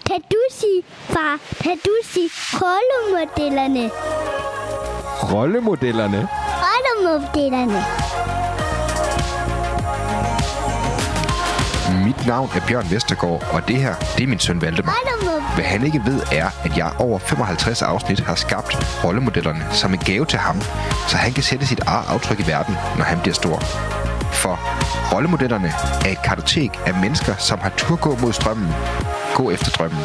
Kan du sige, far, kan du sige rollemodellerne? Rollemodellerne? Rollemodellerne. Mit navn er Bjørn Vestergaard, og det her, det er min søn Valdemar. Hvad han ikke ved er, at jeg over 55 afsnit har skabt rollemodellerne som en gave til ham, så han kan sætte sit eget aftryk i verden, når han bliver stor. For rollemodellerne er et kartotek af mennesker, som har tur gå mod strømmen, gå efter drømmen.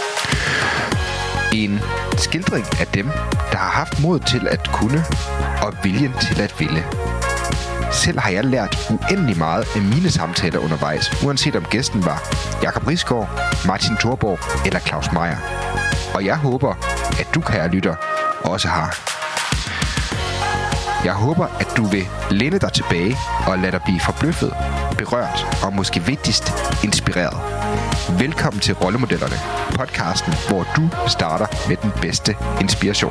En skildring af dem, der har haft mod til at kunne og viljen til at ville. Selv har jeg lært uendelig meget af mine samtaler undervejs, uanset om gæsten var Jakob Risgaard, Martin Thorborg eller Claus Meyer. Og jeg håber, at du, kære lytter, også har. Jeg håber, at du vil læne dig tilbage og lade dig blive forbløffet, berørt og måske vigtigst inspireret. Velkommen til Rollemodellerne, podcasten, hvor du starter med den bedste inspiration.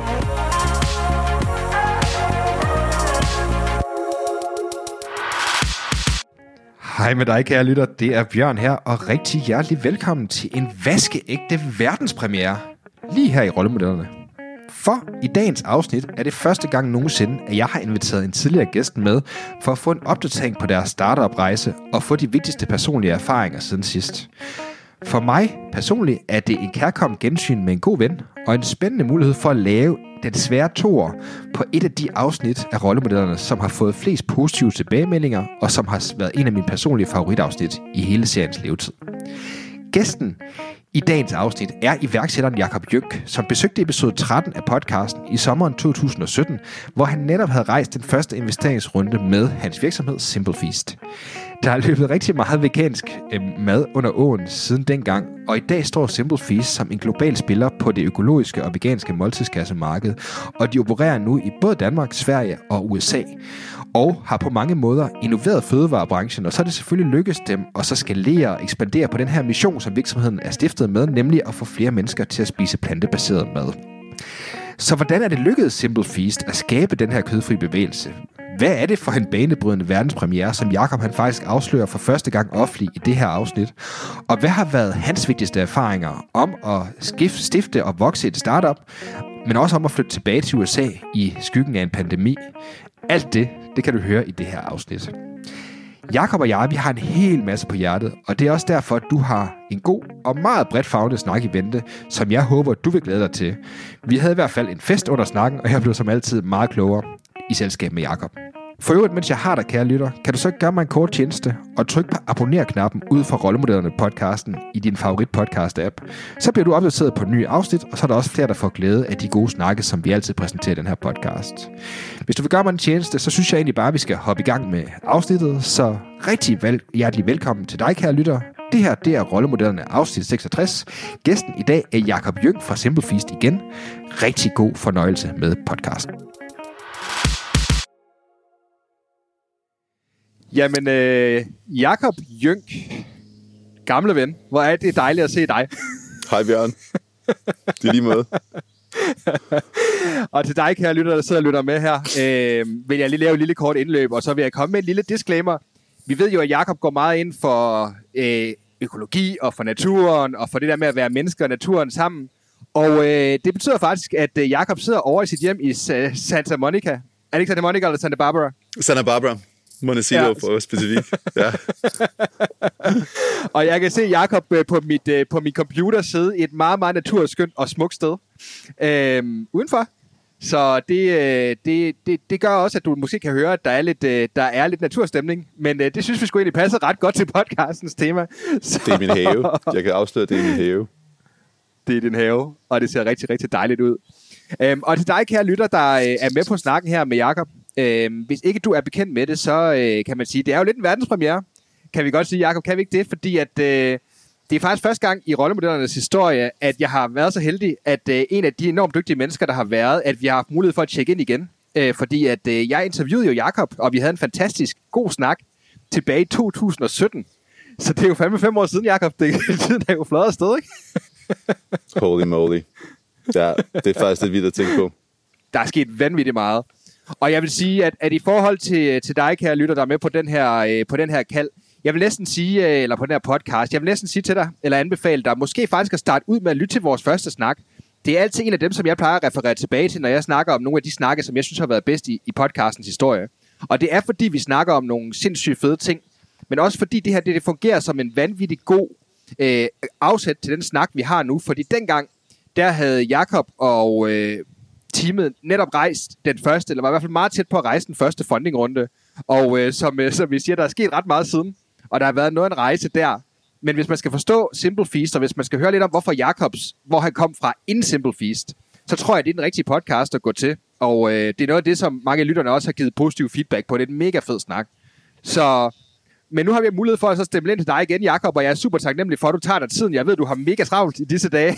Hej med dig, kære lytter. Det er Bjørn her, og rigtig hjertelig velkommen til en vaskeægte verdenspremiere. Lige her i Rollemodellerne. For i dagens afsnit er det første gang nogensinde, at jeg har inviteret en tidligere gæst med, for at få en opdatering på deres startup-rejse og få de vigtigste personlige erfaringer siden sidst. For mig personligt er det en kærkommen gensyn med en god ven, og en spændende mulighed for at lave den svære toer på et af de afsnit af Rollemodellerne, som har fået flest positive tilbagemeldinger, og som har været en af mine personlige favoritafsnit i hele seriens levetid. Gæsten i dagens afsnit er iværksætteren Jakob Jønk, som besøgte episode 13 af podcasten i sommeren 2017, hvor han netop havde rejst den første investeringsrunde med hans virksomhed Simple Feast. Der er løbet rigtig meget vegansk mad under åen siden dengang, og i dag står Simple Feast som en global spiller på det økologiske og veganske måltidskassemarked, og de opererer nu i både Danmark, Sverige og USA, og har på mange måder innoveret fødevarebranchen, og så er det selvfølgelig lykkedes dem at så skalere og ekspandere på den her mission, som virksomheden er stiftet med, nemlig at få flere mennesker til at spise plantebaseret mad. Så hvordan er det lykkedes Simple Feast at skabe den her kødfri bevægelse? Hvad er det for en banebrydende verdenspremiere, som Jakob han faktisk afslører for første gang offentligt i det her afsnit? Og hvad har været hans vigtigste erfaringer om at stifte og vokse et startup, men også om at flytte tilbage til USA i skyggen af en pandemi? Alt det kan du høre i det her afsnit. Jakob og jeg, vi har en hel masse på hjertet, og det er også derfor, at du har en god og meget bredt favnet snak i vente, som jeg håber, du vil glæde dig til. Vi havde i hvert fald en fest under snakken, og jeg blev som altid meget klogere i selskab med Jakob. For øvrigt, mens jeg har dig, kære lytter, kan du så gøre mig en kort tjeneste og trykke på abonner-knappen ud fra Rollemodellerne podcasten i din favorit podcast-app. Så bliver du opdateret på nye afsnit, og så er der også flere, der får glæde af de gode snakke, som vi altid præsenterer i den her podcast. Hvis du vil gøre mig en tjeneste, så synes jeg egentlig bare, at vi skal hoppe i gang med afsnittet. Så rigtig hjertelig velkommen til dig, kære lytter. Det her, det er Rollemodellerne afsnit 66. Gæsten i dag er Jakob Jønk fra Simple Feast igen. Rigtig god fornøjelse med podcasten. Jamen, Jakob Jønk, gamle ven, hvor er det dejligt at se dig. Hej Bjørn. Det er lige måde. Og til dig, kære lytter, der sidder og lytter med her, vil jeg lige lave et lille kort indløb, og så vil jeg komme med en lille disclaimer. Vi ved jo, at Jakob går meget ind for økologi og for naturen, og for det der med at være mennesker og naturen sammen. Og det betyder faktisk, at Jakob sidder over i sit hjem i Santa Monica. Er det ikke Santa Monica eller Santa Barbara? Santa Barbara. Montecito for specifik. Ja. Og jeg kan se Jakob på min computer sidde i et meget, meget naturskønt og smukt sted udenfor. Så det gør også, at du måske kan høre, at der er lidt naturstemning. Men det synes vi sgu egentlig passer ret godt til podcastens tema. Så... Det er min have. Jeg kan afsløre, at det er min have. Det er din have, og det ser rigtig, rigtig dejligt ud. Og til dig, kære lytter, der er med på snakken her med Jakob. Hvis ikke du er bekendt med det, så kan man sige, det er jo lidt en verdenspremiere. Kan vi godt sige, Jakob, kan vi ikke det? Fordi at, det er faktisk første gang i Rollemodellernes historie, at jeg har været så heldig, at en af de enormt dygtige mennesker, der har været, at vi har haft mulighed for at tjekke ind igen. Fordi at jeg interviewede jo Jakob, og vi havde en fantastisk god snak tilbage i 2017. Så det er jo fandme 5 år siden, Jakob. Tiden er jo flot afsted, ikke? Holy moly. Ja, det er faktisk lidt vildt at tænke på. Der er sket vanvittigt meget. Og jeg vil sige, at i forhold til dig, kære lytter, der er med på den her kald, Jeg vil næsten sige, eller på den her podcast, jeg vil næsten sige til dig, eller anbefale dig, måske faktisk at starte ud med at lytte til vores første snak. Det er altid en af dem, som jeg plejer at referere tilbage til, når jeg snakker om nogle af de snakke, som jeg synes har været bedst i podcastens historie. Og det er, fordi vi snakker om nogle sindssygt fede ting, men også fordi det her det fungerer som en vanvittig god afsæt til den snak, vi har nu. Fordi dengang, der havde Jakob og teamet netop rejst den første, eller var i hvert fald meget tæt på at rejse den første fundingrunde. Og som vi siger, der er sket ret meget siden, og der har været noget af en rejse der. Men hvis man skal forstå Simple Feast, og hvis man skal høre lidt om, hvor han kom fra inden Simple Feast, så tror jeg, det er den rigtige podcast at gå til. Og det er noget af det, som mange af lytterne også har givet positiv feedback på. Det er en mega fed snak. Så, men nu har vi mulighed for at så stemme ind til dig igen, Jakob, og jeg er super taknemmelig for, at du tager dig tiden. Jeg ved, du har mega travlt i disse dage.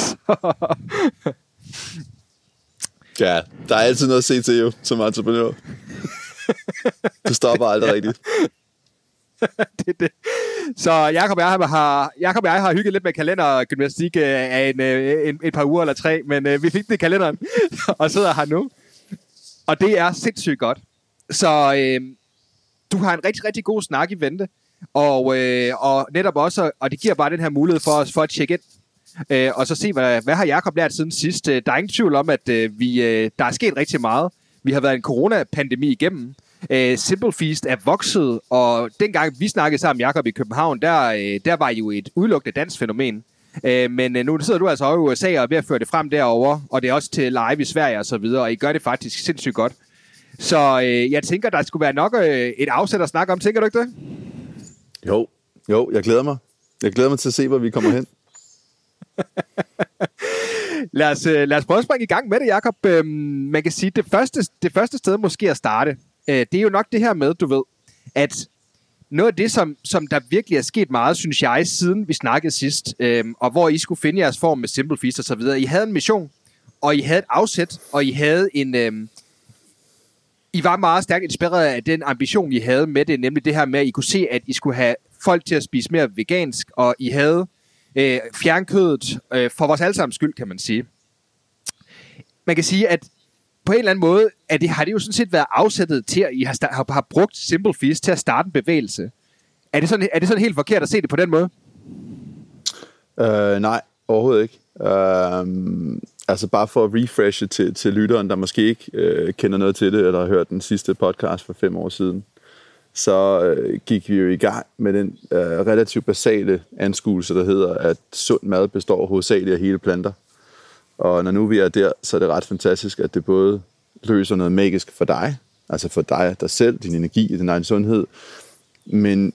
Ja, der er altid noget at se til jo, som entreprenør. Du stopper aldrig rigtigt. det. Så Jakob og jeg har hygget lidt med kalendergymnastik af et par uger eller 3, men vi fik det i kalenderen, og sidder her nu. Og det er sindssygt godt. Så du har en rigtig, rigtig god snak i vente, og netop også, og det giver bare den her mulighed for os for at tjekke ind, og så se, hvad har Jakob lært siden sidst. Der er ingen tvivl om, at der er sket rigtig meget. Vi har været en coronapandemi igennem. Simple Feast er vokset, og dengang vi snakkede sammen, Jakob, i København, der var jo et udelukkende dansk fænomen. Men nu sidder du altså over i USA og er ved at føre det frem derovre, og det er også til live i Sverige og så videre, og I gør det faktisk sindssygt godt. Så jeg tænker, der skulle være nok et afsæt at snakke om. Tænker du ikke det? Jo, jeg glæder mig. Jeg glæder mig til at se, hvor vi kommer hen. Lad os prøve at springe i gang med det, Jakob. Man kan sige, det første sted måske at starte, det er jo nok det her med, du ved, at noget af det, som der virkelig er sket meget, synes jeg, siden vi snakkede sidst, og hvor I skulle finde jeres form med Simple Feast og så videre. I havde en mission, og I havde et afsæt, og I havde I var meget stærkt inspireret af den ambition, I havde med det, nemlig det her med, at I kunne se, at I skulle have folk til at spise mere vegansk, og I havde fjernkødet for vores allesammens skyld, kan man sige. Man kan sige, at på en eller anden måde har det jo sådan set været afsættet til, at I har brugt Simple Feast til at starte en bevægelse. Er det sådan helt forkert at se det på den måde? Nej, overhovedet ikke. Altså bare for at refreshe til lytteren, der måske ikke kender noget til det, eller har hørt den sidste podcast for 5 år siden, så gik vi jo i gang med den relativt basale anskuelse, der hedder, at sund mad består hovedsageligt af hele planter. Og når nu vi er der, så er det ret fantastisk, at det både løser noget magisk for dig, altså for dig selv, din energi, din egen sundhed, men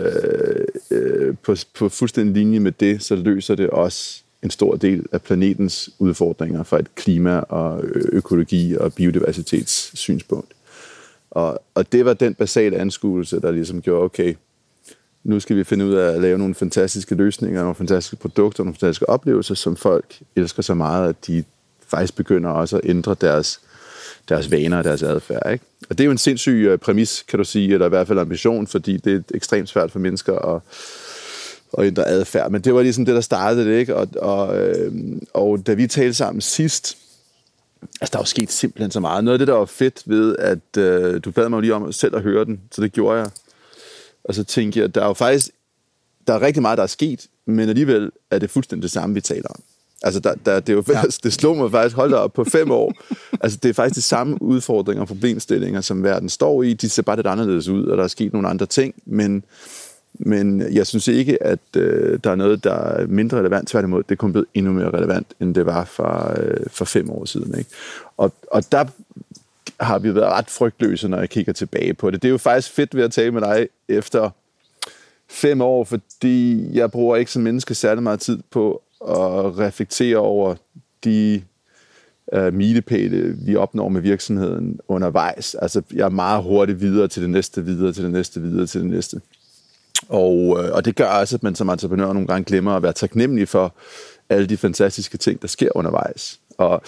på fuldstændig linje med det, så løser det også en stor del af planetens udfordringer fra et klima- og økologi- og biodiversitets synspunkt. Og det var den basale anskuelse, der ligesom gjorde, okay, nu skal vi finde ud af at lave nogle fantastiske løsninger, nogle fantastiske produkter, nogle fantastiske oplevelser, som folk elsker så meget, at de faktisk begynder også at ændre deres vaner og deres adfærd. Ikke? Og det er jo en sindssyg præmis, kan du sige, eller i hvert fald ambition, fordi det er ekstremt svært for mennesker at ændre adfærd. Men det var ligesom det, der startede det, ikke? Og da vi talte sammen sidst, altså der er jo sket simpelthen så meget. Noget af det, der var fedt ved, at du bad mig lige om selv at høre den, så det gjorde jeg. Og så tænkte jeg, der er rigtig meget, der er sket, men alligevel er det fuldstændig det samme, vi taler om. Altså, det er jo det slog mig faktisk, hold da op, på 5 år. Altså, det er faktisk de samme udfordringer og problemstillinger, som verden står i. De ser bare lidt anderledes ud, og der er sket nogle andre ting, men jeg synes ikke, at der er noget, der er mindre relevant. Tværtimod, det er kun blevet endnu mere relevant, end det var for 5 år siden. Ikke? Og der har vi været ret frygtløse, når jeg kigger tilbage på det. Det er jo faktisk fedt ved at tale med dig efter 5 år, fordi jeg bruger ikke som menneske særlig meget tid på at reflektere over de milepæle, vi opnår med virksomheden undervejs. Altså, jeg er meget hurtigt videre til det næste, videre til det næste, videre til det næste. Og det gør også, at man som entreprenør nogle gange glemmer at være taknemmelig for alle de fantastiske ting, der sker undervejs.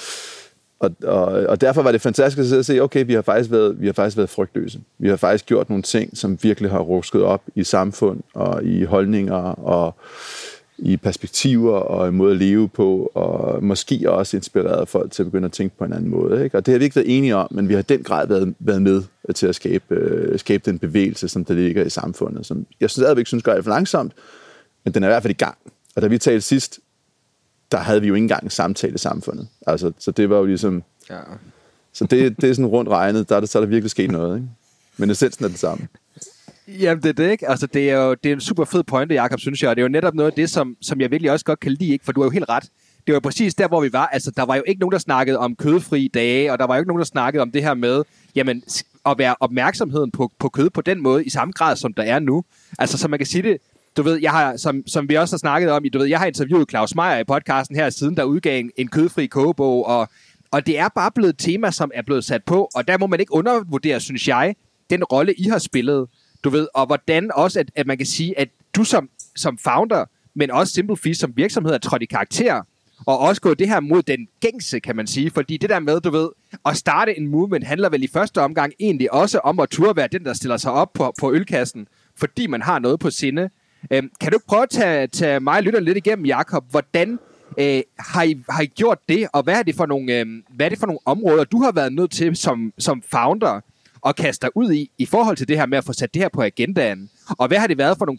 Og derfor var det fantastisk at se, okay, vi har faktisk været frygtløse. Vi har faktisk gjort nogle ting, som virkelig har rusket op i samfund og i holdninger og i perspektiver og en måde at leve på, og måske også inspireret folk til at begynde at tænke på en anden måde. Ikke? Og det har vi ikke været enige om, men vi har den grad været med til at skabe den bevægelse, som der ligger i samfundet, som jeg synes går alt for langsomt, men den er i hvert fald i gang. Og da vi talte sidst, der havde vi jo ikke engang en samtale i samfundet. Altså, så det var jo ligesom... Ja. Så det er sådan rundt regnet, så er der virkelig sket noget, ikke? Men essensen er det samme. Jamen, det er det, ikke? Altså, det er en super fed pointe, Jakob, synes jeg. Og det er jo netop noget af det, som jeg virkelig også godt kan lide, ikke? For du har jo helt ret. Det var præcis der, hvor vi var. Altså, der var jo ikke nogen, der snakkede om kødfri dage, og der var jo ikke nogen, der snakkede om det her med, jamen, at være opmærksomheden på kød på den måde, i samme grad, som der er nu. Altså, så man kan sige det, du ved, jeg har, som vi også har snakket om, du ved, jeg har interviewet Claus Meyer i podcasten her siden, der udgav en kødfri kogebog, og det er bare blevet et tema, som er blevet sat på, og der må man ikke undervurdere, synes jeg, den rolle, I har spillet, du ved, og hvordan også, at man kan sige, at du som founder, men også Simple Feast som virksomhed, er trådt i karakter, og også gået det her mod den gængse, kan man sige, fordi det der med, du ved, at starte en movement, handler vel i første omgang egentlig også om at turde være den, der stiller sig op på ølkassen, fordi man har noget på sinde. Kan du ikke prøve at tage mig og lytterne lidt igennem, Jakob, hvordan har I gjort det, og hvad er det for nogle områder, du har været nødt til som founder at kaste dig ud i forhold til det her med at få sat det her på agendaen? Og hvad har det været for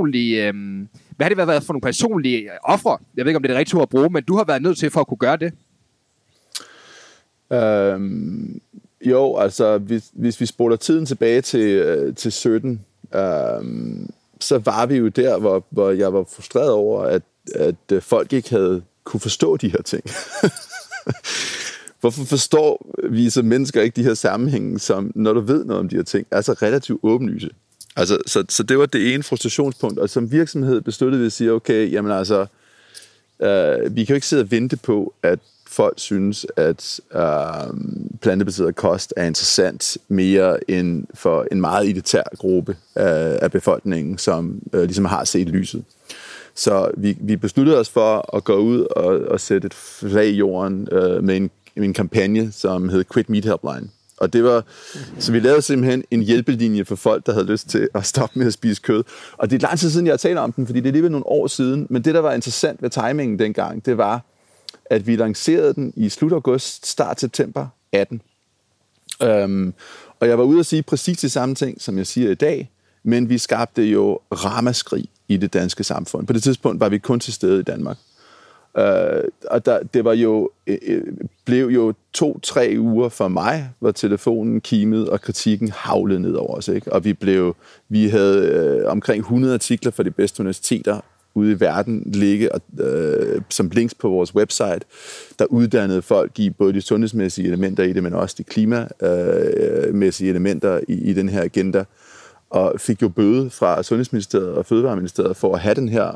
nogle personlige ofre? Jeg ved ikke, om det er det rigtige ord at bruge, men du har været nødt til for at kunne gøre det. Jo, altså hvis vi spoler tiden tilbage til 17, så var vi jo der, hvor jeg var frustreret over, at folk ikke havde kunne forstå de her ting. Hvorfor forstår vi som mennesker ikke de her sammenhænge, som når du ved noget om de her ting, er så relativt åbenlyse? Altså, så det var det ene frustrationspunkt, og som virksomhed besluttede vi at sige, okay, jamen altså, vi kan jo ikke sidde og vente på, at folk synes, at plantebaseret kost er interessant mere end for en meget elitær gruppe af befolkningen, som ligesom har set lyset. Så vi besluttede os for at gå ud og sætte et flag i jorden med en kampagne, som hed Quit Meat Helpline. Og det var, så vi lavede simpelthen en hjælpelinje for folk, der havde lyst til at stoppe med at spise kød. Og det er lang tid siden, jeg har talt om den, fordi det er lige ved nogle år siden. Men det, der var interessant ved timingen dengang, det var, at vi lancerede den i slut august, start september 18. Og jeg var ude at sige præcis det samme ting, som jeg siger i dag, men vi skabte jo ramaskrig i det danske samfund. På det tidspunkt var vi kun til stede i Danmark. Og det var jo, blev jo 2-3 uger for mig, hvor telefonen kimede, og kritikken havlede ned over os. Ikke? Og vi havde omkring 100 artikler fra de bedste universiteter ude i verden ligge som links på vores website, der uddannede folk i både de sundhedsmæssige elementer i det, men også de klimamæssige elementer i den her agenda, og fik jo bøde fra Sundhedsministeriet og Fødevareministeriet for at have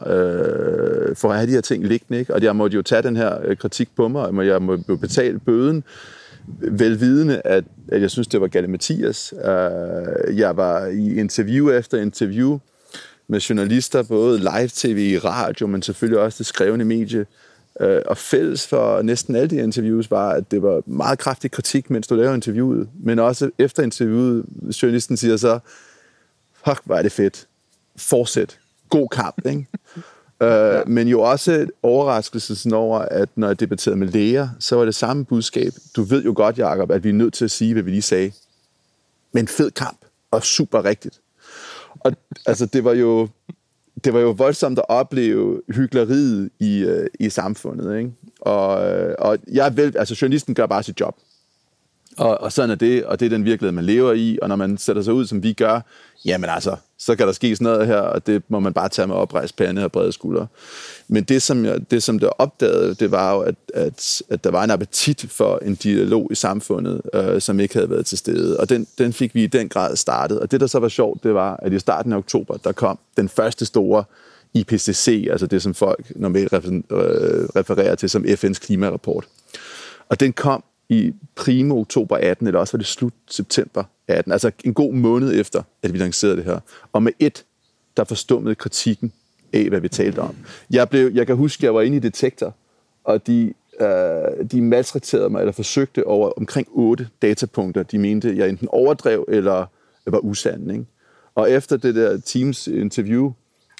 for at have de her ting liggende, ikke? Og jeg måtte jo tage den her kritik på mig, og jeg måtte jo betale bøden, velvidende, at jeg synes, det var galimatias. Jeg var i interview efter interview med journalister, både live-tv, radio, men selvfølgelig også det skrevne medie. Og fælles for næsten alle de interviews var, at det var meget kraftig kritik, mens du laver interviewet, men også efter interviewet, journalisten siger så, fuck, hvor er det fedt. Fortsæt. God kamp, ikke? Men jo også overraskelsen over, at når jeg debatterede med læger, så var det samme budskab. Du ved jo godt, Jakob, at vi er nødt til at sige, hvad vi lige sagde. Men fed kamp, og super rigtigt. Og altså, det var jo voldsomt at opleve hykleriet i samfundet, ikke? Og journalisten gør bare sit job. Og sådan er det, og det er den virkelighed, man lever i, og når man sætter sig ud, som vi gør, jamen altså, så kan der ske sådan noget her, og det må man bare tage med oprejst pande og brede skuldre. Men det, som der opdagede, det var jo, at der var en appetit for en dialog i samfundet, som ikke havde været til stede, og den fik vi i den grad startet. Og det, der så var sjovt, det var, at i starten af oktober, der kom den første store IPCC, altså det, som folk normalt refererer til som FN's klimarapport. Og den kom i primo oktober 18, eller også var det slut september 18, altså en god måned efter, at vi lancerede det her. Og med der forstummede kritikken af, hvad vi talte om. Jeg kan huske, at jeg var inde i Detektor, og de maltrakterede mig, eller forsøgte over omkring 8 datapunkter. De mente, jeg enten overdrev, eller var usand, ikke? Og efter det der Teams interview,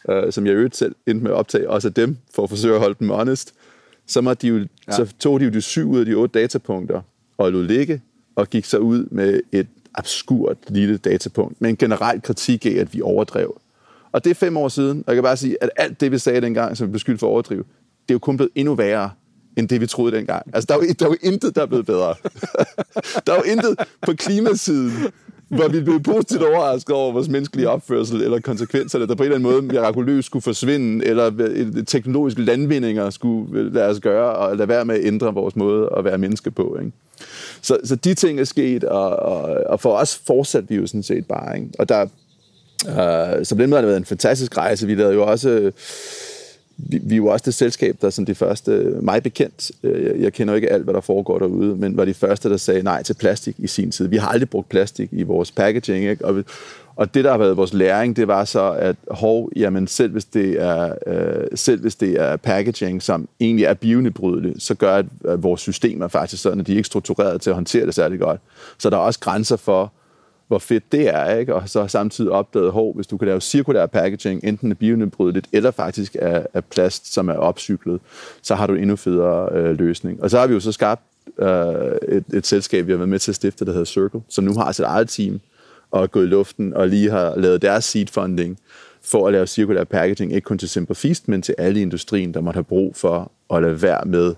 som jeg øvrigt selv endte med at optage, også af dem, for at forsøge at holde dem honest, så tog de jo de 7 ud af de 8 datapunkter og lod ligge, og gik så ud med et absurd lille datapunkt, med en generel kritik af, at vi overdrev. Og det er 5 år siden, og jeg kan bare sige, at alt det, vi sagde dengang, som vi beskyldte for at overdrive, det er jo kun blevet endnu værre, end det, vi troede dengang. Altså, der er jo intet, der er blevet bedre. Der er jo intet på klimasiden, hvor vi blev positivt overrasket over vores menneskelige opførsel, eller konsekvenserne, der på en eller anden måde mirakuløst skulle forsvinde, eller teknologiske landvindinger skulle lade os gøre, og lade være med at ændre vores måde at være menneske på. Ikke? Så de ting er sket, og for os fortsatte vi jo sådan set bare. Ikke? Og der, så på den måde har det været en fantastisk rejse. Vi lavede jo også... Vi er jo også det selskab, der som de første, mig bekendt, jeg kender jo ikke alt, hvad der foregår derude, men var de første, der sagde nej til plastik i sin tid. Vi har aldrig brugt plastik i vores packaging, ikke? Og det, der har været vores læring, det var så, at jamen selv hvis det er packaging, som egentlig er bionedbrydeligt, så gør at vores systemer faktisk sådan, at de ikke er struktureret til at håndtere det særlig godt. Så der er også grænser for, hvor fedt det er, ikke? Og så har samtidig opdaget, hvis du kan lave cirkulær packaging, enten er bionedbrydeligt, eller faktisk er plast, som er opcyklet, så har du en endnu federe løsning. Og så har vi jo så skabt et selskab, vi har været med til at stifte, der hedder Circle, som nu har sit eget team, og er gået i luften, og lige har lavet deres seed funding, for at lave cirkulær packaging, ikke kun til Simple Feast, men til alle i industrien, der måtte have brug for at lade være med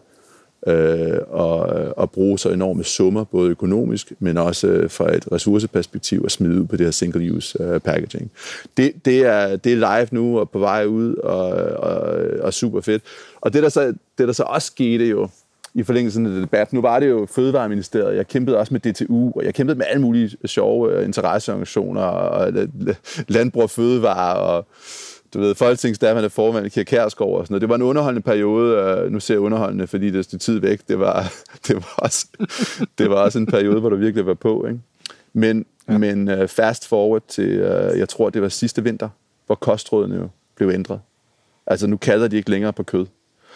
og bruge så enorme summer, både økonomisk, men også fra et ressourceperspektiv, at smide ud på det her single-use packaging. Det er live nu og på vej ud og super fedt. Og det der så også skete jo i forlængelsen af debat, nu var det jo Fødevareministeriet, jeg kæmpede også med DTU, og jeg kæmpede med alle mulige sjove interesseorganisationer, og Landbrug og Fødevare, og du ved, Folketingsdaværende formand Kjær Kjærsgaard og sådan noget. Det var en underholdende periode. Nu ser jeg underholdende, fordi det er tid væk. Det var også en periode, hvor du virkelig var på. Ikke? Men fast forward til, jeg tror, det var sidste vinter, hvor kostrådene jo blev ændret. Altså, nu kalder de ikke længere på kød.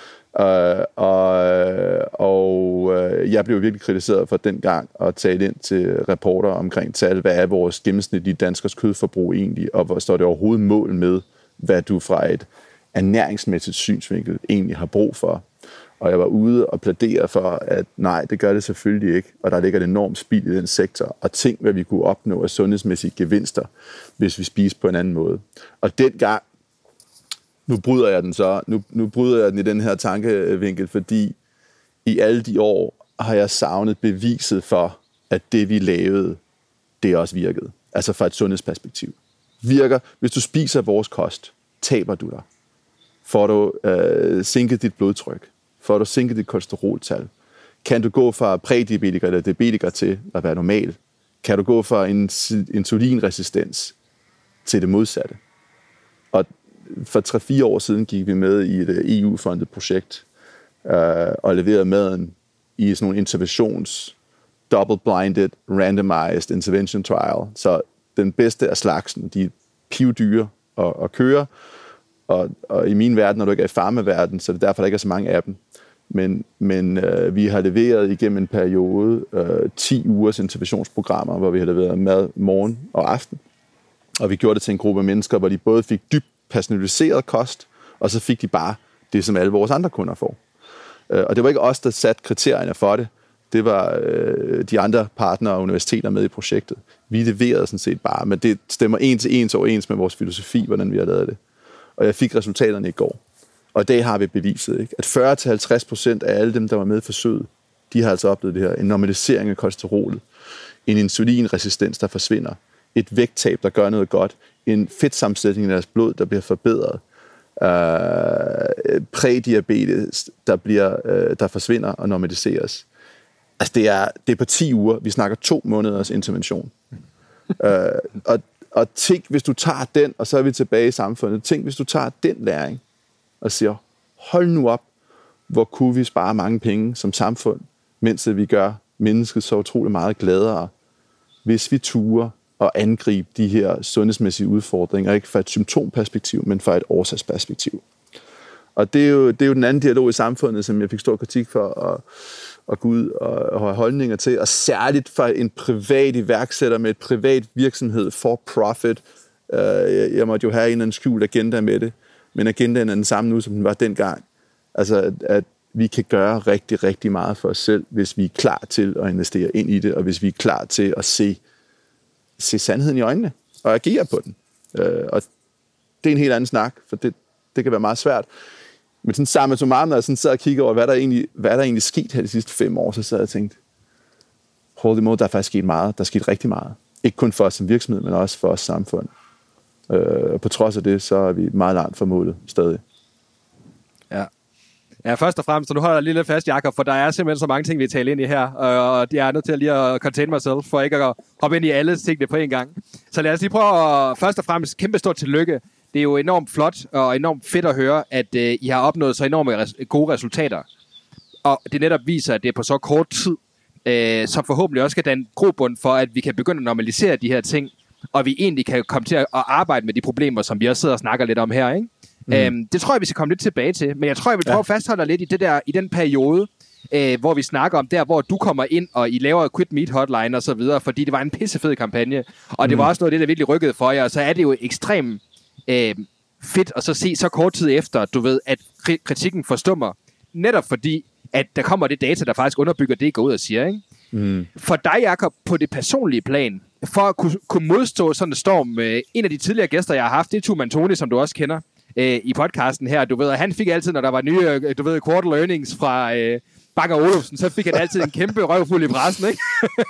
Og jeg blev virkelig kritiseret for dengang at tale ind til reporter omkring tal. Hvad er vores gennemsnitlige danskers kødforbrug egentlig? Og hvor står det overhovedet mål med, hvad du fra et ernæringsmæssigt synsvinkel egentlig har brug for. Og jeg var ude og plædere for, at nej, det gør det selvfølgelig ikke, og der ligger et enormt spild i den sektor, og tænk, hvad vi kunne opnå af sundhedsmæssige gevinster, hvis vi spiser på en anden måde. Og dengang, nu bryder jeg den i den her tankevinkel, fordi i alle de år har jeg savnet beviset for, at det vi lavede, det også virkede. Altså fra et sundhedsperspektiv. Virker, hvis du spiser vores kost, taber du dig. Får du sænket dit blodtryk? Får du sænket dit kolesteroltal? Kan du gå fra prædiabetiker eller diabetiker til at være normal? Kan du gå fra en insulinresistens til det modsatte? Og for 3-4 år siden gik vi med i et EU-fundet projekt og leverede maden i sådan nogle interventions double-blinded, randomized intervention trial. Så den bedste af slagsen, de er pivdyre at køre, og i min verden, når du ikke er i farmaverden, så er det derfor, der ikke er så mange af dem. Men vi har leveret igennem en periode 10 ugers interventionsprogrammer, hvor vi har leveret mad morgen og aften. Og vi gjorde det til en gruppe mennesker, hvor de både fik dybt personaliseret kost, og så fik de bare det, som alle vores andre kunder får. Og det var ikke os, der satte kriterierne for det. Det var de andre partnere og universiteter med i projektet. Vi leverede sådan set bare, men det stemmer en til overens med vores filosofi, hvordan vi har lavet det. Og jeg fik resultaterne i går. Og i dag har vi beviset, ikke? At 40-50% af alle dem, der var med i forsøget, de har altså oplevet det her. En normalisering af kolesterolet. En insulinresistens, der forsvinder. Et vægttab, der gør noget godt. En fedtsammensætning i deres blod, der bliver forbedret. Prædiabetes, der forsvinder og normaliseres. Altså det er på 10 uger. Vi snakker 2 måneders intervention. Og tænk, hvis du tager den, og så er vi tilbage i samfundet. Tænk, hvis du tager den læring og siger, hold nu op, hvor kunne vi spare mange penge som samfund, mens vi gør mennesket så utroligt meget gladere, hvis vi turer og angribe de her sundhedsmæssige udfordringer, ikke fra et symptomperspektiv, men fra et årsagsperspektiv. Og det er jo den anden dialog i samfundet, som jeg fik stor kritik for at gå ud og have holdninger til, og særligt for en privat iværksætter med et privat virksomhed for profit, Jeg måtte jo have en eller anden skjult agenda med det, men agendaen er den samme nu, som den var dengang. Altså, at vi kan gøre rigtig, rigtig meget for os selv, hvis vi er klar til at investere ind i det, og hvis vi er klar til at se sandheden i øjnene og agere på den. Og det er en helt anden snak, for det kan være meget svært. Men sådan sammen med når jeg sådan sad og kigger over, hvad der egentlig sket her de sidste 5 år, så sad jeg og tænkte, holy moly, der er faktisk sket meget. Der er sket rigtig meget. Ikke kun for os som virksomhed, men også for os samfund. Og på trods af det, så er vi meget langt fra målet stadig. Ja, først og fremmest, så nu holder jeg lige lidt fast, Jakob, for der er simpelthen så mange ting, vi taler ind i her, og jeg er nødt til lige at contain myself, for ikke at hoppe ind i alle tingene på en gang. Så lad os lige prøve at først og fremmest kæmpe stort tillykke. Det er jo enormt flot og enormt fedt at høre, at I har opnået så enormt gode resultater. Og det netop viser, at det er på så kort tid, som forhåbentlig også skal danne grobund for, at vi kan begynde at normalisere de her ting, og vi egentlig kan komme til at arbejde med de problemer, som vi også sidder og snakker lidt om her, ikke? Det tror jeg, vi skal komme lidt tilbage til, men jeg tror, jeg vil prøve at fastholde lidt i det der, i den periode, hvor vi snakker om der, hvor du kommer ind, og I laver Quit Meat Hotline og så videre, fordi det var en pissefed kampagne, og det var også noget af det, der virkelig rykkede for jer, og så er det jo ekstremt fedt at så se så kort tid efter, du ved, at kritikken forstummer, netop fordi, at der kommer det data, der faktisk underbygger det, I går ud og siger, ikke? For dig, Jakob, på det personlige plan, for at kunne modstå sådan en storm, en af de tidligere gæster, jeg har haft, det er Tuman Tony, som du også kender, i podcasten her, du ved, og han fik altid, når der var nye, du ved, quarter earnings fra Bakker Olufsen, så fik han altid en kæmpe røvfuld i pressen, ikke?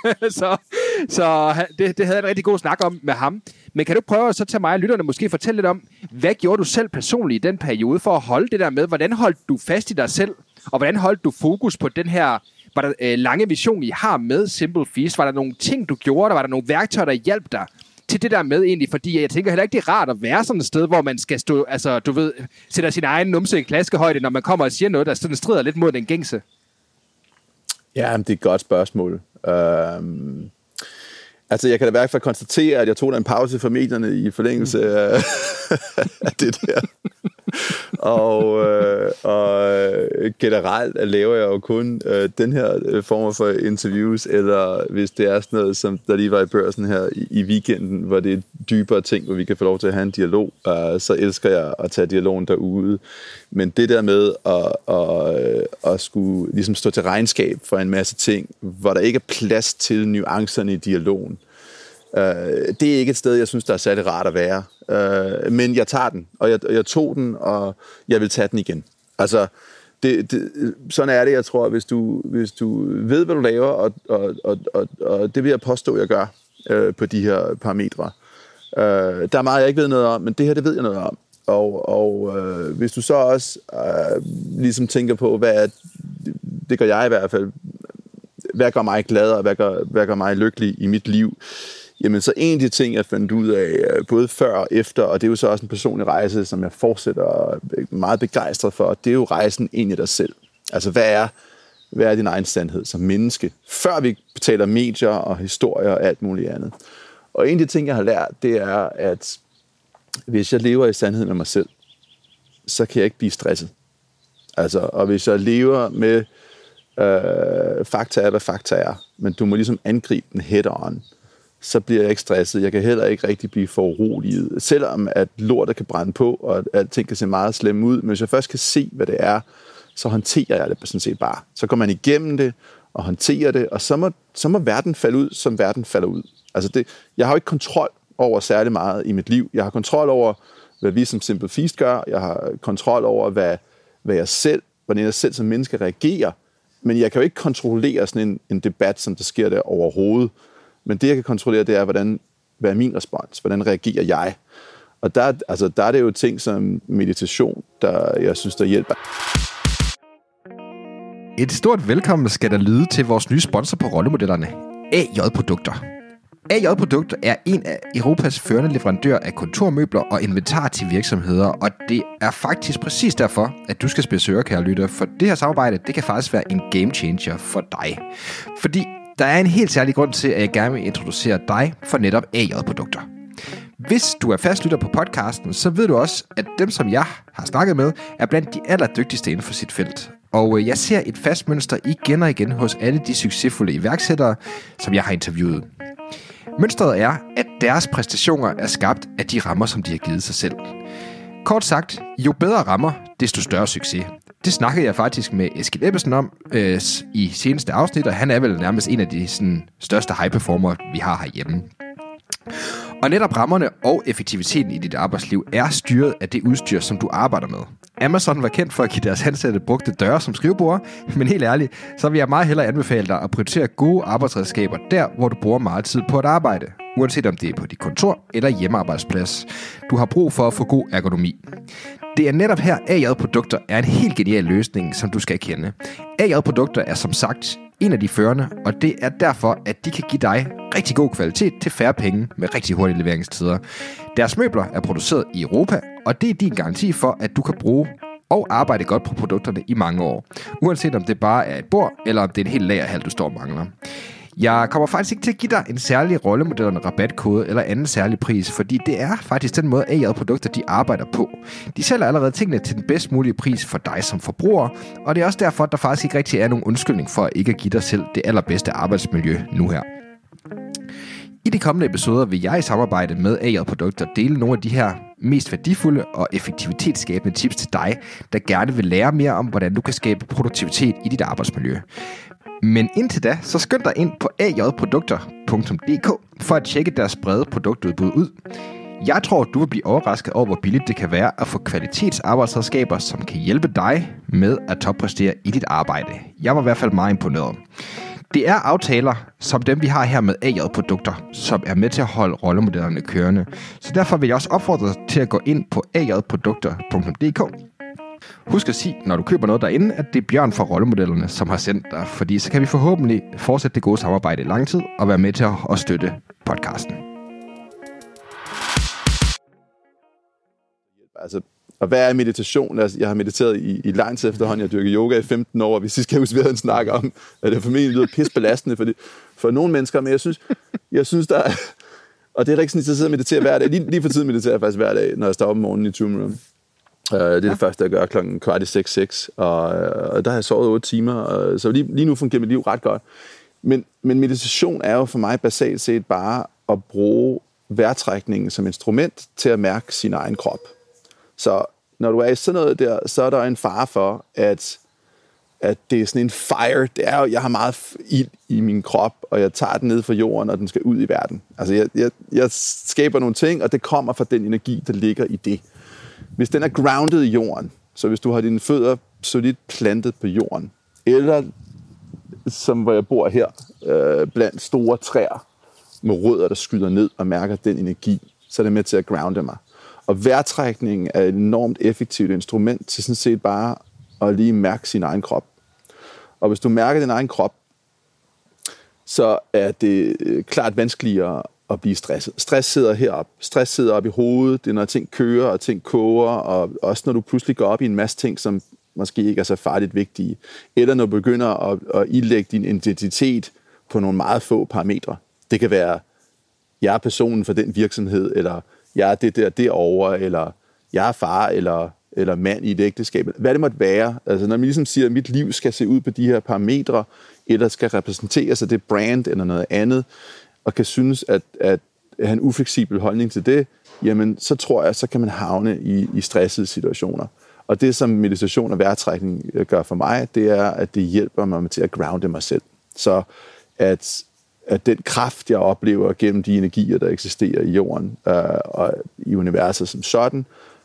så det havde jeg en rigtig god snak om med ham. Men kan du prøve at så tage mig og lytterne måske fortælle lidt om, hvad gjorde du selv personligt i den periode for at holde det der med, hvordan holdt du fast i dig selv, og hvordan holdt du fokus på den her lange vision, I har med Simple Feast? Var der nogle ting, du gjorde, var der nogle værktøjer, der hjalp dig til det der med egentlig, fordi jeg tænker heller ikke, det er rart at være sådan et sted, hvor man skal stå, altså du ved, sætter sin egen numse i klaskehøjde, når man kommer og siger noget, der sådan strider lidt mod den gængse. Ja, det er et godt spørgsmål. Altså, jeg kan da i hvert fald konstatere, at jeg tog en pause fra medierne i forlængelse af det der. Og generelt laver jeg jo kun den her form for interviews, eller hvis det er sådan noget, som der lige var i Børsen her i weekenden, hvor det er dybere ting, hvor vi kan få lov til at have en dialog, så elsker jeg at tage dialogen derude. Men det der med at skulle ligesom stå til regnskab for en masse ting, hvor der ikke er plads til nuancerne i dialogen, det er ikke et sted, jeg synes, der er særlig rart at være. Men jeg tager den, og jeg tog den, og jeg vil tage den igen. Altså, sådan er det, jeg tror, hvis du ved, hvad du laver, og det vil jeg påstå, jeg gør på de her parametre. Der er meget, jeg ikke ved noget om, men det her, det ved jeg noget om. Og hvis du så også ligesom tænker på, det gør jeg i hvert fald, hvad gør mig glad, og hvad gør mig lykkelig i mit liv, jamen så en af de ting, jeg fandt ud af, både før og efter, og det er jo så også en personlig rejse, som jeg fortsætter meget begejstret for, det er jo rejsen ind i dig selv. Altså, hvad er din egen sandhed som menneske, før vi betaler medier og historier og alt muligt andet. Og en af de ting, jeg har lært, det er, at hvis jeg lever i sandheden med mig selv, så kan jeg ikke blive stresset. Altså, og hvis jeg lever med fakta er, hvad fakta er, men du må ligesom angribe den head-on, så bliver jeg ikke stresset. Jeg kan heller ikke rigtig blive foruroliget, selvom at lortet kan brænde på, og at alting kan se meget slemme ud. Men hvis jeg først kan se, hvad det er, så håndterer jeg det sådan set bare. Så går man igennem det og håndterer det, og så må verden falde ud, som verden falder ud. Altså jeg har jo ikke kontrol over særlig meget i mit liv. Jeg har kontrol over, hvad vi som Simple Feast gør. Jeg har kontrol over, hvordan jeg selv som menneske reagerer. Men jeg kan jo ikke kontrollere sådan en debat, som der sker der overhovedet. Men det, jeg kan kontrollere, det er, hvad er min respons? Hvordan reagerer jeg? Og der er det jo ting som meditation, der jeg synes, der hjælper. Et stort velkommen skal der lyde til vores nye sponsor på rollemodellerne, AJ Produkter. AJ Produkter er en af Europas førende leverandører af kontormøbler og inventar til virksomheder, og det er faktisk præcis derfor, at du skal spidse ører, kære lytter, for det her samarbejde, det kan faktisk være en game changer for dig. Fordi der er en helt særlig grund til, at jeg gerne vil introducere dig for netop AJ Produkter. Hvis du er fastlytter på podcasten, så ved du også, at dem, som jeg har snakket med, er blandt de allerdygtigste inden for sit felt. Og jeg ser et fast mønster igen og igen hos alle de succesfulde iværksættere, som jeg har interviewet. Mønstret er, at deres præstationer er skabt af de rammer, som de har givet sig selv. Kort sagt, jo bedre rammer, desto større succes. Det snakkede jeg faktisk med Eskild Ebbesen om i seneste afsnit, og han er vel nærmest en af de største high-performer, vi har herhjemme. Og netop rammerne og effektiviteten i dit arbejdsliv er styret af det udstyr, som du arbejder med. Amazon var kendt for at give deres ansatte brugte døre som skrivebord, men helt ærligt, så vil jeg meget hellere anbefale dig at prioritere gode arbejdsredskaber der, hvor du bruger meget tid på at arbejde, uanset om det er på dit kontor eller hjemmearbejdsplads. Du har brug for at få god ergonomi. Det er netop her, AJ-produkter er en helt genial løsning, som du skal kende. AJ-produkter er som sagt en af de førende, og det er derfor, at de kan give dig rigtig god kvalitet til færre penge med rigtig hurtige leveringstider. Deres møbler er produceret i Europa, og det er din garanti for, at du kan bruge og arbejde godt på produkterne i mange år. Uanset om det bare er et bord, eller om det er en hel lagerhal, du står og mangler. Jeg kommer faktisk ikke til at give dig en særlig rollemodellerne rabatkode eller anden særlig pris, fordi det er faktisk den måde, AJ-produkter de arbejder på. De sælger allerede tingene til den bedst mulige pris for dig som forbruger, og det er også derfor, at der faktisk ikke rigtig er nogen undskyldning for at ikke at give dig selv det allerbedste arbejdsmiljø nu her. I de kommende episoder vil jeg i samarbejde med AJ-produkter dele nogle af de her mest værdifulde og effektivitetsskabende tips til dig, der gerne vil lære mere om, hvordan du kan skabe produktivitet i dit arbejdsmiljø. Men indtil da, så skynd dig ind på ajprodukter.dk for at tjekke deres brede produktudbud ud. Jeg tror, du vil blive overrasket over, hvor billigt det kan være at få kvalitetsarbejdsredskaber, som kan hjælpe dig med at toppræstere i dit arbejde. Jeg var i hvert fald meget imponeret. Det er aftaler, som dem vi har her med AJ-produkter, som er med til at holde rollemodellerne kørende. Så derfor vil jeg også opfordre dig til at gå ind på ajprodukter.dk. Husk at sige, når du køber noget derinde, at det er Bjørn fra Rollemodellerne, som har sendt dig, fordi så kan vi forhåbentlig fortsætte det gode samarbejde i lang tid og være med til at støtte podcasten. Altså, og hvad er meditation? Altså, jeg har mediteret i lang tid efterhånden. Jeg har dyrket yoga i 15 år, og vi sidst kan huske, vi havde en snak om, at det formentlig lyder pisbelastende for nogle mennesker, men jeg synes der er, og det er da ikke sådan, at jeg sidder og mediterer hver dag. Lige for tiden mediterer jeg faktisk hver dag, når jeg står op om morgenen i 20 minutter. Det er det første, jeg gør klokken 5:45, og der har jeg sovet 8 timer, så lige nu fungerer mit liv ret godt. Men meditation er jo for mig basalt set bare at bruge vejrtrækningen som instrument til at mærke sin egen krop. Så når du er i sådan noget der, så er der en fare for, at det er sådan en fire. Det er jo, jeg har meget ild i min krop, og jeg tager den ned fra jorden, og den skal ud i verden. Altså, jeg skaber nogle ting, og det kommer fra den energi, der ligger i det. Hvis den er grounded i jorden, så hvis du har dine fødder solidt plantet på jorden, eller som hvor jeg bor her, blandt store træer med rødder, der skyder ned og mærker den energi, så er det med til at grounde mig. Og vejrtrækningen er et enormt effektivt instrument til sådan set bare at lige mærke sin egen krop. Og hvis du mærker din egen krop, så er det klart vanskeligere at blive stresset. Stress sidder heroppe. Stress sidder op i hovedet. Det er, når ting kører og ting koger, og også når du pludselig går op i en masse ting, som måske ikke er så farligt vigtige. Eller når du begynder at indlægge din identitet på nogle meget få parametre. Det kan være, jeg er personen for den virksomhed, eller jeg er det derovre, eller jeg er far, eller mand i et ægteskab. Hvad det måtte være. Altså, når man ligesom siger, at mit liv skal se ud på de her parametre, eller skal repræsentere sig det brand eller noget andet, og kan synes, at have en ufleksibel holdning til det, jamen, så tror jeg, så kan man havne i stressede situationer. Og det, som meditation og vejrtrækning gør for mig, det er, at det hjælper mig til at grounde mig selv. Så at den kraft, jeg oplever gennem de energier, der eksisterer i jorden og i universet som sådan,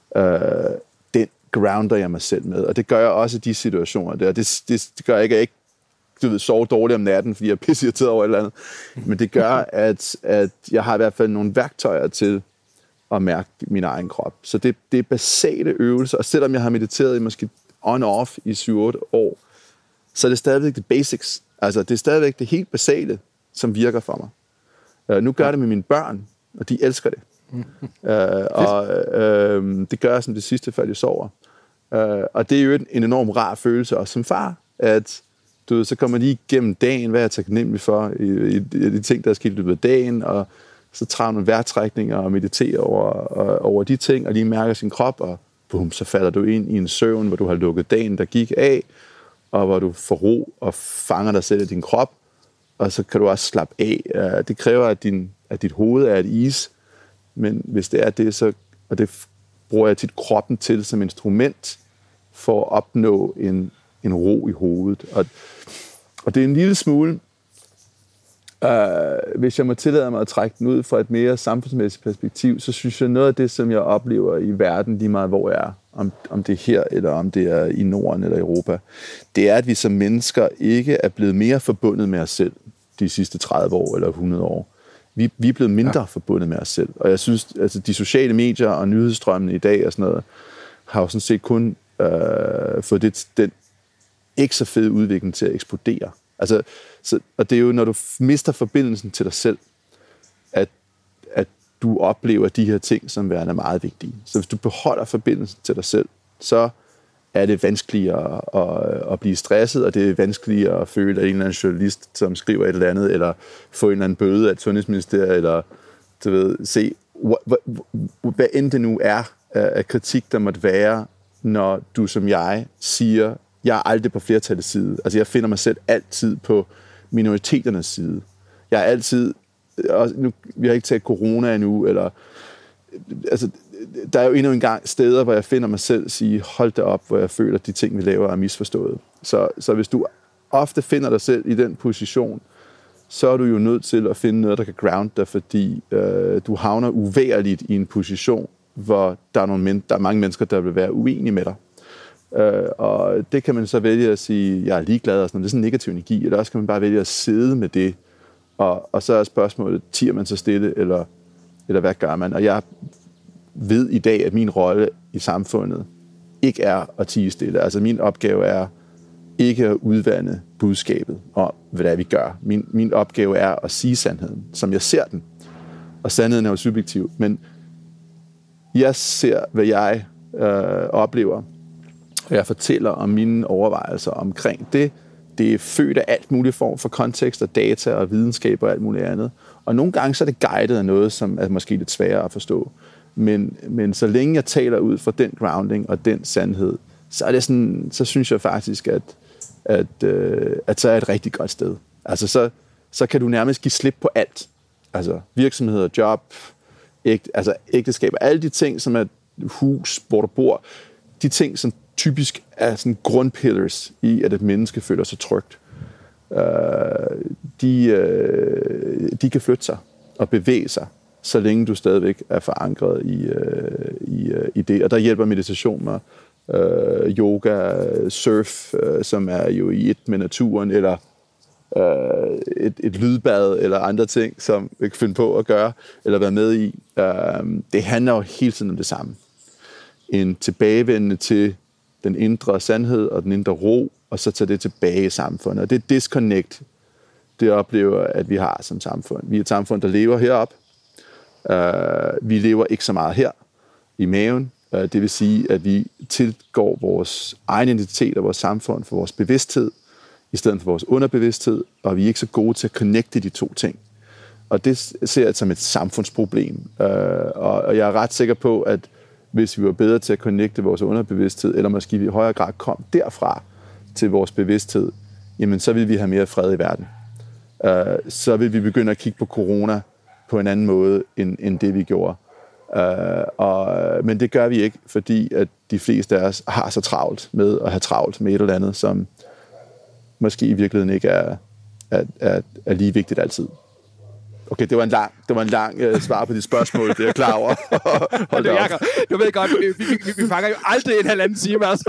den grounder jeg mig selv med. Og det gør jeg også i de situationer der. Det gør ikke, at jeg ikke sove dårligt om natten, fordi jeg er pisseirriteret over et eller andet. Men det gør, at jeg har i hvert fald nogle værktøjer til at mærke min egen krop. Så det er basale øvelser, og selvom jeg har mediteret i måske on-off i 7-8 år, så er det stadigvæk det basics. Altså, det er stadigvæk det helt basale, som virker for mig. Nu gør jeg det med mine børn, og de elsker det. Det gør jeg som det sidste, før de sover. Og det er jo en enorm rar følelse, også som far, at du ved, så kommer de igennem dagen, hvad jeg er taknemmelig for, i de ting, der er sket i løbet af dagen, og så træder nogle vejrtrækninger og mediterer over de ting, og lige mærker sin krop, og boom, så falder du ind i en søvn, hvor du har lukket dagen, der gik af, og hvor du får ro og fanger dig selv i din krop, og så kan du også slappe af. Det kræver, at at dit hoved er et is, men hvis det er det, så, og det bruger jeg tit kroppen til som instrument for at opnå en ro i hovedet. Og det er en lille smule, hvis jeg må tillade mig at trække den ud fra et mere samfundsmæssigt perspektiv, så synes jeg, noget af det, som jeg oplever i verden, lige meget hvor jeg er, om det er her, eller om det er i Norden eller Europa, det er, at vi som mennesker ikke er blevet mere forbundet med os selv de sidste 30 år eller 100 år. Vi er blevet mindre forbundet med os selv. Og jeg synes, altså de sociale medier og nyhedsstrømmene i dag og sådan noget, har jo sådan set kun fået den ikke så fede udvikling til at eksplodere. Altså, og det er jo, når du mister forbindelsen til dig selv, at du oplever de her ting, som værende meget vigtige. Så hvis du beholder forbindelsen til dig selv, så er det vanskeligere at blive stresset, og det er vanskeligere at føle, at en eller anden journalist, som skriver et eller andet, eller få en eller anden bøde af et sundhedsministerium, eller du ved, se, hvad end det nu er af kritik, der måtte være, når du som jeg siger, jeg er aldrig på flertallets side. Altså jeg finder mig selv altid på minoriteternes side. Jeg er altid, og nu, vi har ikke taget corona endnu, eller, altså, der er jo endnu engang steder, hvor jeg finder mig selv sige, hold da op, hvor jeg føler, at de ting, vi laver, er misforstået. Så hvis du ofte finder dig selv i den position, så er du jo nødt til at finde noget, der kan ground dig, fordi du havner uværligt i en position, hvor der er mange mennesker, der vil være uenige med dig. Og det kan man så vælge at sige, jeg er ligeglad og sådan noget. Det er sådan en negativ energi, eller også kan man bare vælge at sidde med det, og så er spørgsmålet, tier man så stille, eller hvad gør man? Og jeg ved i dag, at min rolle i samfundet ikke er at tie stille. Altså min opgave er ikke at udvande budskabet om, hvad det er, vi gør. Min opgave er at sige sandheden, som jeg ser den. Og sandheden er jo subjektiv, men jeg ser, hvad jeg oplever, og jeg fortæller om mine overvejelser omkring det. Det er født af alt muligt form for kontekst og data og videnskab og alt muligt andet. Og nogle gange så er det guidet af noget, som er måske lidt sværere at forstå. Men så længe jeg taler ud fra den grounding og den sandhed, så er det sådan, så synes jeg faktisk, at så er et rigtig godt sted. Altså så kan du nærmest give slip på alt. Altså virksomheder, job, ægteskaber, alle de ting, som er hus, hvor du bor, de ting, som typisk er sådan grundpillars i, at et menneske føler sig trygt. De kan flytte sig og bevæge sig, så længe du stadigvæk er forankret i det. Og der hjælper meditation mig, yoga, surf, som er jo i et med naturen, eller et lydbad, eller andre ting, som vi kan finde på at gøre, eller være med i. Det handler jo hele tiden om det samme. En tilbagevendende til den indre sandhed og den indre ro, og så tage det tilbage i samfundet. Og det disconnect, det oplever, at vi har som samfund. Vi er et samfund, der lever heroppe. Vi lever ikke så meget her i maven. Det vil sige, at vi tilgår vores egen identitet og vores samfund for vores bevidsthed, i stedet for vores underbevidsthed, og vi er ikke så gode til at connecte de to ting. Og det ser jeg som et samfundsproblem. Og jeg er ret sikker på, at hvis vi var bedre til at connecte vores underbevidsthed, eller måske vi i højere grad kom derfra til vores bevidsthed, jamen så vil vi have mere fred i verden. Så vil vi begynde at kigge på corona på en anden måde, end det vi gjorde. Men det gør vi ikke, fordi at de fleste af os har så travlt med at have travlt med et eller andet, som måske i virkeligheden ikke er lige vigtigt altid. Okay, det var en lang svar på dit spørgsmål, det er jeg klar over. Hold da op. Du ved godt, vi fanger jo aldrig en halvanden time, altså.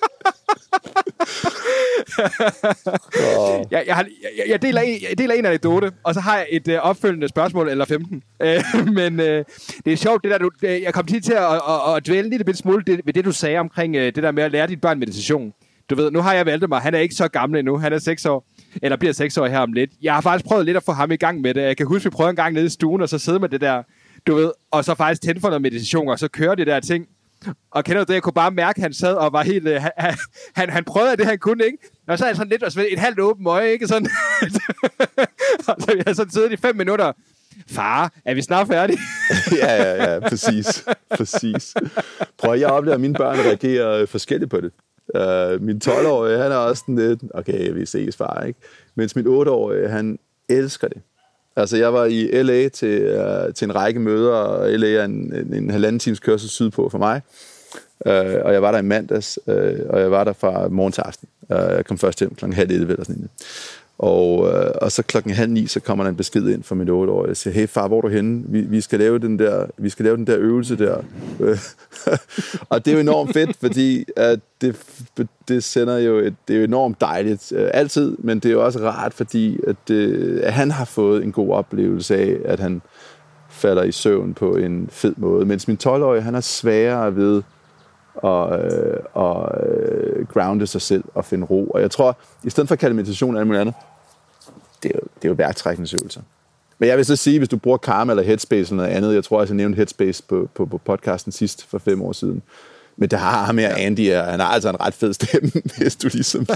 Jeg deler en anekdote, og så har jeg et opfølgende spørgsmål, eller 15. Men det er sjovt, det der, jeg kom til at dvæle en lille smule ved det, du sagde omkring det der med at lære dit børn meditation. Du ved, nu har jeg valgt mig, han er ikke så gammel endnu, han er 6 år, eller bliver 6 år her om lidt. Jeg har faktisk prøvet lidt at få ham i gang med det. Jeg kan huske, vi prøvede en gang nede i stuen, og så sidde med det der, du ved, og så faktisk tænde for noget meditation, og så køre det der ting. Og kender du det, jeg kunne bare mærke, at han sad og var helt, han prøvede det, han kunne, ikke? Og så er han sådan lidt, et halvt åbent øje, ikke? Sådan. Og så jeg sådan siddet i 5 minutter. Far, er vi snart færdige? ja, præcis. Prøv, jeg oplever, at mine børn reagerer forskelligt på det. Min 12-årige, han er også sådan lidt, okay, vi ses, far, ikke? Mens min 8-årige, han elsker det. Altså, jeg var i LA til en række møder, og LA er en halvanden times kørsel sydpå for mig. Og jeg var der i mandags, og jeg var der fra morgen til aften. Jeg kom først hjem 10:30 eller sådan noget. Og så 8:30, så kommer der en besked ind fra min 8-årige. Jeg siger, hey far, hvor er du henne? Vi skal lave den der øvelse der. Og det er jo enormt fedt, fordi at det sender jo det er jo enormt dejligt altid, men det er jo også rart, fordi at han har fået en god oplevelse af, at han falder i søvn på en fed måde. Mens min 12-årige, han er sværere ved og grounde sig selv og finde ro. Og jeg tror, i stedet for at kalde meditation og alt muligt andet, det er jo værktrækningsøvelser. Men jeg vil så sige, hvis du bruger Karma eller Headspace eller noget andet, jeg tror, jeg nævnte Headspace på podcasten sidst for 5 år siden. Men det har ham her, Andy, han har altså en ret fed stemme, hvis du ligesom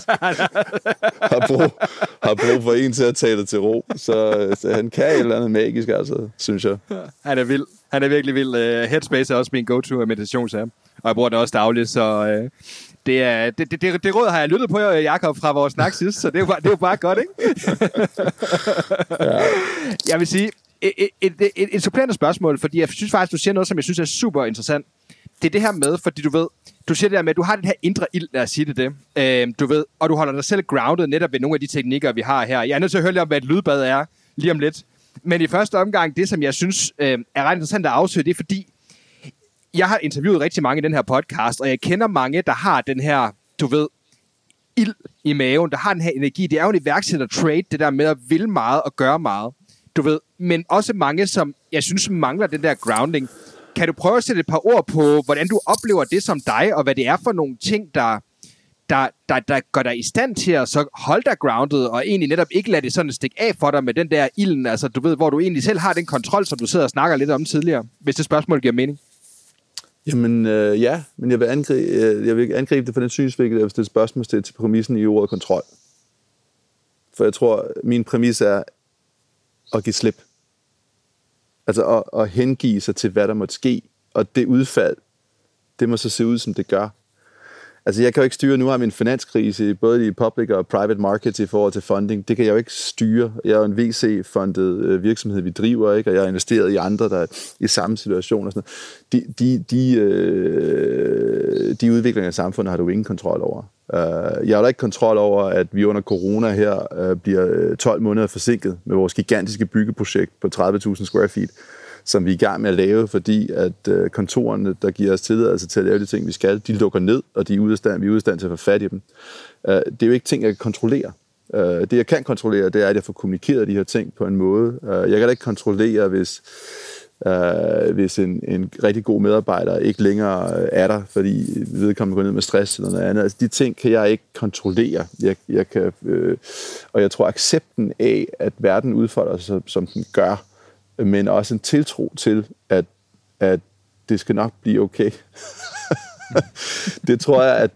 har brug for en til at tale til ro. Så han kan et eller andet magisk, altså, synes jeg. Han er vild. Han er virkelig vild. Headspace er også min go-to meditationsapp, og jeg bruger det også dagligt, så det råd har jeg lyttet på, Jakob, fra vores snak sidst, så det er jo bare godt, ikke? Ja. Jeg vil sige, et supplerende spørgsmål, fordi jeg synes faktisk, du siger noget, som jeg synes er super interessant. Det er det her med, fordi du siger det der med, at du har den her indre ild, lad os sige det, du ved, og du holder dig selv grounded netop ved nogle af de teknikker, vi har her. Jeg er nødt til at høre lidt om, hvad et lydbad er, lige om lidt. Men i første omgang, det som jeg synes er ret interessant at afsøge, det er fordi, jeg har interviewet rigtig mange i den her podcast, og jeg kender mange, der har den her, du ved, ild i maven, der har den her energi. Det er jo en iværksætter-trade, det der med at ville meget og gøre meget, du ved. Men også mange, som jeg synes mangler den der grounding. Kan du prøve at sætte et par ord på, hvordan du oplever det som dig, og hvad det er for nogle ting, der gør dig i stand til at så holde dig grounded, og egentlig netop ikke lade det sådan stikke af for dig med den der ilden, altså du ved, hvor du egentlig selv har den kontrol, som du sidder og snakker lidt om tidligere, hvis det spørgsmål giver mening. Jamen ja, men jeg vil angribe det fra den synsvinkel, at jeg vil stille spørgsmål til præmissen i ordet kontrol. For jeg tror, min præmis er at give slip. Altså at hengive sig til, hvad der måtte ske, og det udfald, det må så se ud, som det gør. Altså jeg kan jo ikke styre, nu har vi en finanskrise, både i public og private markets i forhold til funding. Det kan jeg jo ikke styre. Jeg er jo en VC-fundet virksomhed, vi driver, ikke? Og jeg har investeret i andre, der er i samme situation og sådan noget. De udviklinger af samfundet har du ingen kontrol over. Jeg har da ikke kontrol over, at vi under corona her bliver 12 måneder forsinket med vores gigantiske byggeprojekt på 30.000 square feet, som vi er i gang med at lave, fordi at kontorerne, der giver os tilladelse til at lave de ting, vi skal, de lukker ned, og vi er ude af stand til at få fat i dem. Det er jo ikke ting, jeg kan kontrollere. Det, jeg kan kontrollere, det er, at jeg får kommunikeret de her ting på en måde. Jeg kan da ikke kontrollere, hvis en rigtig god medarbejder ikke længere er der, fordi vedkommende går ned med stress eller noget andet. Altså, de ting kan jeg ikke kontrollere. Jeg kan, og jeg tror, accepten af, at verden udfolder sig, som den gør, men også en tiltro til, at det skal nok blive okay. Det tror jeg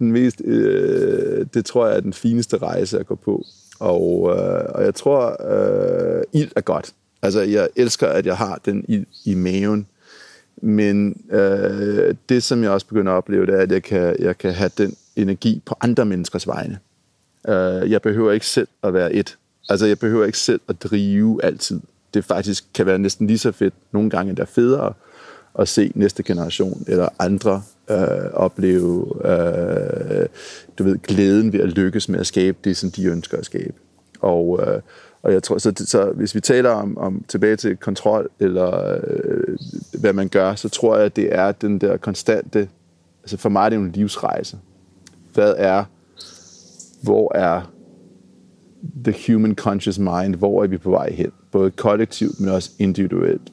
er den fineste rejse at gå på. Og jeg tror, ild er godt. Altså, jeg elsker, at jeg har den i maven. Men det, som jeg også begynder at opleve, det er, at jeg kan have den energi på andre menneskers vegne. Jeg behøver ikke selv at være et. Altså, jeg behøver ikke selv at drive altid. Det faktisk kan være næsten lige så fedt, nogle gange endda federe, at se næste generation eller andre opleve glæden ved at lykkes med at skabe det, som de ønsker at skabe. Og jeg tror, så hvis vi taler om tilbage til kontrol, eller hvad man gør, så tror jeg, at det er den der konstante, altså for mig er det jo en livsrejse. Hvor er the human conscious mind, hvor er vi på vej hen? Både kollektivt, men også individuelt.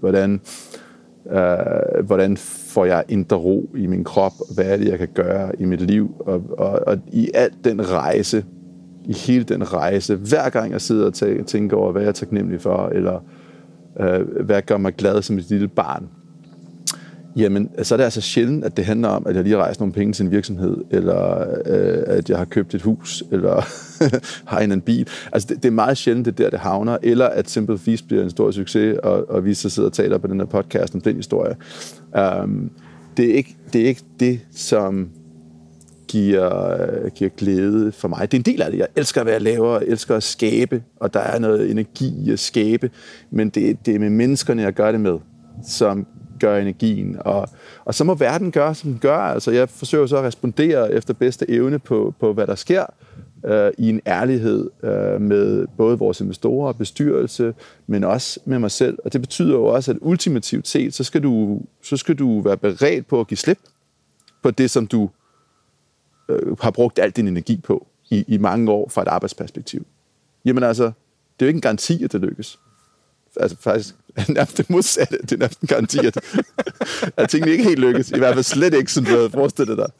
Hvordan får jeg indre ro i min krop? Hvad er det, jeg kan gøre i mit liv? Og i al den rejse, i hele den rejse, hver gang jeg sidder og tænker over, hvad jeg er taknemmelig for, eller hvad gør mig glad som et lille barn, jamen, så er det altså sjældent, at det handler om, at jeg lige har rejst nogle penge til en virksomhed, eller at jeg har købt et hus, eller har en bil. Altså, det er meget sjældent, det havner, eller at Simple Feast bliver en stor succes, og vi så sidder og taler på den her podcast om den historie. Det er ikke det, som giver glæde for mig. Det er en del af det. Jeg elsker at være laver, jeg elsker at skabe, og der er noget energi i at skabe, men det er med menneskerne, jeg gør det med, som gør energien. Og så må verden gøre, som den gør. Altså, jeg forsøger så at respondere efter bedste evne på hvad der sker, i en ærlighed med både vores investorer og bestyrelse, men også med mig selv. Og det betyder jo også, at ultimativt set, så skal du være beredt på at give slip på det, som du har brugt al din energi på i mange år fra et arbejdsperspektiv. Jamen altså, det er jo ikke en garanti, at det lykkes. Altså faktisk nærmest det modsatte. Det er nærmest en garanti, at tingene ikke helt lykkes. I hvert fald slet ikke, som du havde forestillet dig.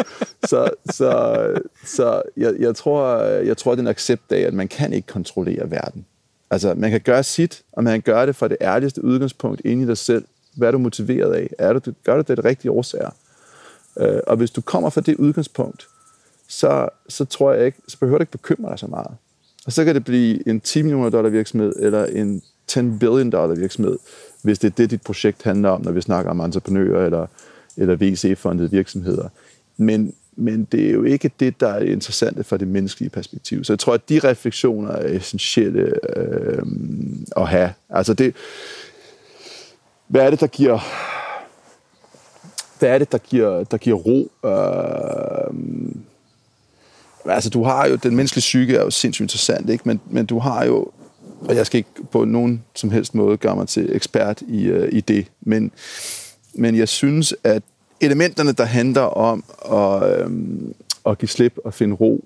Så jeg tror, den accept af, at man kan ikke kontrollere verden. Altså, man kan gøre sit, og man kan gøre det fra det ærligste udgangspunkt inde i dig selv. Hvad er du motiveret af? Gør du det rigtige årsager? Og hvis du kommer fra det udgangspunkt, så tror jeg ikke, så behøver du ikke bekymre dig så meget. Og så kan det blive en $10 million virksomhed, eller en $10 billion virksomhed, hvis det er det, dit projekt handler om, når vi snakker om entreprenører eller VC-fondede virksomheder. Men det er jo ikke det, der er interessante fra det menneskelige perspektiv. Så jeg tror, at de refleksioner er essentielle at have. Altså hvad er det, der giver ro? Altså, du har jo, den menneskelige psyke er jo sindssygt interessant, ikke? Men du har jo, og jeg skal ikke på nogen som helst måde gøre mig til ekspert i det, men jeg synes, at elementerne, der handler om at give slip og finde ro,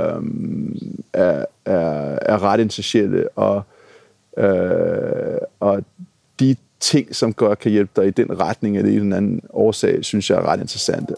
er ret essentielle, og de ting, som godt kan hjælpe dig i den retning eller i en anden årsag, synes jeg er ret interessante.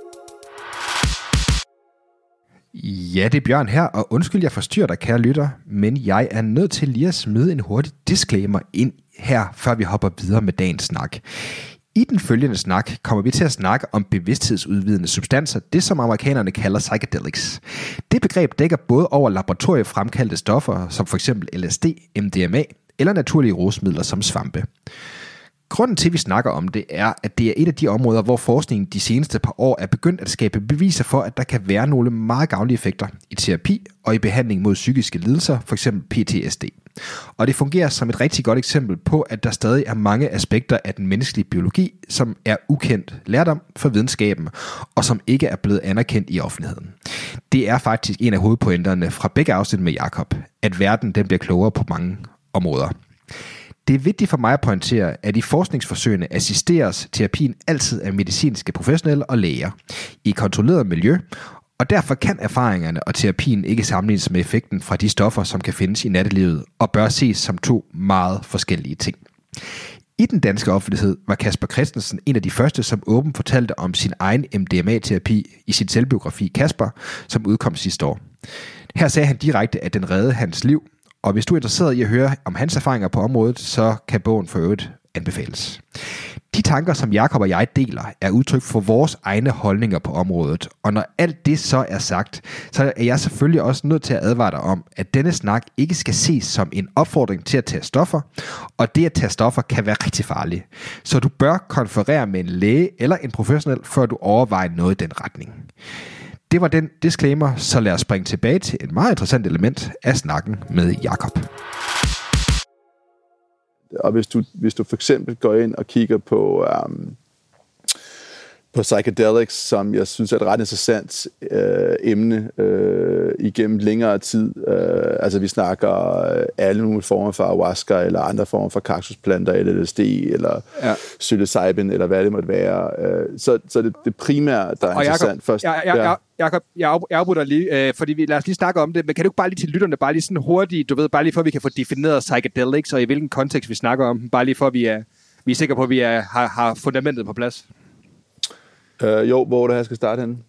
Ja, det er Bjørn her, og undskyld, jeg forstyrrer dig, kære lytter, men jeg er nødt til lige at smide en hurtig disclaimer ind her, før vi hopper videre med dagens snak. I den følgende snak kommer vi til at snakke om bevidsthedsudvidende substanser, det som amerikanerne kalder psychedelics. Det begreb dækker både over laboratoriefremkaldte stoffer, som f.eks. LSD, MDMA eller naturlige rusmidler som svampe. Grunden til, at vi snakker om det, er, at det er et af de områder, hvor forskningen de seneste par år er begyndt at skabe beviser for, at der kan være nogle meget gavnlige effekter i terapi og i behandling mod psykiske lidelser, f.eks. PTSD. Og det fungerer som et rigtig godt eksempel på, at der stadig er mange aspekter af den menneskelige biologi, som er ukendt lærdom for videnskaben, og som ikke er blevet anerkendt i offentligheden. Det er faktisk en af hovedpointerne fra begge afsnit med Jakob, at verden den bliver klogere på mange områder. Det er vigtigt for mig at pointere, at i forskningsforsøgene assisteres terapien altid af medicinske professionelle og læger i et kontrolleret miljø, og derfor kan erfaringerne og terapien ikke sammenlignes med effekten fra de stoffer, som kan findes i nattelivet, og bør ses som to meget forskellige ting. I den danske offentlighed var Kasper Christensen en af de første, som åbent fortalte om sin egen MDMA-terapi i sin selvbiografi Kasper, som udkom sidste år. Her sagde han direkte, at den reddede hans liv, og hvis du er interesseret i at høre om hans erfaringer på området, så kan bogen for øvrigt anbefales. De tanker, som Jakob og jeg deler, er udtryk for vores egne holdninger på området, og når alt det så er sagt, så er jeg selvfølgelig også nødt til at advare dig om, at denne snak ikke skal ses som en opfordring til at tage stoffer, og det at tage stoffer kan være rigtig farligt. Så du bør konferere med en læge eller en professionel, før du overvejer noget i den retning. Det var den disclaimer, så lad os springe tilbage til et meget interessant element af snakken med Jakob. Og hvis du for eksempel går ind og kigger på psychedelics, som jeg synes er et ret interessant emne igennem længere tid. Altså vi snakker alle mulige former for ayahuasca, eller andre former for kaktusplanter, eller LSD, eller psilocybin, eller hvad det måtte være. Så det primære, der er og interessant først. Jakob, jeg afbryder lige, fordi lad os lige snakke om det, men kan du ikke bare lige til lytterne, bare lige sådan hurtigt, du ved, bare lige for at vi kan få defineret psychedelics, og i hvilken kontekst vi snakker om, bare lige for at vi er sikre på, at vi har fundamentet på plads. Jo, hvor det her skal starte henne?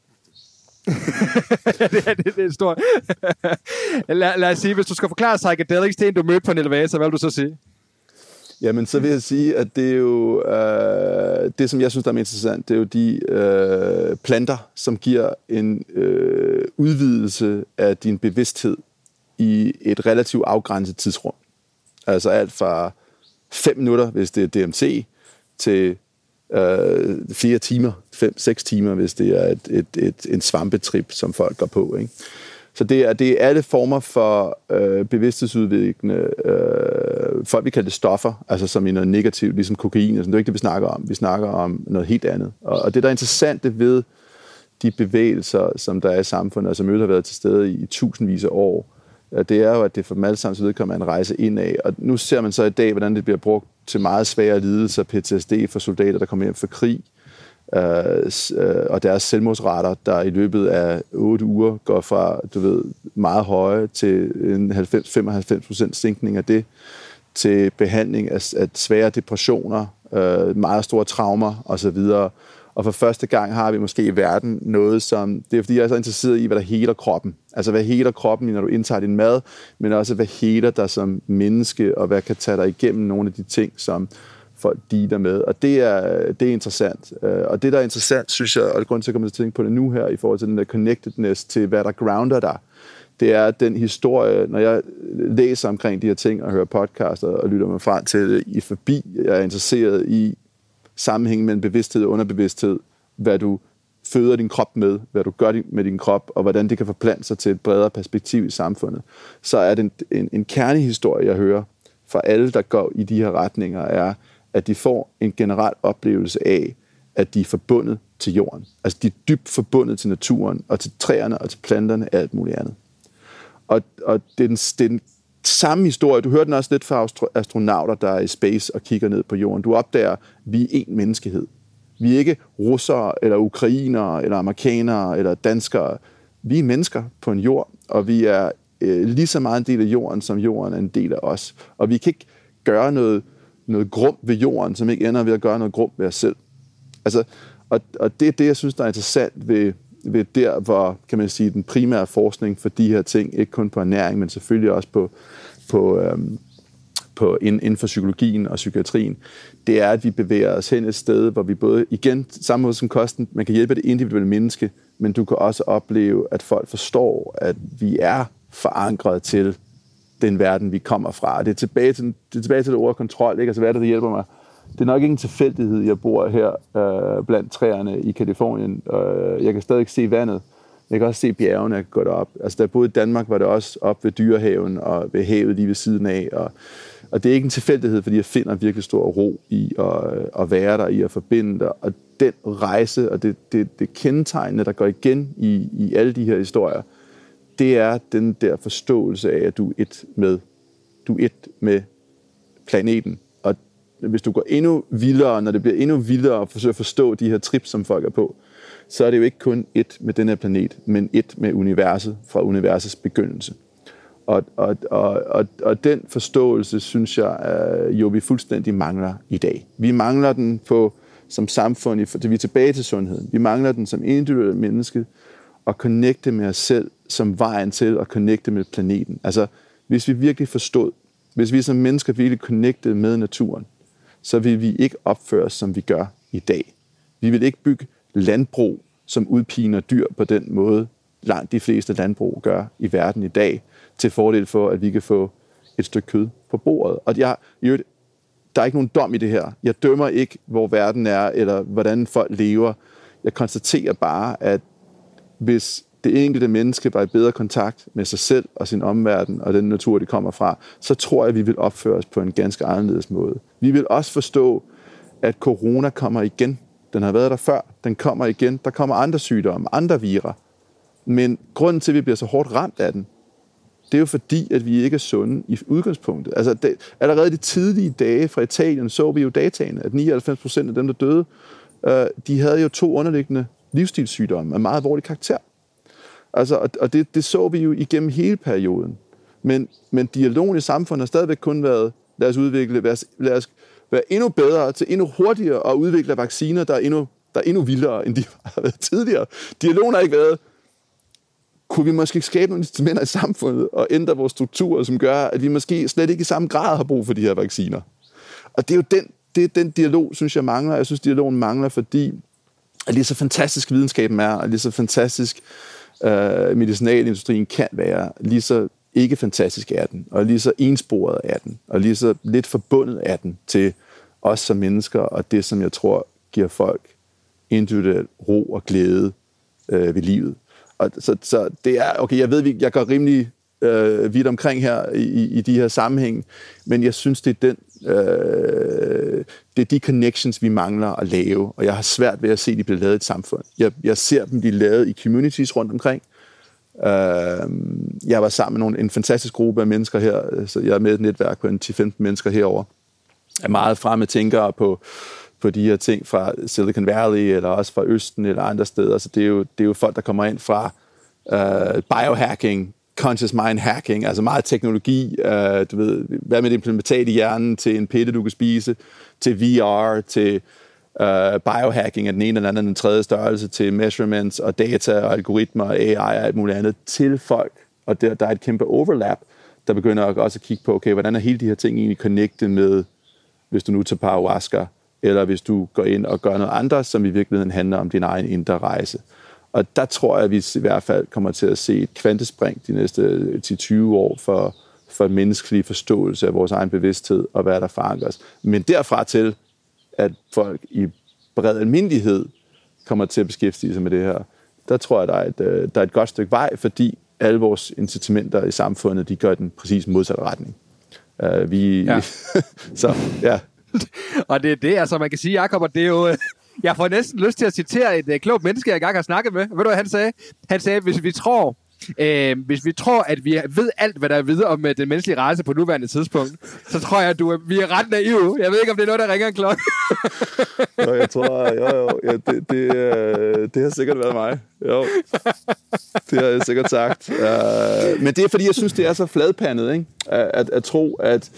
det er stort. lad os sige, hvis du skal forklare psychedelics til en, du mødte på en elevator, hvad vil du så sige? Jamen, så vil jeg sige, at det er jo det, som jeg synes, der er mest interessant, det er jo de planter, som giver en udvidelse af din bevidsthed i et relativt afgrænset tidsrum. Altså alt fra 5 minutter, hvis det er DMT, til flere timer, 5-6 timer, hvis det er en svampetrip, som folk går på, ikke? Så det er alle former for bevidsthedsudviklende folk, vi kalder det stoffer, altså som i noget negativt, ligesom kokain, altså det er ikke det, vi snakker om. Vi snakker om noget helt andet. Og det, der er interessant ved de bevægelser, som der er i samfundet, og som har været til stede i tusindvis af år, det er jo, at det for dem alle sammen vedkommende en rejse indad. Og nu ser man så i dag, hvordan det bliver brugt til meget svære lidelser, PTSD for soldater, der kommer hjem fra krig, og deres selvmordsrater, der i løbet af 8 uger går fra, meget høje til en 90-95% sænkning af det, til behandling af svære depressioner, meget store traumer osv. Og for første gang har vi måske i verden noget, som... Det er fordi, jeg er så interesseret i, hvad der heler kroppen. Altså, hvad heler kroppen, når du indtager din mad, men også, hvad heler dig som menneske, og hvad kan tage dig igennem nogle af de ting, som folk dealer med. Og det er interessant. Og det, der er interessant, synes jeg, og det er grund til at komme til at tænke på det nu her, i forhold til den der connectedness til, hvad der grounder dig, det er den historie, når jeg læser omkring de her ting, og hører podcaster, og lytter mig frem til det i forbi, jeg er interesseret i sammenhængen mellem bevidsthed og underbevidsthed, hvad du føder din krop med, hvad du gør med din krop, og hvordan det kan forplante sig til et bredere perspektiv i samfundet, så er det en kernehistorie, jeg hører fra alle, der går i de her retninger, er, at de får en generel oplevelse af, at de er forbundet til jorden. Altså, de er dybt forbundet til naturen, og til træerne, og til planterne, og alt muligt andet. Og det er den samme historie. Du hører den også lidt fra astronauter, der er i space og kigger ned på jorden. Du opdager, at vi er én menneskehed. Vi er ikke russere, eller ukrainere, eller amerikanere, eller danskere. Vi er mennesker på en jord, og vi er lige så meget en del af jorden, som jorden er en del af os. Og vi kan ikke gøre noget grum ved jorden, som ikke ender ved at gøre noget grum ved os selv. Altså, og det er det, jeg synes, der er interessant ved der, hvor, kan man sige, den primære forskning for de her ting, ikke kun på ernæring, men selvfølgelig også på inden for psykologien og psykiatrien, det er, at vi bevæger os hen et sted, hvor vi både, igen, samme måde som kosten, man kan hjælpe det individuelle menneske, men du kan også opleve, at folk forstår, at vi er forankret til den verden, vi kommer fra. Det er tilbage til det ord kontrol, ikke? Altså, hvad er det, der hjælper mig? Det er nok ikke en tilfældighed, jeg bor her blandt træerne i Kalifornien. Jeg kan stadig se vandet. Jeg kan også se bjergene, jeg kan gå derop. Altså, da jeg boede i Danmark, var det også op ved Dyrehaven og ved havet lige ved siden af. Og det er ikke en tilfældighed, fordi jeg finder virkelig stor ro i at være der, i at forbinde der. Og den rejse og det kendetegnende, der går igen i alle de her historier, det er den der forståelse af, at du er et med planeten. Og hvis du går endnu vildere, når det bliver endnu vildere og forsøger at forstå de her trips, som folk er på, så er det jo ikke kun et med den her planet, men et med universet fra universets begyndelse. Og den forståelse, synes jeg, jo vi fuldstændig mangler i dag. Vi mangler den som samfund, vi er tilbage til sundheden. Vi mangler den som individuelle menneske at connecte med os selv som vejen til at connecte med planeten. Altså, hvis vi virkelig forstod, hvis vi som mennesker virkelig connectede med naturen, så vil vi ikke opføre os, som vi gør i dag. Vi vil ikke bygge landbrug, som udpiner dyr på den måde, langt de fleste landbrug gør i verden i dag, til fordel for, at vi kan få et stykke kød på bordet. Og der er ikke nogen dom i det her. Jeg dømmer ikke, hvor verden er, eller hvordan folk lever. Jeg konstaterer bare, at hvis det enkelte menneske var i bedre kontakt med sig selv og sin omverden og den natur, de kommer fra, så tror jeg, at vi vil opføre os på en ganske anderledes måde. Vi vil også forstå, at corona kommer igen. Den har været der før. Den kommer igen. Der kommer andre sygdomme, andre virer. Men grunden til, at vi bliver så hårdt ramt af den, det er jo fordi, at vi ikke er sunde i udgangspunktet. Altså, allerede de tidlige dage fra Italien så vi jo dataene, at 99% af dem, der døde, de havde jo 2 underliggende livsstilssygdomme af meget alvorlig karakter. Altså, og det så vi jo igennem hele perioden. Men dialogen i samfundet har stadigvæk kun været, lad os være endnu bedre til endnu hurtigere at udvikle vacciner, der er endnu vildere, end de har været tidligere. Dialogen har ikke været, kunne vi måske skabe nogle incitamenter i samfundet og ændre vores strukturer, som gør, at vi måske slet ikke i samme grad har brug for de her vacciner. Og det er jo den dialog, synes jeg mangler. Jeg synes, dialogen mangler, fordi at lige så fantastisk videnskaben er, og lige så fantastisk medicinalindustrien kan være, lige så ikke fantastisk er den, og lige så ensporet er den, og lige så lidt forbundet er den til os som mennesker, og det, som jeg tror giver folk individuel ro og glæde ved livet. Og så det er, okay, jeg ved, jeg går rimelig vidt omkring her i de her sammenhæng, men jeg synes, det er det er de connections, vi mangler at lave, og jeg har svært ved at se, de bliver lavet i et samfund. Jeg ser dem blive lavet i communities rundt omkring. Jeg var sammen med en fantastisk gruppe af mennesker her, så jeg er med et netværk på 10-15 mennesker herover. Er meget fremme tænkere på de her ting fra Silicon Valley, eller også fra Østen, eller andre steder. Så det er jo folk, der kommer ind fra biohacking, conscious mind hacking, altså meget teknologi, du ved, hvad med det implementeret i hjernen til en pille, du kan spise, til VR, til biohacking af den ene eller anden, den tredje størrelse, til measurements og data og algoritmer og AI og alt muligt andet til folk. Og der er et kæmpe overlap, der begynder også at kigge på, okay, hvordan er hele de her ting egentlig connected med, hvis du nu tager ayahuasca, eller hvis du går ind og gør noget andet, som i virkeligheden handler om din egen indre rejse. Og der tror jeg, at vi i hvert fald kommer til at se et kvantespring de næste 10-20 år for menneskelig forståelse af vores egen bevidsthed og hvad der forankrer os. Men derfra til, at folk i bred almindelighed kommer til at beskæftige sig med det her, der tror jeg, der er et godt stykke vej, fordi alle vores incitamenter i samfundet, de gør den præcis modsatte retning. Så, ja. Og det er det, altså man kan sige, Jacob, og det er jo... Jeg får næsten lyst til at citere et klogt menneske, jeg engang har snakket med. Ved du, hvad han sagde? Han sagde, hvis vi tror, at vi ved alt, hvad der er videre om den menneskelige race på nuværende tidspunkt, så tror jeg, at vi er ret naive. Jeg ved ikke, om det er noget, der ringer en klokke. Jo, jeg tror, ja, det har sikkert været mig. Jo, det har jeg sikkert sagt. Men det er, fordi jeg synes, det er så fladpandet, ikke? At tro,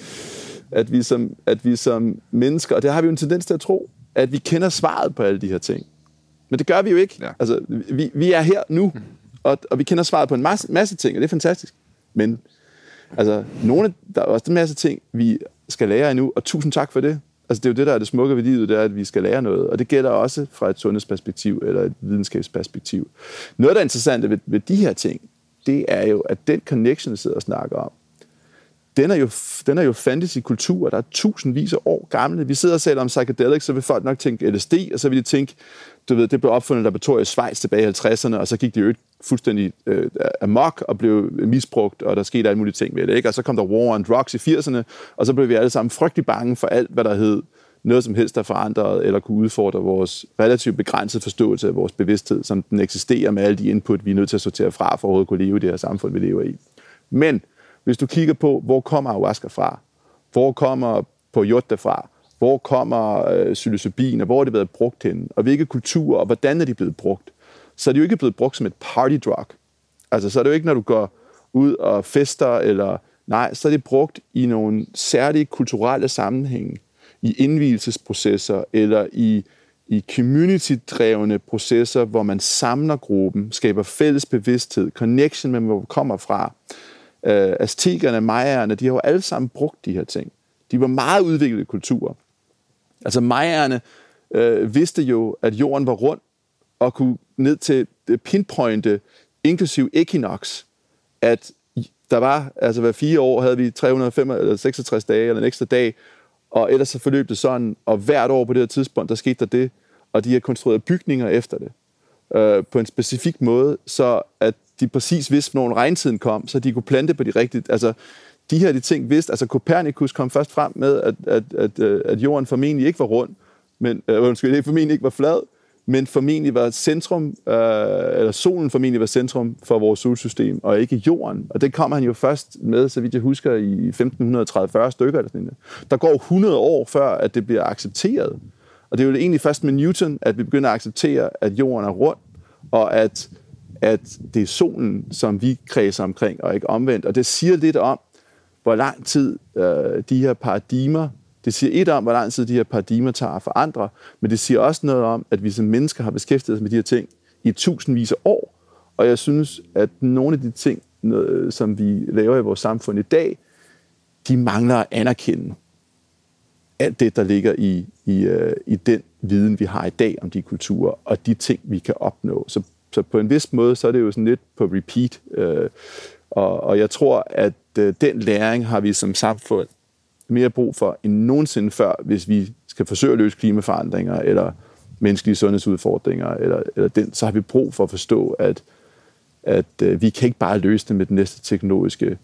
at vi som mennesker, og det har vi jo en tendens til at tro, at vi kender svaret på alle de her ting. Men det gør vi jo ikke. Ja. Altså, vi er her nu, og vi kender svaret på en masse ting, og det er fantastisk. Men altså, der er også en masse ting, vi skal lære endnu, og tusind tak for det. Altså, det er jo det, der er det smukke ved livet, det er, at vi skal lære noget, og det gælder også fra et sundhedsperspektiv, eller et videnskabsperspektiv. Noget, der er interessant ved de her ting, det er jo, at den connection, vi sidder og snakker om, den er jo fantasy-kultur, der er tusindvis af år gamle. Vi sidder og taler om psychedelics, så vil folk nok tænke LSD, og så vil de tænke, du ved, det blev opfundet i laboratoriet i Schweiz tilbage i 50'erne, og så gik det jo fuldstændig amok og blev misbrugt, og der skete alle mulige ting med det, ikke? Og så kom der war on drugs i 80'erne, og så blev vi alle sammen frygtelig bange for alt, hvad der hed noget som helst, der forandrede eller kunne udfordre vores relativt begrænsede forståelse af vores bevidsthed, som den eksisterer med alle de input, vi er nødt til at sortere fra, for at overhovedet kunne leve i det her samfund, vi lever i. Men hvis du kigger på, hvor kommer ayahuasca fra? Hvor kommer peyote fra? Hvor kommer psilocybin, og hvor er det blevet brugt henne? Og hvilke kulturer, og hvordan er de blevet brugt? Så er det jo ikke blevet brugt som et party drug. Altså, så er det jo ikke, når du går ud og fester, eller nej, så er det brugt i nogle særlige kulturelle sammenhænge, i indvielsesprocesser, eller i community-drevne processer, hvor man samler gruppen, skaber fælles bevidsthed, connection med, hvor man kommer fra. Aztekerne, mayaerne, de har jo alle sammen brugt de her ting. De var meget udviklede kulturer. Altså mayaerne vidste jo, at jorden var rund, og kunne ned til pinpointe, inklusiv equinox, at der var, altså hver 4 år havde vi 366 dage, eller en ekstra dag, og ellers så forløb det sådan, og hvert år på det her tidspunkt, der skete der det, og de har konstrueret bygninger efter det, på en specifik måde, så at de præcis vidste, når regntiden kom, så de kunne plante på de rigtige... Altså, de ting vidste... Altså, Copernicus kom først frem med, at jorden formentlig ikke var rund, men... formentlig ikke var flad, men formentlig var centrum... eller solen formentlig var centrum for vores solsystem, og ikke jorden. Og det kom han jo først med, så vidt jeg husker, i 1530-40 stykker eller sådan noget. Der går 100 år før, at det bliver accepteret. Og det er jo egentlig først med Newton, at vi begynder at acceptere, at jorden er rund, og at det er solen, som vi kredser omkring, og ikke omvendt. Og det siger lidt om, hvor lang tid de her paradigmer, det siger om, hvor lang tid de her paradigmer tager at forandre, men det siger også noget om, at vi som mennesker har beskæftiget os med de her ting i tusindvis af år. Og jeg synes, at nogle af de ting, som vi laver i vores samfund i dag, de mangler at anerkende alt det, der ligger i den viden, vi har i dag om de kulturer, og de ting, vi kan opnå. Så på en vis måde, så er det jo sådan lidt på repeat. Og jeg tror, at den læring har vi som samfund mere brug for end nogensinde før, hvis vi skal forsøge at løse klimaforandringer, eller menneskelige sundhedsudfordringer, eller så har vi brug for at forstå, at vi kan ikke bare løse det med den næste teknologiske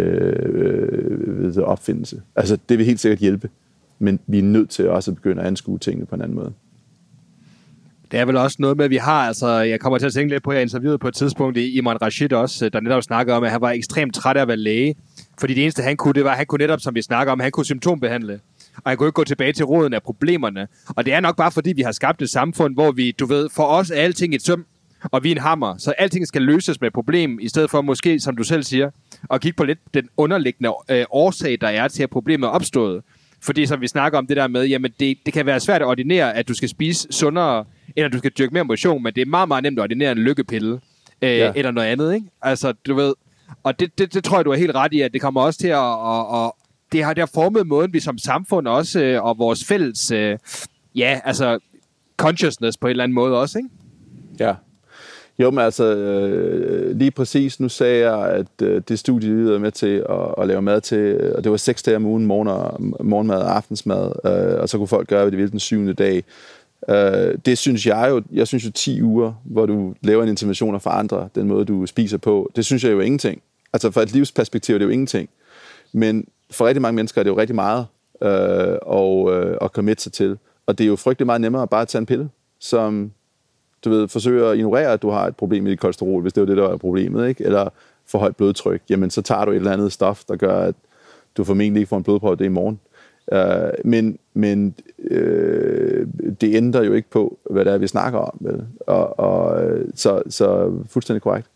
opfindelse. Altså, det vil helt sikkert hjælpe, men vi er nødt til også at begynde at anskue tingene på en anden måde. Det er vel også noget med, at vi har, altså jeg kommer til at tænke lidt på, at jeg interviewede på et tidspunkt i Imran Rashid også, der netop snakkede om, at han var ekstremt træt af at være læge, fordi det eneste han kunne, det var, at han kunne netop, som vi snakker om, han kunne symptombehandle, og han kunne ikke gå tilbage til roden af problemerne. Og det er nok bare fordi, vi har skabt et samfund, hvor vi, for os er alting et søm, og vi er en hammer, så alting skal løses med problem, i stedet for måske, som du selv siger, at kigge på lidt den underliggende årsag, der er til, at problemet er opstået. Fordi som vi snakker om det der med, jamen det kan være svært at ordinere, at du skal spise sundere, eller du skal dyrke mere motion, men det er meget, meget nemt at ordinere en lykkepille, eller noget andet, ikke? Altså, du ved, og det tror jeg, du er helt ret i, at det kommer også til at det har formet måden, vi som samfund også, og vores fælles, consciousness på en eller anden måde også, ikke? Ja. Jo, men altså, lige præcis, nu sagde jeg, at det studie, vi er med til at lave mad til, og det var 6 dage om ugen, morgenmad og aftensmad, og så kunne folk gøre, hvad de ville den 7. dag. Det synes jeg synes jo 10 uger, hvor du laver en intervention og forandrer den måde, du spiser på, det synes jeg jo ingenting. Altså, for et livsperspektiv er det jo ingenting. Men for rigtig mange mennesker er det jo rigtig meget at committe sig til. Og det er jo frygtelig meget nemmere at bare tage en pille, som du ved, forsøger at ignorere, at du har et problem med dit kolesterol, hvis det var det, der var problemet, ikke? Eller for højt blodtryk, jamen så tager du et eller andet stof, der gør, at du formentlig ikke får en blodprøve det i morgen. Men det ændrer jo ikke på, hvad det er, vi snakker om. Vel? Så fuldstændig korrekt.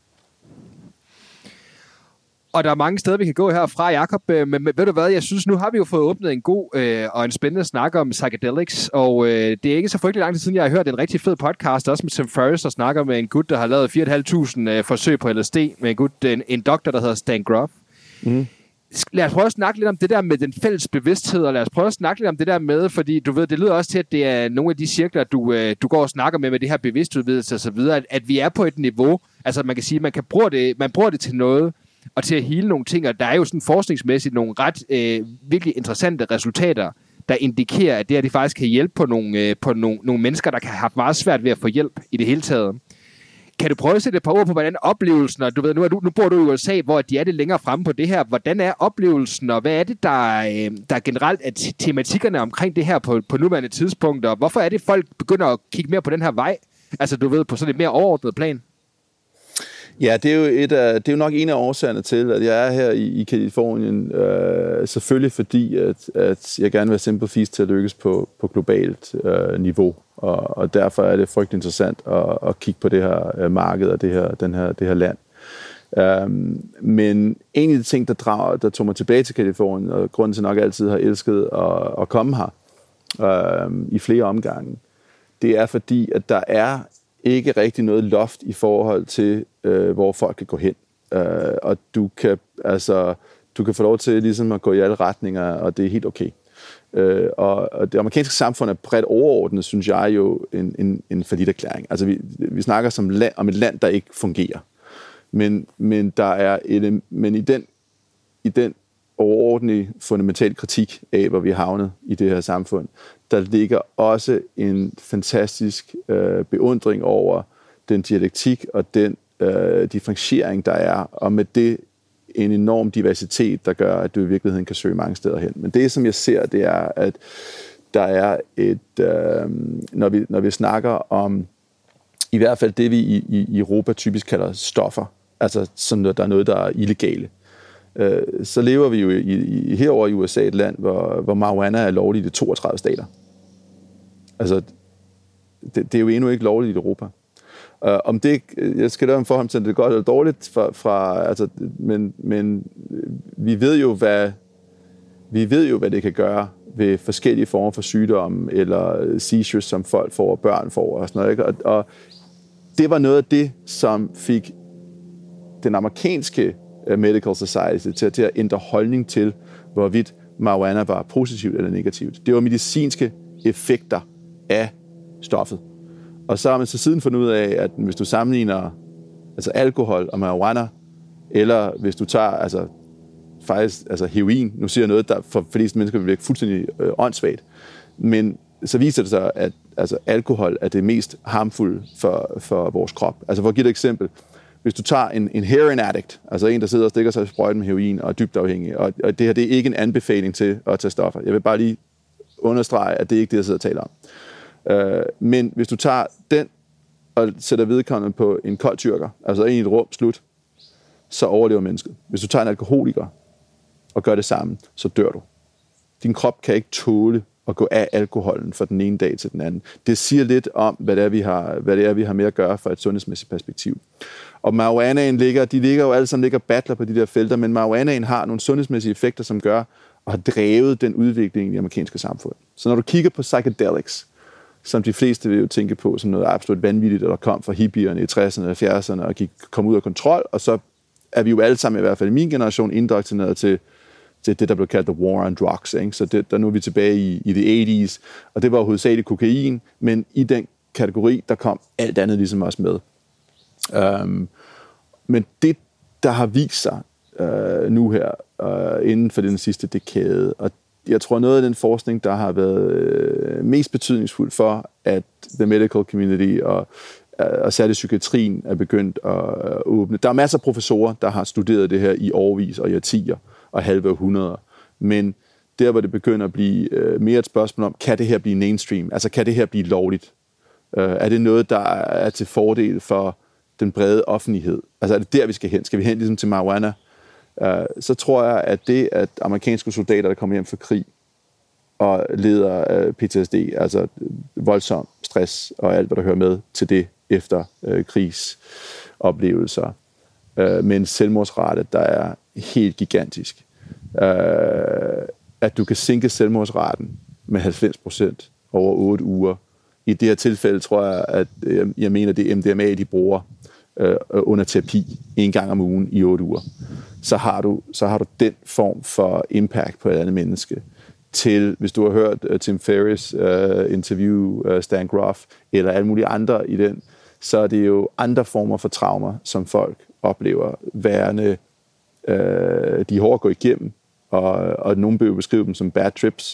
Og der er mange steder, vi kan gå herfra, Jakob. Men ved du hvad, jeg synes, nu har vi jo fået åbnet en god og en spændende snak om psychedelics. Og det er ikke så frygtelig lang tid siden, jeg har hørt en rigtig fed podcast, også med Tim Ferriss, der snakker med en gut, der har lavet 4.500 forsøg på LSD, med en doktor, der hedder Stan Grof. Mm. Lad os prøve at snakke lidt om det der med den fælles bevidsthed, og lad os prøve at snakke lidt om det der med, fordi du ved, det lyder også til, at det er nogle af de cirkler, du går og snakker med det her bevidstudvidelse og så videre, at vi er på et niveau, altså man kan sige, man bruger det til noget, og til at hele nogle ting, og der er jo sådan forskningsmæssigt nogle ret virkelig interessante resultater, der indikerer, at det her, det faktisk kan hjælpe på nogle mennesker, der kan have meget svært ved at få hjælp i det hele taget. Kan du prøve at sætte et par ord på, hvordan oplevelsen, og du ved, nu bor du i USA, hvor de er det længere fremme på det her, hvordan er oplevelsen, og hvad er det, der generelt er tematikkerne omkring det her på nuværende tidspunkt, og hvorfor er det, folk begynder at kigge mere på den her vej, altså du ved, på sådan et mere overordnet plan? Ja, det er jo nok en af årsagerne til, at jeg er her i Kalifornien. Selvfølgelig fordi, at jeg gerne vil have Sympathies til at lykkes på globalt niveau. Og derfor er det frygtelig interessant at kigge på det her marked og det her land. Men en af de ting, der tog mig tilbage til Kalifornien, og grunden til nok altid har elsket at komme her i flere omgange, det er fordi, at der er ikke rigtig noget loft i forhold til, hvor folk kan gå hen. Og du kan få lov til ligesom at gå i alle retninger, og det er helt okay. Og det amerikanske samfund er bredt overordnet, synes jeg jo, en falliterklæring. Altså vi snakker om et land, der ikke fungerer. Men der er i den overordnede fundamentale kritik af, hvor vi er havnet i det her samfund, der ligger også en fantastisk beundring over den dialektik og den differentiering, der er, og med det en enorm diversitet, der gør, at du i virkeligheden kan søge mange steder hen. Men det, som jeg ser, det er, at der er når vi snakker om, i hvert fald det, vi i Europa typisk kalder stoffer, altså sådan, der er noget, der er illegale, så lever vi jo herover i USA, et land, hvor marijuana er lovligt i 32 stater. Altså, det er jo endnu ikke lovligt i Europa. Om det, jeg skal lave en forhold til, om det er godt eller dårligt, men vi ved jo, hvad det kan gøre ved forskellige former for sygdomme, eller seizures, som folk får, og børn får, og sådan noget, ikke? Og det var noget af det, som fik den amerikanske Medical Society til at ændre holdning til, hvorvidt marijuana var positivt eller negativt. Det var medicinske effekter af stoffet. Og så har man så siden fundet ud af, at hvis du sammenligner alkohol og marijuana, eller hvis du tager heroin, nu siger jeg noget, der for fleste mennesker vil virke fuldstændig åndssvagt, men så viser det sig, at altså, alkohol er det mest harmfulde for vores krop. Altså for at give et eksempel. Hvis du tager en heroin addict, altså en, der sidder og stikker sig i sprøjten med heroin og er dybt afhængig, og det her, det er ikke en anbefaling til at tage stoffer. Jeg vil bare lige understrege, at det er ikke det, jeg sidder og taler om. Men hvis du tager den og sætter vedkommende på en kold tyrker, altså ind i et rum, slut, så overlever mennesket. Hvis du tager en alkoholiker og gør det samme, så dør du. Din krop kan ikke tåle at gå af alkoholen fra den ene dag til den anden. Det siger lidt om, hvad det er, vi har med at gøre fra et sundhedsmæssigt perspektiv. Og marihuanaen ligger jo alle sammen battler på de der felter, men marihuanaen har nogle sundhedsmæssige effekter, som gør og har drevet den udvikling i det amerikanske samfund. Så når du kigger på psychedelics, som de fleste vil jo tænke på som noget absolut vanvittigt, der kom fra hippierne i 60'erne og 70'erne og kom ud af kontrol, og så er vi jo alle sammen, i hvert fald i min generation, indoktrineret til det, der blev kaldt the war on drugs. Ikke? Så der nu er vi tilbage i the 80's, og det var hovedsageligt kokain, men i den kategori, der kom alt andet ligesom også med. Men det, der har vist sig nu her, inden for den sidste dekade, og jeg tror, noget af den forskning, der har været mest betydningsfuld for, at the medical community og særligt psykiatrien er begyndt at åbne. Der er masser af professorer, der har studeret det her i årevis og i årtier og halve århundreder. Men der, hvor det begynder at blive mere et spørgsmål om, kan det her blive mainstream? Altså, kan det her blive lovligt? Er det noget, der er til fordel for den brede offentlighed? Altså, er det der, vi skal hen? Skal vi hen ligesom til marijuana? Så tror jeg, at det, at amerikanske soldater, der kommer hjem fra krig og lider af PTSD, altså voldsom stress og alt, hvad der hører med til det efter krigsoplevelser, med en selvmordsrate, der er helt gigantisk. At du kan sænke selvmordsraten med 90% over 8 uger. I det her tilfælde tror jeg, at jeg mener, det er MDMA, de bruger under terapi 1 gang om ugen i 8 uger. Så har du den form for impact på et andet menneske. Til, hvis du har hørt Tim Ferriss interview Stan Grof, eller alle mulige andre i den, så er det jo andre former for traumer, som folk oplever værende. De er hårde at gå igennem, og nogen vil beskrive dem som bad trips,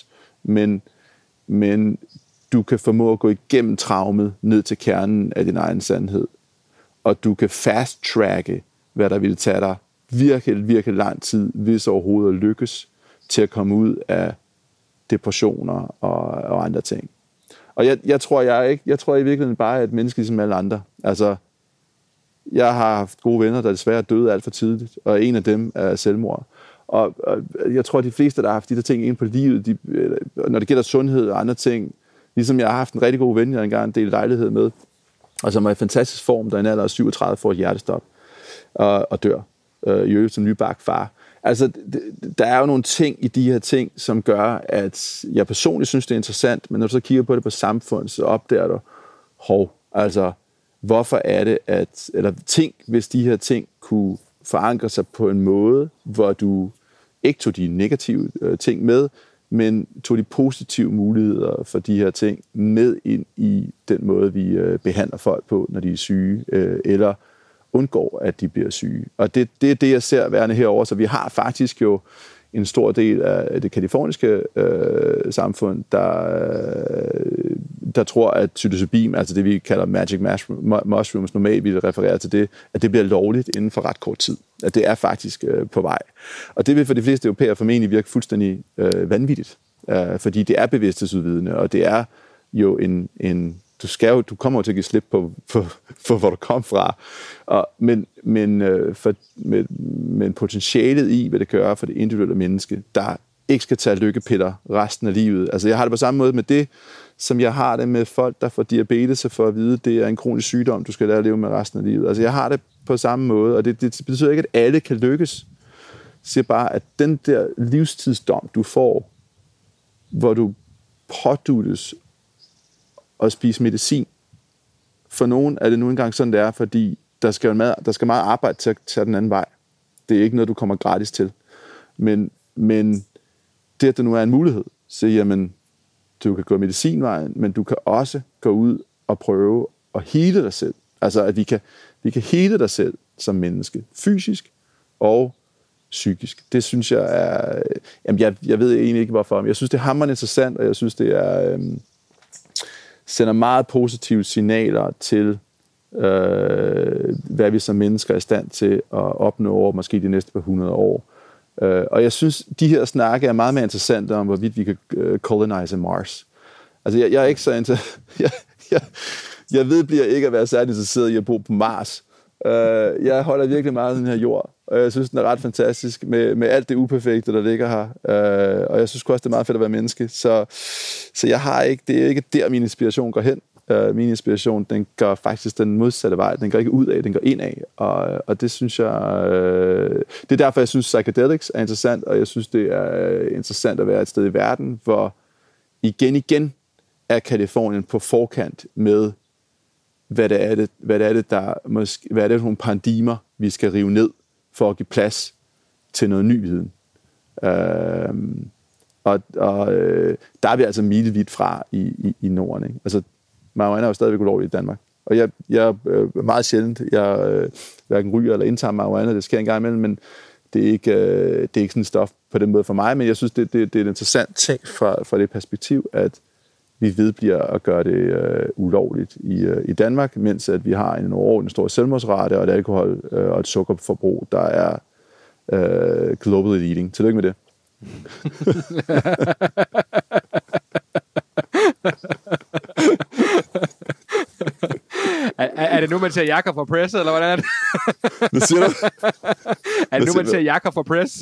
men du kan formå at gå igennem traumet ned til kernen af din egen sandhed. Og du kan fast-tracke, hvad der ville tage dig virkelig, virkelig lang tid, hvis overhovedet at lykkes til at komme ud af depressioner og andre ting. Og jeg tror i virkeligheden bare, at mennesker ligesom alle andre. Altså, jeg har haft gode venner, der desværre døde alt for tidligt, og en af dem er selvmord. Og jeg tror, at de fleste, der har haft de der ting inde på livet, når det gælder sundhed og andre ting, ligesom jeg har haft en rigtig god ven, jeg engang delte lejlighed med, og som er i fantastisk form, der i en alder af 37 får et hjertestop og dør. I øvrigt som nybagt far. Altså, der er jo nogle ting i de her ting, som gør, at jeg personligt synes, det er interessant, men når du så kigger på det på samfund, så opdager du, altså, hvorfor er det, eller tænk, hvis de her ting kunne forankre sig på en måde, hvor du ikke tog de negative ting med, men tog de positive muligheder for de her ting med ind i den måde, vi behandler folk på, når de er syge, eller undgår, at de bliver syge. Og det er det, jeg ser værende herover. Så vi har faktisk jo en stor del af det kaliforniske samfund, der tror, at psilocybin, altså det, vi kalder magic mushrooms, normalt vil referere til det, at det bliver lovligt inden for ret kort tid. At det er faktisk på vej. Og det vil for de fleste europæere formentlig virke fuldstændig vanvittigt, fordi det er bevidsthedsudvidende, og det er jo du kommer jo til at give slip på hvor du kom fra. Men potentialet i, hvad det gør for det individuelle menneske, der ikke skal tage lykkepiller resten af livet. Altså jeg har det på samme måde med det, som jeg har det med folk, der får diabetes, og for at vide, det er en kronisk sygdom, du skal lære at leve med resten af livet. Altså jeg har det på samme måde, og det betyder ikke, at alle kan lykkes. Det siger bare, at den der livstidsdom, du får, hvor du påduttes at spise medicin. For nogen er det nu engang sådan, det er, fordi der skal meget arbejde til at tage den anden vej. Det er ikke noget, du kommer gratis til. Men det, at der nu er en mulighed, så jamen, du kan gå medicinvejen, men du kan også gå ud og prøve at hele dig selv. Altså, at vi kan hele dig selv som menneske, fysisk og psykisk. Det synes jeg er... Jamen, jeg ved egentlig ikke, hvorfor. Men jeg synes, det er hammerende interessant, og jeg synes, det er... sender meget positive signaler til, hvad vi som mennesker er i stand til at opnå over måske de næste par 100 år. Og jeg synes, de her snakke er meget mere interessante om, hvorvidt vi kan colonize Mars. Altså, jeg er ikke så jeg vedbliver ikke at være særlig interesseret i at bo på Mars. Jeg holder virkelig meget af den her jord, og jeg synes, den er ret fantastisk med alt det uperfekte, der ligger her. Og jeg synes også, det er meget fedt at være menneske. Så jeg har ikke, det er ikke der, min inspiration går hen. Min inspiration, den går faktisk den modsatte vej. Den går ikke ud af, den går ind af. Og det synes jeg... det er derfor, jeg synes, psychedelics er interessant, og jeg synes, det er interessant at være et sted i verden, hvor igen er Californien på forkant med, hvad det er nogle paradigmer, vi skal rive ned for at give plads til noget ny viden. Der er vi altså milevidt fra i Norden. Ikke? Altså, marihuana er jo stadigvæk ulovligt i Danmark. Og jeg er meget sjældent, jeg hverken ryger eller indtager marihuana, det sker en gang imellem, men det er ikke sådan stof på den måde for mig, men jeg synes, det er en interessant ting fra det perspektiv, at vi vedbliver at gøre det ulovligt i Danmark, mens at vi har en overordentlig stor selvmordsrate og et alkohol og et sukkerforbrug, der er global eating. Tillykke med det. Er det nu, man ser Jakob for Press, eller hvordan er det? Hvad siger du? Er det nu, man ser Jakob for Press?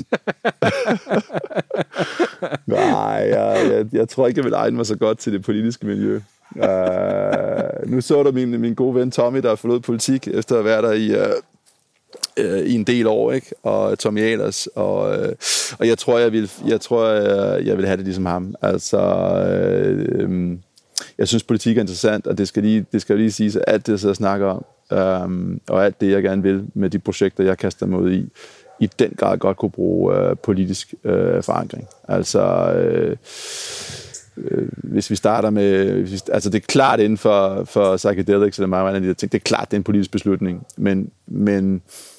Nej, jeg tror ikke, jeg vil egne mig så godt til det politiske miljø. Nu så der min gode ven Tommy, der har forlod politik, efter at være der i en del år, ikke? Og Tommy Ahlers, og jeg tror, jeg vil have det ligesom ham. Altså, jeg synes, politik er interessant, og det skal jo lige siges, at alt det, jeg sidder og snakker om, og alt det, jeg gerne vil med de projekter, jeg kaster mig ud i den grad godt kunne bruge politisk forankring. Altså, hvis vi starter med... Altså, det er klart inden for psychedelics eller meget andre ting, det er klart, det er en politisk beslutning, men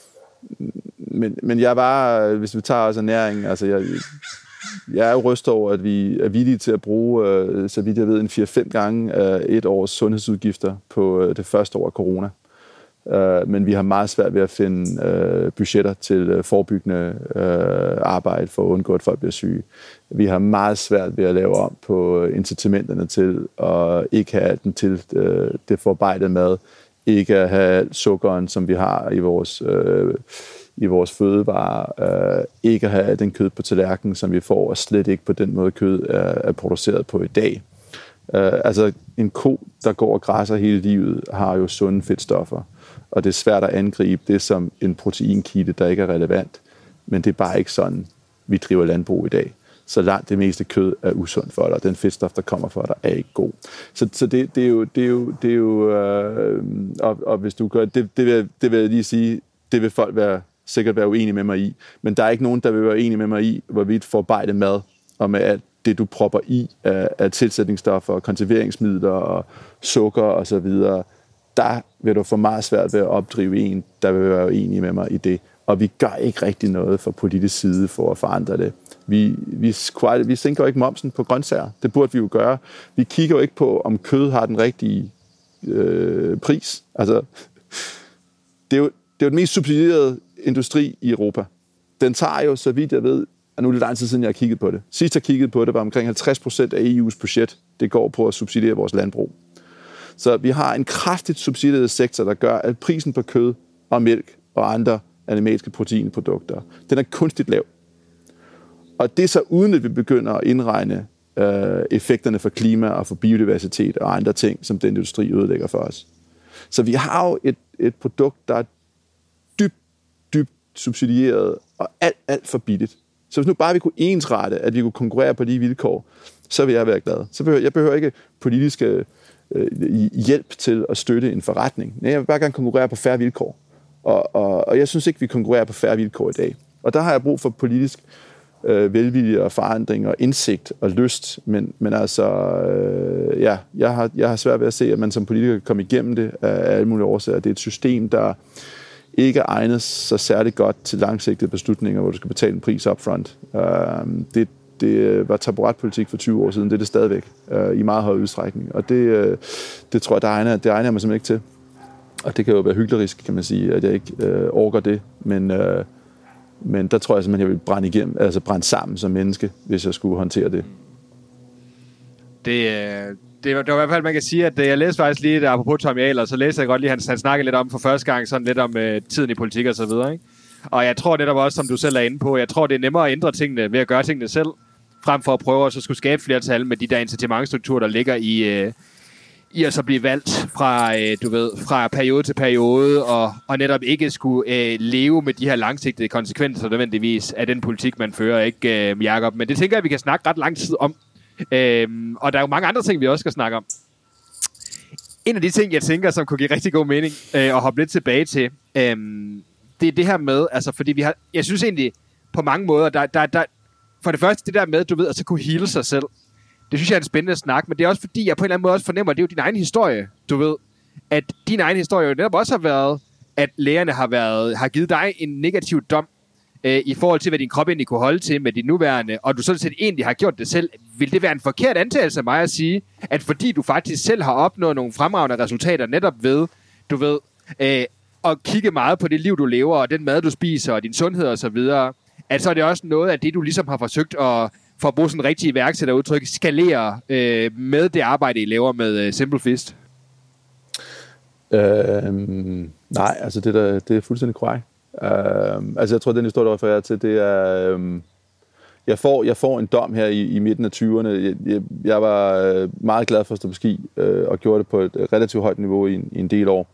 jeg var, hvis vi tager også ernæring, altså jeg er jo rystet over, at vi er villige til at bruge, så vidt jeg ved, en 4-5 gange et års sundhedsudgifter på det første år af corona. Men vi har meget svært ved at finde budgetter til forebyggende arbejde for at undgå, at folk bliver syge. Vi har meget svært ved at lave om på incitamenterne til at ikke have alt til det forarbejdede mad, ikke at have alt sukkeren, som vi har i vores fødevarer, ikke at have den kød på tallerkenen, som vi får, og slet ikke på den måde kød er produceret på i dag. Altså en ko, der går og græsser hele livet, har jo sunde fedtstoffer, og det er svært at angribe det som en proteinkilde, der ikke er relevant, men det er bare ikke sådan, vi driver landbrug i dag. Så langt det meste kød er usundt for dig, og den fedtstof, der kommer fra dig, er ikke god. Så det er jo og hvis du gør det vil jeg lige sige, det vil folk sikkert være uenige med mig i, men der er ikke nogen, der vil være enige med mig i, hvorvidt forarbejdet mad og med alt det, du propper i af tilsætningsstoffer, konserveringsmidler og sukker og så videre, der vil du få meget svært ved at opdrive en, der vil være enige med mig i det. Og vi gør ikke rigtig noget fra politisk side for at forandre det. Vi sænker ikke momsen på grøntsager. Det burde vi jo gøre. Vi kigger jo ikke på, om kød har den rigtige pris. Altså, det er jo den mest subsidierede industri i Europa. Den tager jo, så vidt jeg ved, og nu er det lang tid siden, jeg har kigget på det. Sidst jeg kiggede på det, var omkring 50% af EU's budget, det går på at subsidiere vores landbrug. Så vi har en kraftigt subsidieret sektor, der gør, at prisen på kød og mælk og andre animalske proteinprodukter, den er kunstigt lav. Og det er så uden, at vi begynder at indregne effekterne for klima og for biodiversitet og andre ting, som den industri ødelægger for os. Så vi har jo et produkt, der er dybt subsidieret og alt for billigt. Så hvis nu bare vi kunne ensrette, at vi kunne konkurrere på de vilkår, så vil jeg være glad. Jeg behøver ikke politiske hjælp til at støtte en forretning. Nej, jeg vil bare gerne konkurrere på fair vilkår. Og jeg synes ikke, vi konkurrerer på fair vilkår i dag. Og der har jeg brug for politisk velvilje og forandring og indsigt og lyst. Men altså, jeg har svært ved at se, at man som politiker kan komme igennem det af alle mulige årsager. Det er et system, der ikke egner sig særlig godt til langsigtede beslutninger, hvor du skal betale en pris upfront. det var taburetpolitik for 20 år siden. Det er det stadigvæk i meget høj udstrækning. Og det tror jeg, det egner jeg mig simpelthen ikke til. Og det kan jo være hyklerisk, kan man sige, at jeg ikke orker det. Men der tror jeg simpelthen, jeg vil brænde sammen som menneske, hvis jeg skulle håndtere det. Det var i hvert fald, man kan sige, at jeg læste faktisk lige, apropos Tommy Ahlers, så læste jeg godt lige, han snakkede lidt om for første gang, sådan lidt om tiden i politik og så videre, ikke? Og jeg tror netop også, som du selv er inde på, jeg tror, det er nemmere at ændre tingene ved at gøre tingene selv, frem for at prøve at så skulle skabe flertal med de der incitamentstrukturer, der ligger i at så blive valgt fra periode til periode, og netop ikke skulle leve med de her langsigtede konsekvenser nødvendigvis af den politik, man fører, ikke, Jacob? Men det tænker jeg, vi kan snakke ret lang tid om. Og der er jo mange andre ting, vi også skal snakke om. En af de ting, jeg tænker, som kunne give rigtig god mening at hoppe lidt tilbage til, det er det her med, altså fordi jeg synes egentlig på mange måder, der for det første det der med, at så kunne hele sig selv. Det synes jeg er en spændende snak, men det er også fordi, jeg på en eller anden måde også fornemmer, at det er jo din egen historie, at din egen historie jo netop også har været, at lægerne har givet dig en negativ dom, i forhold til, hvad din krop egentlig kunne holde til med din nuværende, og du sådan set egentlig har gjort det selv. Vil det være en forkert antagelse af mig at sige, at fordi du faktisk selv har opnået nogle fremragende resultater netop ved, at kigge meget på det liv, du lever, og den mad, du spiser, og din sundhed og så videre, at så er det også noget af det, du ligesom har forsøgt at, for at bruge sådan en rigtig iværksætterudtryk, skalere med det arbejde, I laver med Simple Fist? Nej, altså det er fuldstændig korrekt. Altså jeg tror, den historie, der refererer til, det er... Jeg får en dom her i midten af 20'erne. Jeg var meget glad for at stå på ski, og gjorde det på et relativt højt niveau i en del år.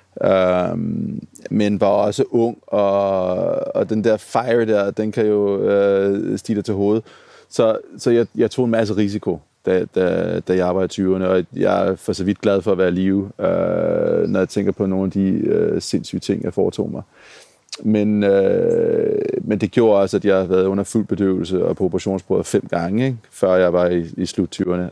Men var også ung, og den der fire der, den kan jo stige dig til hovedet. Så jeg tog en masse risiko, da jeg var i 20'erne, og jeg er for så vidt glad for at være i live, når jeg tænker på nogle af de sindssyge ting, jeg foretog mig. Men det gjorde også, at jeg havde været under fuld bedøvelse og på operationsbordet 5 gange, ikke? Før jeg var i slut 20'erne.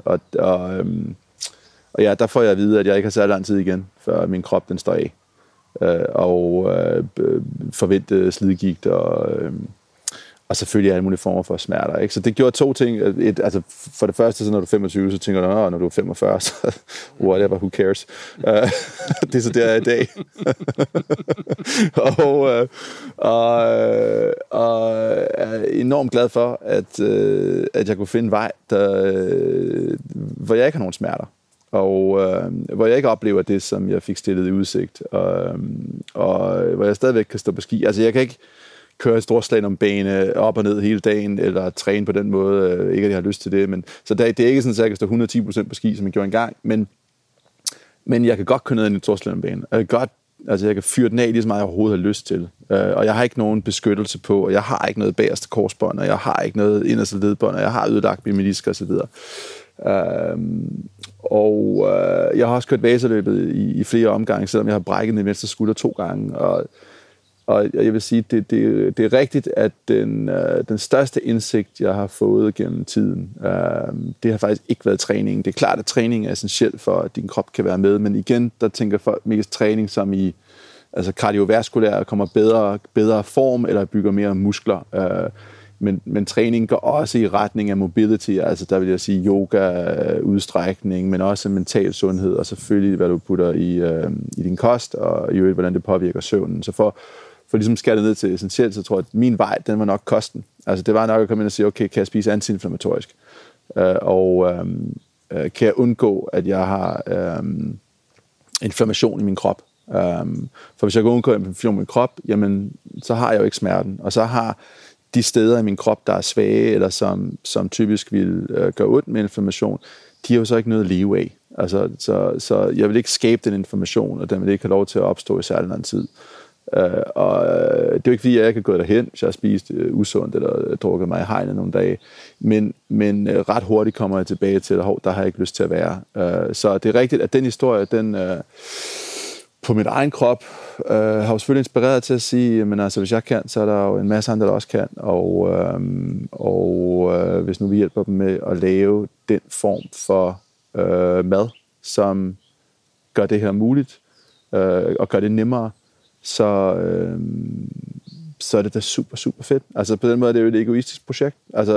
Og ja, der får jeg at vide, at jeg ikke har særlig lang tid igen, før min krop den står af. Og forventet slidgigt og selvfølgelig alle mulige former for smerter, ikke? Så det gjorde 2 ting. Altså for det første, så når du er 25, så tænker du, når du er 45, så whatever, who cares? Det er så der i dag. og er enormt glad for, at jeg kunne finde en vej, hvor jeg ikke har nogen smerter. Og hvor jeg ikke oplever det, som jeg fik stillet i udsigt. Og hvor jeg stadigvæk kan stå på ski. Altså jeg kan ikke køre et storslalom-bane op og ned hele dagen, eller træne på den måde, ikke at jeg har lyst til det. Men, så det er ikke sådan, at jeg kan stå 110% på ski, som jeg gjorde engang, men jeg kan godt køre ned i en storslalom-bane. Jeg kan fyre den af lige så meget, jeg overhovedet har lyst til. Og jeg har ikke nogen beskyttelse på, og jeg har ikke noget bagerste korsbånd, og jeg har ikke noget inderste ledbånd, og jeg har ødelagt min menisker osv. Jeg har også kørt vaserløbet i flere omgange, selvom jeg har brækket min venstre skulder 2 gange, og jeg vil sige, det er rigtigt, at den største indsigt, jeg har fået gennem tiden, det har faktisk ikke været træning. Det er klart, at træning er essentielt for, at din krop kan være med, men igen, der tænker folk mest træning som i altså kardiovaskulær, kommer bedre form, eller bygger mere muskler. Men træning går også i retning af mobility, altså der vil jeg sige yoga, udstrækning, men også mental sundhed, og selvfølgelig hvad du putter i din kost, og i øvrigt, hvordan det påvirker søvnen. Så for ligesom skære det ned til essentielt, så tror jeg, at min vej, den var nok kosten. Altså det var nok at komme ind og sige, okay, kan jeg spise antiinflammatorisk? Kan jeg undgå, at jeg har inflammation i min krop? For hvis jeg kan undgå inflammation i min krop, jamen, så har jeg jo ikke smerten. Og så har de steder i min krop, der er svage, eller som typisk vil gøre ondt med inflammation, de har jo så ikke noget at leve af. Altså, så jeg vil ikke skabe den information, og den vil ikke have lov til at opstå i særlig lang tid. Og det er jo ikke fordi, jeg ikke kan gå derhen, hvis jeg har spist usundt eller drukket mig i hegnet nogle dage. Men ret hurtigt kommer jeg tilbage til, at der har jeg ikke lyst til at være. Så det er rigtigt, at den historie, den på min egen krop, har jo selvfølgelig inspireret til at sige, men altså hvis jeg kan, så er der jo en masse andre, der også kan. Og hvis nu vi hjælper dem med at lave den form for mad, som gør det her muligt, og gør det nemmere, så så er det da super, super fedt. Altså på den måde er det jo et egoistisk projekt. Altså,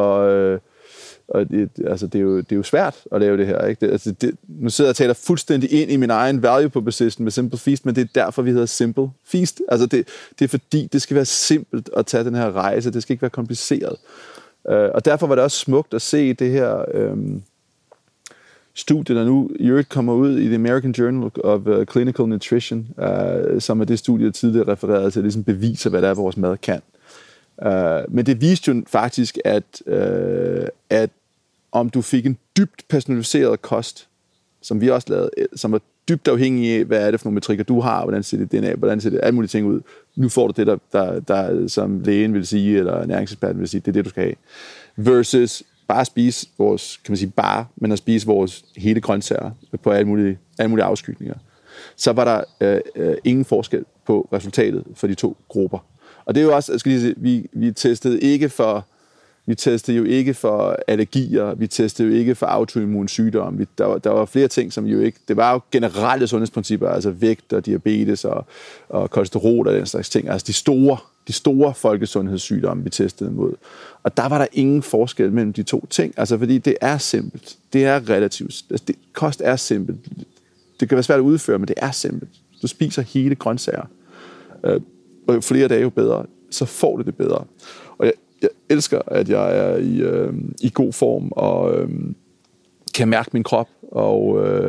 det er jo svært at lave det her. Ikke? Nu sidder jeg og taler fuldstændig ind i min egen value proposition med Simple Feast, men det er derfor, vi hedder Simple Feast. Altså det er fordi, det skal være simpelt at tage den her rejse. Det skal ikke være kompliceret. Og derfor var det også smukt at se det her studie, der nu i øvrigt kommer ud i The American Journal of Clinical Nutrition, som er det studie, der tidligere refererede til, ligesom beviser, hvad det er, vores mad kan. Men det viste jo faktisk, at om du fik en dybt personaliseret kost, som vi også lavede, som var dybt afhængig af, hvad er det for nogle metrikker, du har, hvordan ser det DNA, hvordan ser det alle mulige ting ud. Nu får du det, der som lægen vil sige, eller næringseksperten vil sige, det er det, du skal have. Versus bare spise vores, kan man sige men at spise vores hele grøntsager på alle mulige afskygninger. Så var der ingen forskel på resultatet for de to grupper. Og det er jo også, jeg skal lige sige, vi testede jo ikke for allergier, vi testede jo ikke for autoimmun sygdomme. Der var flere ting, som jo ikke... Det var jo generelle sundhedsprincipper, altså vægt og diabetes og kolesterol og den slags ting. Altså de store folkesundhedssygdomme, vi testede imod. Og der var der ingen forskel mellem de to ting. Altså fordi det er simpelt. Det er relativt... Altså, kost er simpelt. Det kan være svært at udføre, men det er simpelt. Du spiser hele grøntsager. Og jo flere dage, jo bedre. Så får du det bedre. Og jeg elsker, at jeg er i god form og kan mærke min krop. Og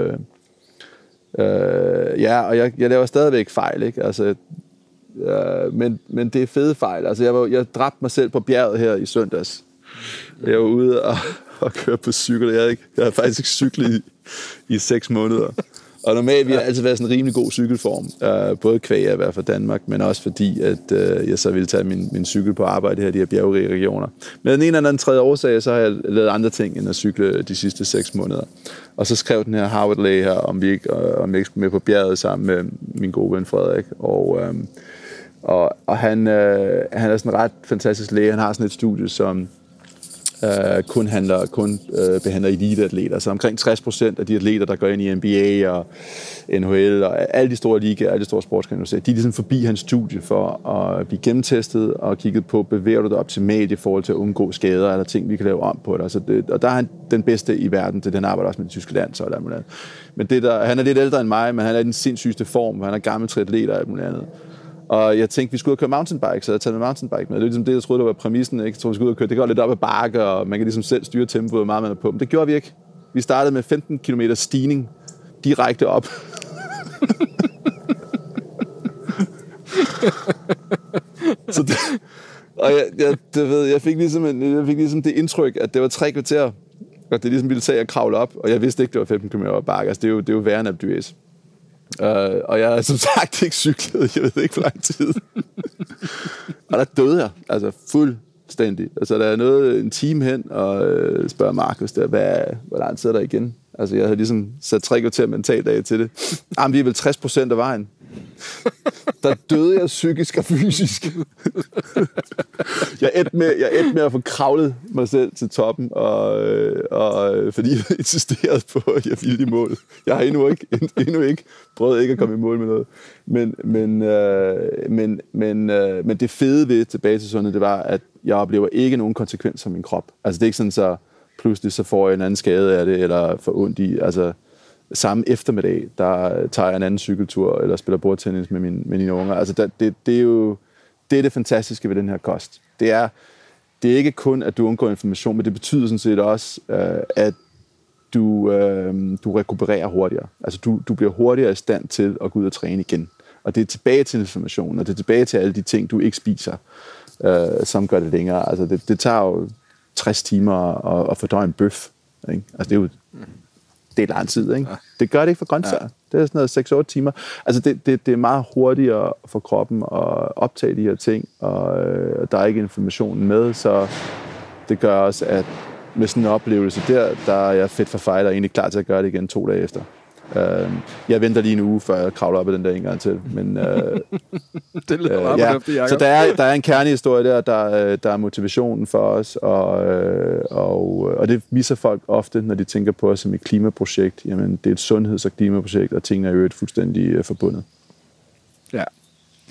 og jeg laver stadigvæk fejl, ikke? Altså, men det er fede fejl. Altså, jeg dræbte mig selv på bjerget her i søndags. Jeg var ude og køre på cykel. Jeg havde faktisk ikke cyklet i 6 måneder. Og normalt vi har altid været sådan en rimelig god cykelform, både kvæg af i hvert fald Danmark, men også fordi, at jeg så ville tage min cykel på arbejde her i de her bjergrige regioner. Men den ene eller anden tredje årsag, så har jeg lavet andre ting, end at cykle de sidste 6 måneder. Og så skrev den her Harvard-læge her, om jeg ikke skulle med på bjerget sammen med min gode ven Frederik. Og han er sådan en ret fantastisk læge. Han har sådan et studie, som kun behandler eliteatleter. Så omkring 60% af de atleter, der går ind i NBA og NHL og alle de store ligaer, alle de store sportsgrene, de er ligesom forbi hans studie for at blive gennemtestet og kigget på, bevæger du dig optimalt i forhold til at undgå skader eller ting, vi kan lave om på det. Og der er han den bedste i verden til den arbejder også med det tyske land. Men han er lidt ældre end mig, men han er i den sindssygeste form, han er gammel triatlet og alt muligt andet. Og jeg tænkte, vi skulle ud og køre mountainbike, så jeg taget en mountainbike med. Det er ligesom det, jeg troede, der var præmissen. Ikke? Jeg troede, vi skulle ud og køre. Det går lidt op ad bakke, og man kan ligesom selv styre tempoet, hvor meget man er på. Men det gjorde vi ikke. Vi startede med 15 km stigning direkte op. Så det, og jeg fik ligesom det indtryk, at det var 3 kvarter, og det ligesom ville tage at kravle op, og jeg vidste ikke, det var 15 km op ad bakke. Altså, det er jo værre end abdues. Og jeg har som sagt ikke cyklet, jeg ved ikke hvor lang tid. Og der døde jeg, altså fuldstændig. Altså der er noget en time hen, og spørger Markus der, hvor lang tid er der igen? Altså jeg havde ligesom sat 3 kvarter mentalt af til det. Jamen vi er vel 60% af vejen. Der døde jeg psykisk og fysisk. Jeg endte med at få kravlet mig selv til toppen, og fordi jeg insisterede på, at jeg ville i mål. Jeg har endnu ikke prøvet ikke at komme i mål med noget. Men det fede ved tilbage til sundhed, det var, at jeg oplever ikke nogen konsekvens for min krop. Altså det er ikke sådan, så pludselig så får jeg en anden skade af det, eller får ondt i, altså samme eftermiddag, der tager jeg en anden cykeltur, eller spiller bordtennis med mine unger. Altså det er jo det fantastiske ved den her kost. Det er ikke kun, at du undgår inflammation, men det betyder sådan set også, at du rekupererer hurtigere. Altså du bliver hurtigere i stand til at gå ud og træne igen. Og det er tilbage til inflammation, og det er tilbage til alle de ting, du ikke spiser, som gør det længere. Altså det tager jo 60 timer at fordøje en bøf. Ikke? Altså det er jo det er lang tid, ikke? Ja. Det gør det ikke for grøntsager. Ja. Det er sådan noget 6-8 timer. Altså det er meget hurtigere for kroppen at optage de her ting, og der er ikke inflammation med, så det gør også, at med sådan en oplevelse der er jeg fedt for fejl og egentlig klar til at gøre det igen 2 dage efter. Jeg venter lige en uge, før jeg kravler op ad den der en gang til. Men, det lyder meget fornuftigt, Jacob. Så der er en kernehistorie der er motivationen for os, og det misser folk ofte, når de tænker på os som et klimaprojekt. Jamen, det er et sundheds- og klimaprojekt, og tingene er jo fuldstændig forbundet. Ja.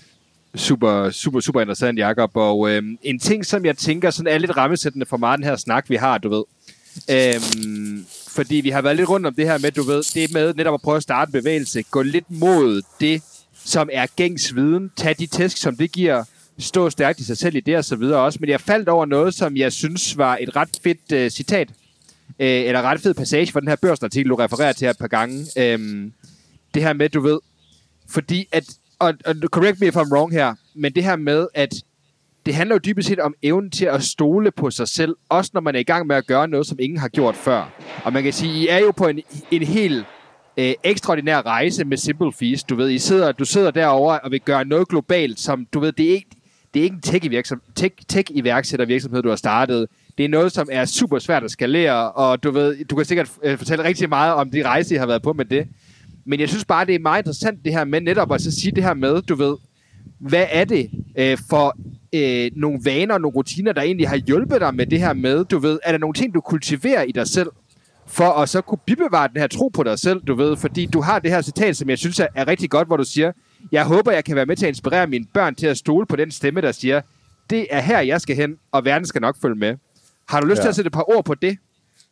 Super interessant, Jacob. Og en ting, som jeg tænker sådan er lidt rammesættende for meget den her snak, vi har, du ved. Fordi vi har været lidt rundt om det her med, du ved, det med netop at prøve at starte bevægelse, gå lidt mod det, som er gængs viden, tage de tæsk, som det giver, stå stærkt i sig selv i det og så videre også. Men jeg faldt over noget, som jeg synes var et ret fedt citat, eller ret fed passage fra den her børsartikel, du refererer til her et par gange. Det her med, du ved, fordi at, og correct me if I'm wrong her, men det her med, at det handler jo dybest set om evnen til at stole på sig selv, også når man er i gang med at gøre noget, som ingen har gjort før. Og man kan sige, I er jo på en helt ekstraordinær rejse med Simple Feast. Du ved, du sidder derovre og vil gøre noget globalt, som du ved, det er ikke en tech-iværksættervirksomhed, du har startet. Det er noget, som er super svært at skalere, og du ved, du kan sikkert fortælle rigtig meget om de rejser, I har været på med det. Men jeg synes bare, det er meget interessant det her med netop at så sige det her med, du ved, hvad er det for nogle vaner og nogle rutiner, der egentlig har hjulpet dig med det her med, du ved, er der nogle ting, du kultiverer i dig selv, for at så kunne bibevare den her tro på dig selv, du ved, fordi du har det her citat, som jeg synes er rigtig godt, hvor du siger, jeg håber, jeg kan være med til at inspirere mine børn til at stole på den stemme, der siger, det er her, jeg skal hen, og verden skal nok følge med. Har du lyst til at sætte et par ord på det?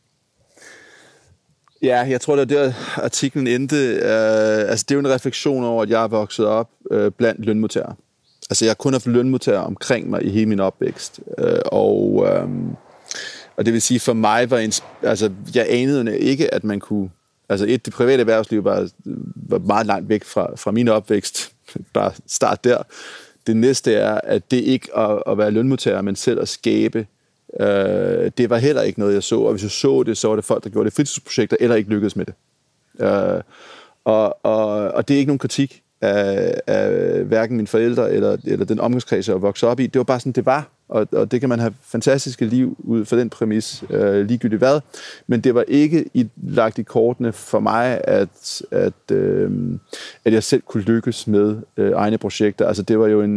Ja, jeg tror, det var der artiklen endte. Altså, det er jo en refleksion over, at jeg er vokset op blandt lønmodtagere. Altså, jeg har kun haft lønmodtagere omkring mig i hele min opvækst. Og det vil sige, for mig var altså, jeg anede ikke, at man kunne... Altså, det private erhvervsliv var meget langt væk fra min opvækst. Bare start der. Det næste er, at det ikke at være lønmodtager, men selv at skabe. Det var heller ikke noget, jeg så. Og hvis jeg så det, så var det folk, der gjorde det fritidsprojekter, eller ikke lykkedes med det. Og det er ikke nogen kritik af hverken mine forældre eller den omgangskreds, jeg voksede op i. Det var bare sådan, det var. Og det kan man have fantastiske liv ud fra den præmis, ligegyldigt hvad. Men det var ikke lagt i kortene for mig, at jeg selv kunne lykkes med egne projekter. Altså det var jo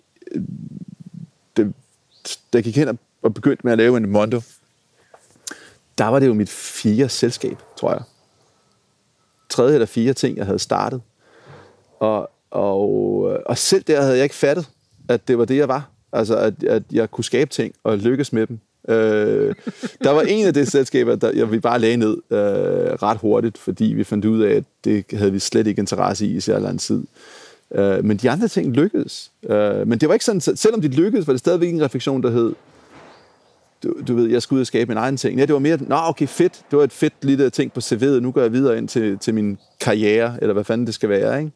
der gik hen og begyndte med at lave en Mondo. Der var det jo mit 4. selskab, tror jeg. 3. eller 4 ting, jeg havde startet. Og selv der havde jeg ikke fattet, at det var det, jeg var. Altså, at jeg kunne skabe ting og lykkes med dem. Der var en af de selskaber, vi bare lagde ned ret hurtigt, fordi vi fandt ud af, at det havde vi slet ikke interesse i så lang tid. Men de andre ting lykkedes. Men det var ikke sådan, selvom de lykkedes, var det stadigvæk en refleksion, der hed, du ved, jeg skulle ud og skabe min egen ting. Ja, det var mere, okay, fedt. Det var et fedt lille ting på CV'et. Nu går jeg videre ind til min karriere, eller hvad fanden det skal være, ikke?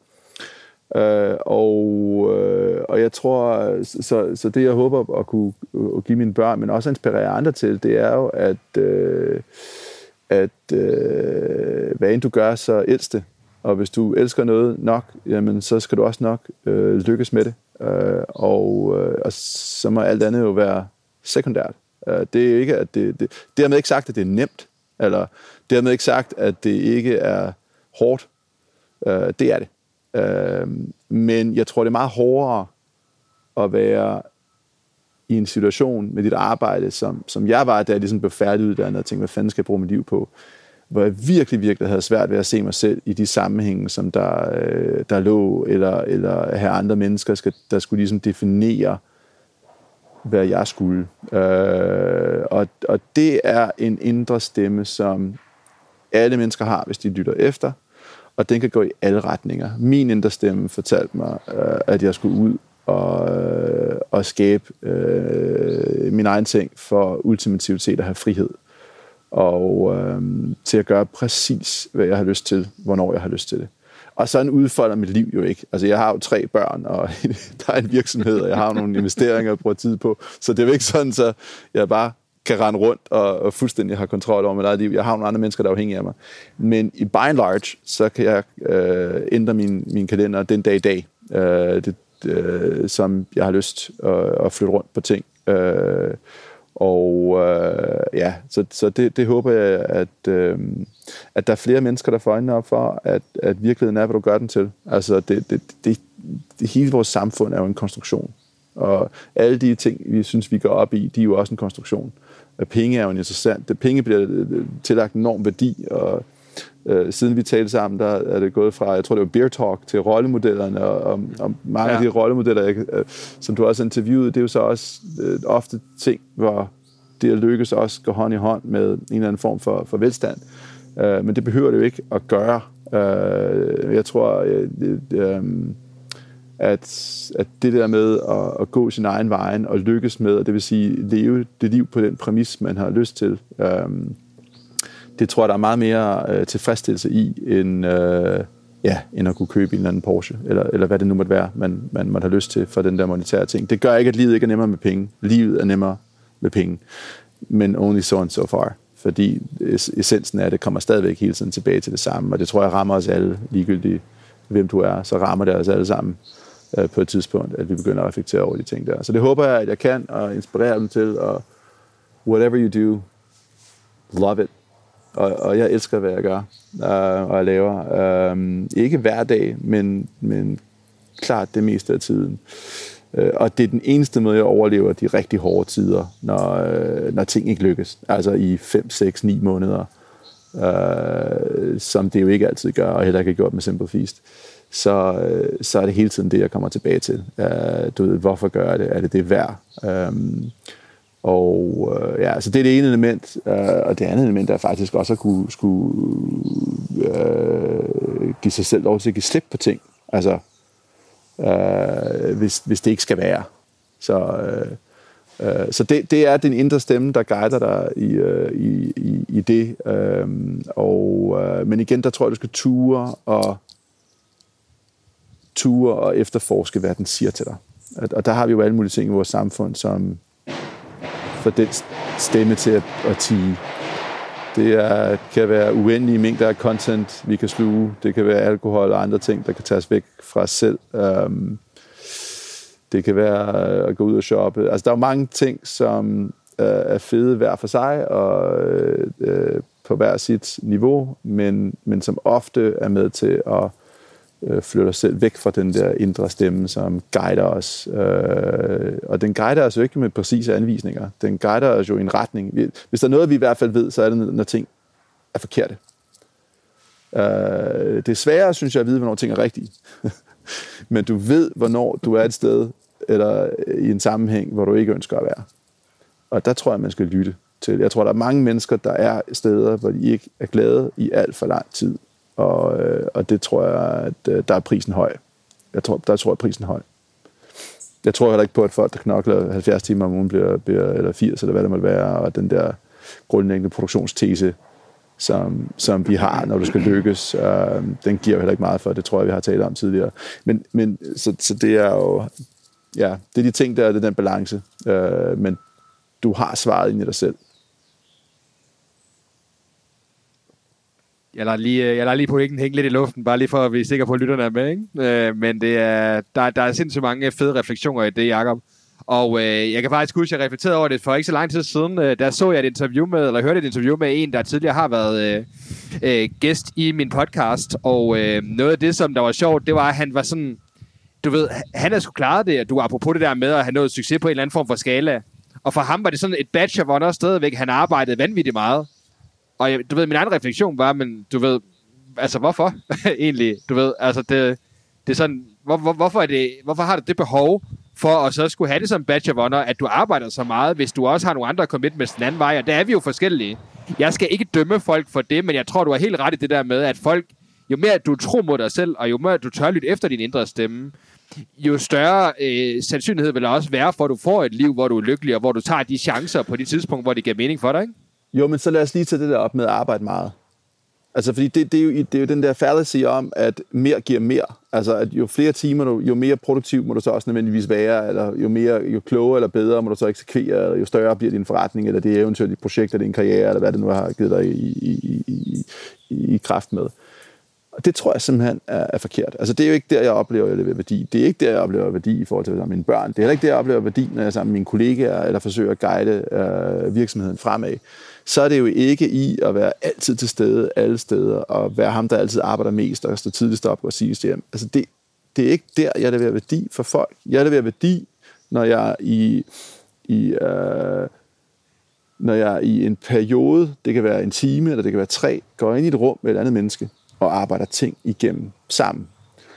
Og jeg tror, så det jeg håber at kunne give mine børn, men også inspirere andre til, det er jo, at hvad end du gør, så elsk det. Og hvis du elsker noget nok, jamen så skal du også nok lykkes med det. Og så må alt andet jo være sekundært. Det er ikke, at det dermed ikke sagt, at det er nemt, eller dermed ikke sagt, at det ikke er hårdt. Det er det. Men jeg tror, det er meget hårdere at være i en situation med dit arbejde, som jeg var, da jeg ligesom blev færdiguddannet og tænkte, hvad fanden skal jeg bruge mit liv på? Hvor jeg virkelig havde svært ved at se mig selv i de sammenhænge, som der lå, eller have andre mennesker, der skulle ligesom definere, hvad jeg skulle. Og det er en indre stemme, som alle mennesker har, hvis de lytter efter, og den kan gå i alle retninger. Min indre stemme fortalte mig, at jeg skulle ud og skabe min egen ting for ultimativt set at have frihed. Og til at gøre præcis, hvad jeg har lyst til, hvornår jeg har lyst til det. Og sådan udfolder mit liv jo ikke. Altså, jeg har jo 3 børn, og der er en virksomhed, og jeg har nogle investeringer, jeg bruger tid på. Så det er jo ikke sådan, så jeg bare kan rende rundt og fuldstændig have kontrol over mit eget liv. Jeg har nogle andre mennesker, der er afhængige af mig. Men i by and large, så kan jeg ændre min kalender den dag i dag, som jeg har lyst at flytte rundt på ting. Så det håber jeg, at der er flere mennesker, der får øjnene op for, at virkeligheden er, hvad du gør den til. Altså, det hele vores samfund er jo en konstruktion. Og alle de ting, vi synes, vi går op i, de er jo også en konstruktion. Penge er jo interessant. Penge bliver tillagt enorm værdi, og Siden vi talte sammen, der er det gået fra, jeg tror det var Beer Talk, til rollemodellerne, og mange af de rollemodeller, som du også interviewede, det er jo så også ofte ting, hvor det at lykkes også går hånd i hånd med en eller anden form for velstand. Men det behøver det jo ikke at gøre. Jeg tror, at det der med at gå sin egen vej og lykkes med, det vil sige leve det liv på den præmis, man har lyst til, det tror jeg, der er meget mere tilfredsstillelse i, end at kunne købe en eller anden Porsche, eller hvad det nu måtte være, man måtte have lyst til for den der monetære ting. Det gør ikke, at livet ikke er nemmere med penge. Livet er nemmere med penge, men only so and so far. Fordi essensen af det kommer stadigvæk hele tiden tilbage til det samme, og det tror jeg rammer os alle, ligegyldigt hvem du er, så rammer det os alle sammen på et tidspunkt, at vi begynder at reflektere over de ting der. Så det håber jeg, at jeg kan, og inspirere dem til, og whatever you do, love it. Og jeg elsker, hvad jeg gør, og jeg laver. Ikke hver dag, men klart det meste af tiden. Og det er den eneste måde, jeg overlever de rigtig hårde tider, når ting ikke lykkes. Altså i 5, 6, 9 måneder, som det jo ikke altid gør, og heller ikke gjort med Simple Feast. Så er det hele tiden det, jeg kommer tilbage til. Du ved, hvorfor gør jeg det? Er det værd? Så det er det ene element, og det andet element er faktisk også at skulle give sig selv lov til at give slip på ting. Altså, hvis det ikke skal være. Så det er din indre stemme, der guider dig i det. Men igen, der tror jeg, du skal ture og efterforske, hvad den siger til dig. Og der har vi jo alle mulige ting i vores samfund, som får den stemme til at tie. Det kan være uendelige mængder af content, vi kan sluge. Det kan være alkohol og andre ting, der kan tages væk fra os selv. Det kan være at gå ud og shoppe. Altså, der er jo mange ting, som er fede hver for sig og på hver sit niveau, men som ofte er med til at flytte os selv væk fra den der indre stemme, som guider os. Og den guider os jo ikke med præcise anvisninger. Den guider os jo i en retning. Hvis der er noget, vi i hvert fald ved, så er det, når ting er forkerte. Det er sværere, synes jeg, at vide, hvornår ting er rigtige. Men du ved, hvornår du er et sted, eller i en sammenhæng, hvor du ikke ønsker at være. Og der tror jeg, man skal lytte til. Jeg tror, der er mange mennesker, der er steder, hvor de ikke er glade i alt for lang tid. Og det tror jeg, at der er prisen høj. Der tror jeg, prisen høj. Jeg tror heller ikke på, at folk, der knokler 70 timer om ugen, bliver eller 80, eller hvad det måtte være, og den der grundlæggende produktionstese, som vi har, når du skal lykkes, den giver jo heller ikke meget for. Det tror jeg, vi har talt om tidligere. Men så det er jo, ja, det er de ting, der er den balance. Men du har svaret ind i dig selv. Jeg lader lige pointen hænge lidt i luften, bare lige for at vi er sikre på, at lytterne er med, ikke? Men der er sindssygt mange fede refleksioner i det, Jacob. Og jeg kan faktisk huske, at jeg reflekterede over det for ikke så lang tid siden. Der så jeg hørte et interview med en, der tidligere har været gæst i min podcast. Og noget af det, som der var sjovt, det var, at han var sådan, du ved, han havde sgu klaret det, at du apropos det der med at have nået succes på en eller anden form for skala. Og for ham var det sådan et badge of honor stadigvæk. Han arbejdede vanvittigt meget. Og du ved, min egen refleksion var, men du ved, altså hvorfor egentlig? Du ved, altså det er sådan, hvorfor har du det behov for at så skulle have det som badge of honor, at du arbejder så meget, hvis du også har nogle andre commitments den anden vej, og der er vi jo forskellige. Jeg skal ikke dømme folk for det, men jeg tror, du har helt ret i det der med, at folk, jo mere du tror mod dig selv, og jo mere du tør lytte efter din indre stemme, jo større sandsynlighed vil der også være for, at du får et liv, hvor du er lykkelig, og hvor du tager de chancer på de tidspunkter, hvor det giver mening for dig, ikke? Jo, men så lad os lige tage det der op med at arbejde meget. Altså, fordi det er jo den der fallacy om, at mere giver mere. Altså, at jo flere timer, jo mere produktiv må du så også nødvendigvis være, eller jo klogere eller bedre må du så eksekvere, eller jo større bliver din forretning, eller det er eventuelt et projekt, eller din karriere, eller hvad det nu har givet dig i kraft med. Og det tror jeg simpelthen er forkert. Altså, det er jo ikke der, jeg oplever, at jeg leverer værdi. Det er ikke der, jeg oplever værdi i forhold til mine børn. Det er heller ikke der, jeg oplever værdi, når jeg er sammen med mine kollegaer, eller forsøger at guide virksomheden fremad. Så er det jo ikke i at være altid til stede alle steder, og være ham, der altid arbejder mest, og stå tidligst op og sige hjem. Altså, det er ikke der, jeg leverer værdi for folk. Jeg leverer værdi, når jeg når jeg i en periode, det kan være en time, eller det kan være 3, går ind i et rum med et andet menneske, og arbejder ting igennem sammen.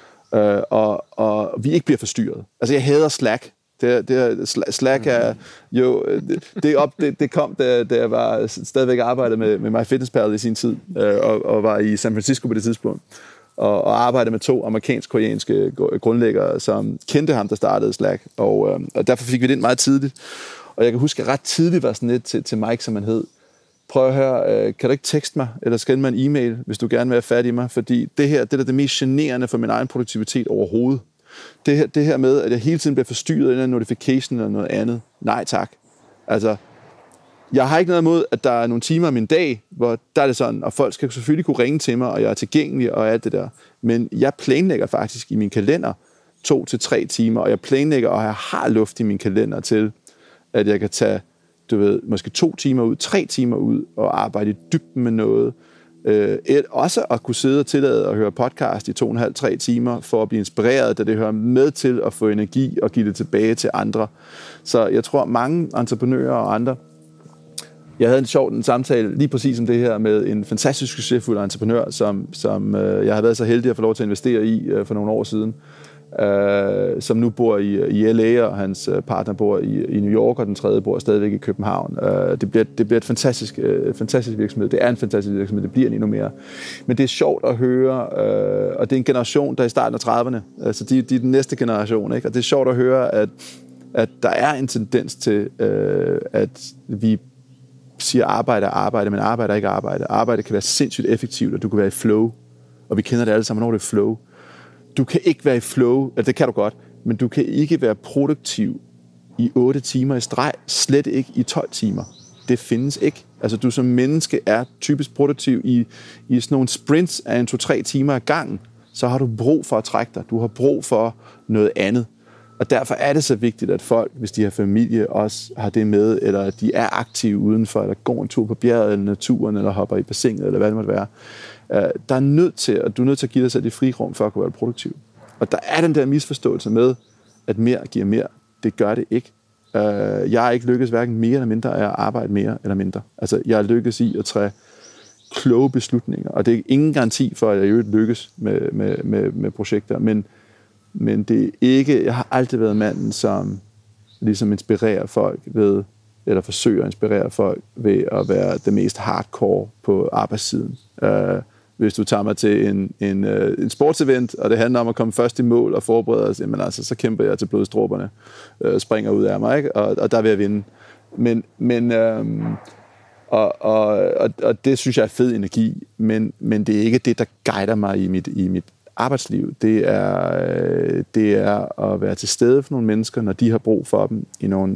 Og vi ikke bliver forstyrret. Altså, jeg hader Slack. Slack er jo... Det kom, da jeg var stadigvæk arbejdet med MyFitnessPal i sin tid, og var i San Francisco på det tidspunkt, og arbejdede med 2 amerikansk-koreanske grundlæggere, som kendte ham, der startede Slack, og derfor fik vi det ind meget tidligt. Og jeg kan huske, at ret tidligt var sådan lidt til Mike, som han hed. Prøv at høre, kan du ikke tekste mig, eller skrive mig en e-mail, hvis du gerne vil være fat i mig? Fordi det er det mest generende for min egen produktivitet overhovedet. Det her med, at jeg hele tiden bliver forstyrret af en notification eller noget andet. Nej tak. Altså, jeg har ikke noget imod, at der er nogle timer af min dag, hvor der er det sådan, og folk skal selvfølgelig kunne ringe til mig, og jeg er tilgængelig og alt det der. Men jeg planlægger faktisk i min kalender 2 til 3 timer, og jeg planlægger, og jeg har luft i min kalender til, at jeg kan tage, måske 2 timer ud, 3 timer ud, og arbejde i dybden med noget. Også at kunne sidde og tillade at høre podcast i 2,5-3 timer, for at blive inspireret, da det hører med til at få energi og give det tilbage til andre. Så jeg tror, mange entreprenører og andre. Jeg havde en samtale lige præcis om det her med en fantastisk succesfuld entreprenør, som jeg har været så heldig at få lov til at investere i for nogle år siden, som nu bor i LA, og hans partner bor i New York, og den tredje bor stadigvæk i København. Det bliver et fantastisk virksomhed. Det er en fantastisk virksomhed. Det bliver endnu mere. Men det er sjovt at høre, og det er en generation, der er i starten af 30'erne. Altså de er den næste generation, ikke? Og det er sjovt at høre, at der er en tendens til, at vi siger arbejde, men arbejde er ikke arbejde. Arbejde kan være sindssygt effektivt, og du kan være i flow. Og vi kender det alle sammen, når det er flow. Du kan ikke være i flow, eller det kan du godt, men du kan ikke være produktiv i 8 timer i streg, slet ikke i 12 timer. Det findes ikke. Altså du som menneske er typisk produktiv i sådan nogle sprints af 2-3 timer ad gangen, så har du brug for at trække dig. Du har brug for noget andet. Og derfor er det så vigtigt, at folk, hvis de har familie, også har det med, eller at de er aktive udenfor, eller går en tur på bjerget, eller naturen, eller hopper i bassinet, eller hvad det måtte være. Du er nødt til at give dig selv det frirum for at kunne være produktiv. Og der er den der misforståelse med, at mere giver mere. Det gør det ikke. Jeg er ikke lykkes hverken mere eller mindre af at arbejde mere eller mindre. Altså, jeg er lykkes i at træde kloge beslutninger, og det er ingen garanti for, at jeg jo lykkes med projekter, men det er ikke, jeg har aldrig været manden, som ligesom inspirerer folk ved, eller forsøger at inspirere folk ved at være det mest hardcore på arbejdssiden. Hvis du tager mig til en sportsevent, og det handler om at komme først i mål og forberede os, jamen altså, så kæmper jeg til blodstråberne, springer ud af mig, ikke? Og der vil jeg vinde. Og det synes jeg er fed energi, men det er ikke det, der guider mig i mit arbejdsliv. Det er at være til stede for nogle mennesker, når de har brug for dem i nogle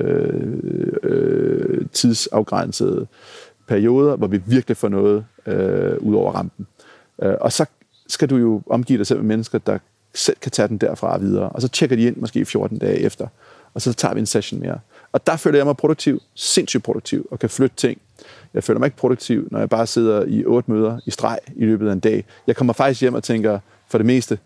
tidsafgrænsede perioder, hvor vi virkelig får noget ud over rampen. Og så skal du jo omgive dig selv med mennesker, der selv kan tage den derfra og videre. Og så tjekker de ind måske 14 dage efter, og så tager vi en session mere. Og der føler jeg mig produktiv, sindssygt produktiv, og kan flytte ting. Jeg føler mig ikke produktiv, når jeg bare sidder i 8 møder i streg i løbet af en dag. Jeg kommer faktisk hjem og tænker, for det meste,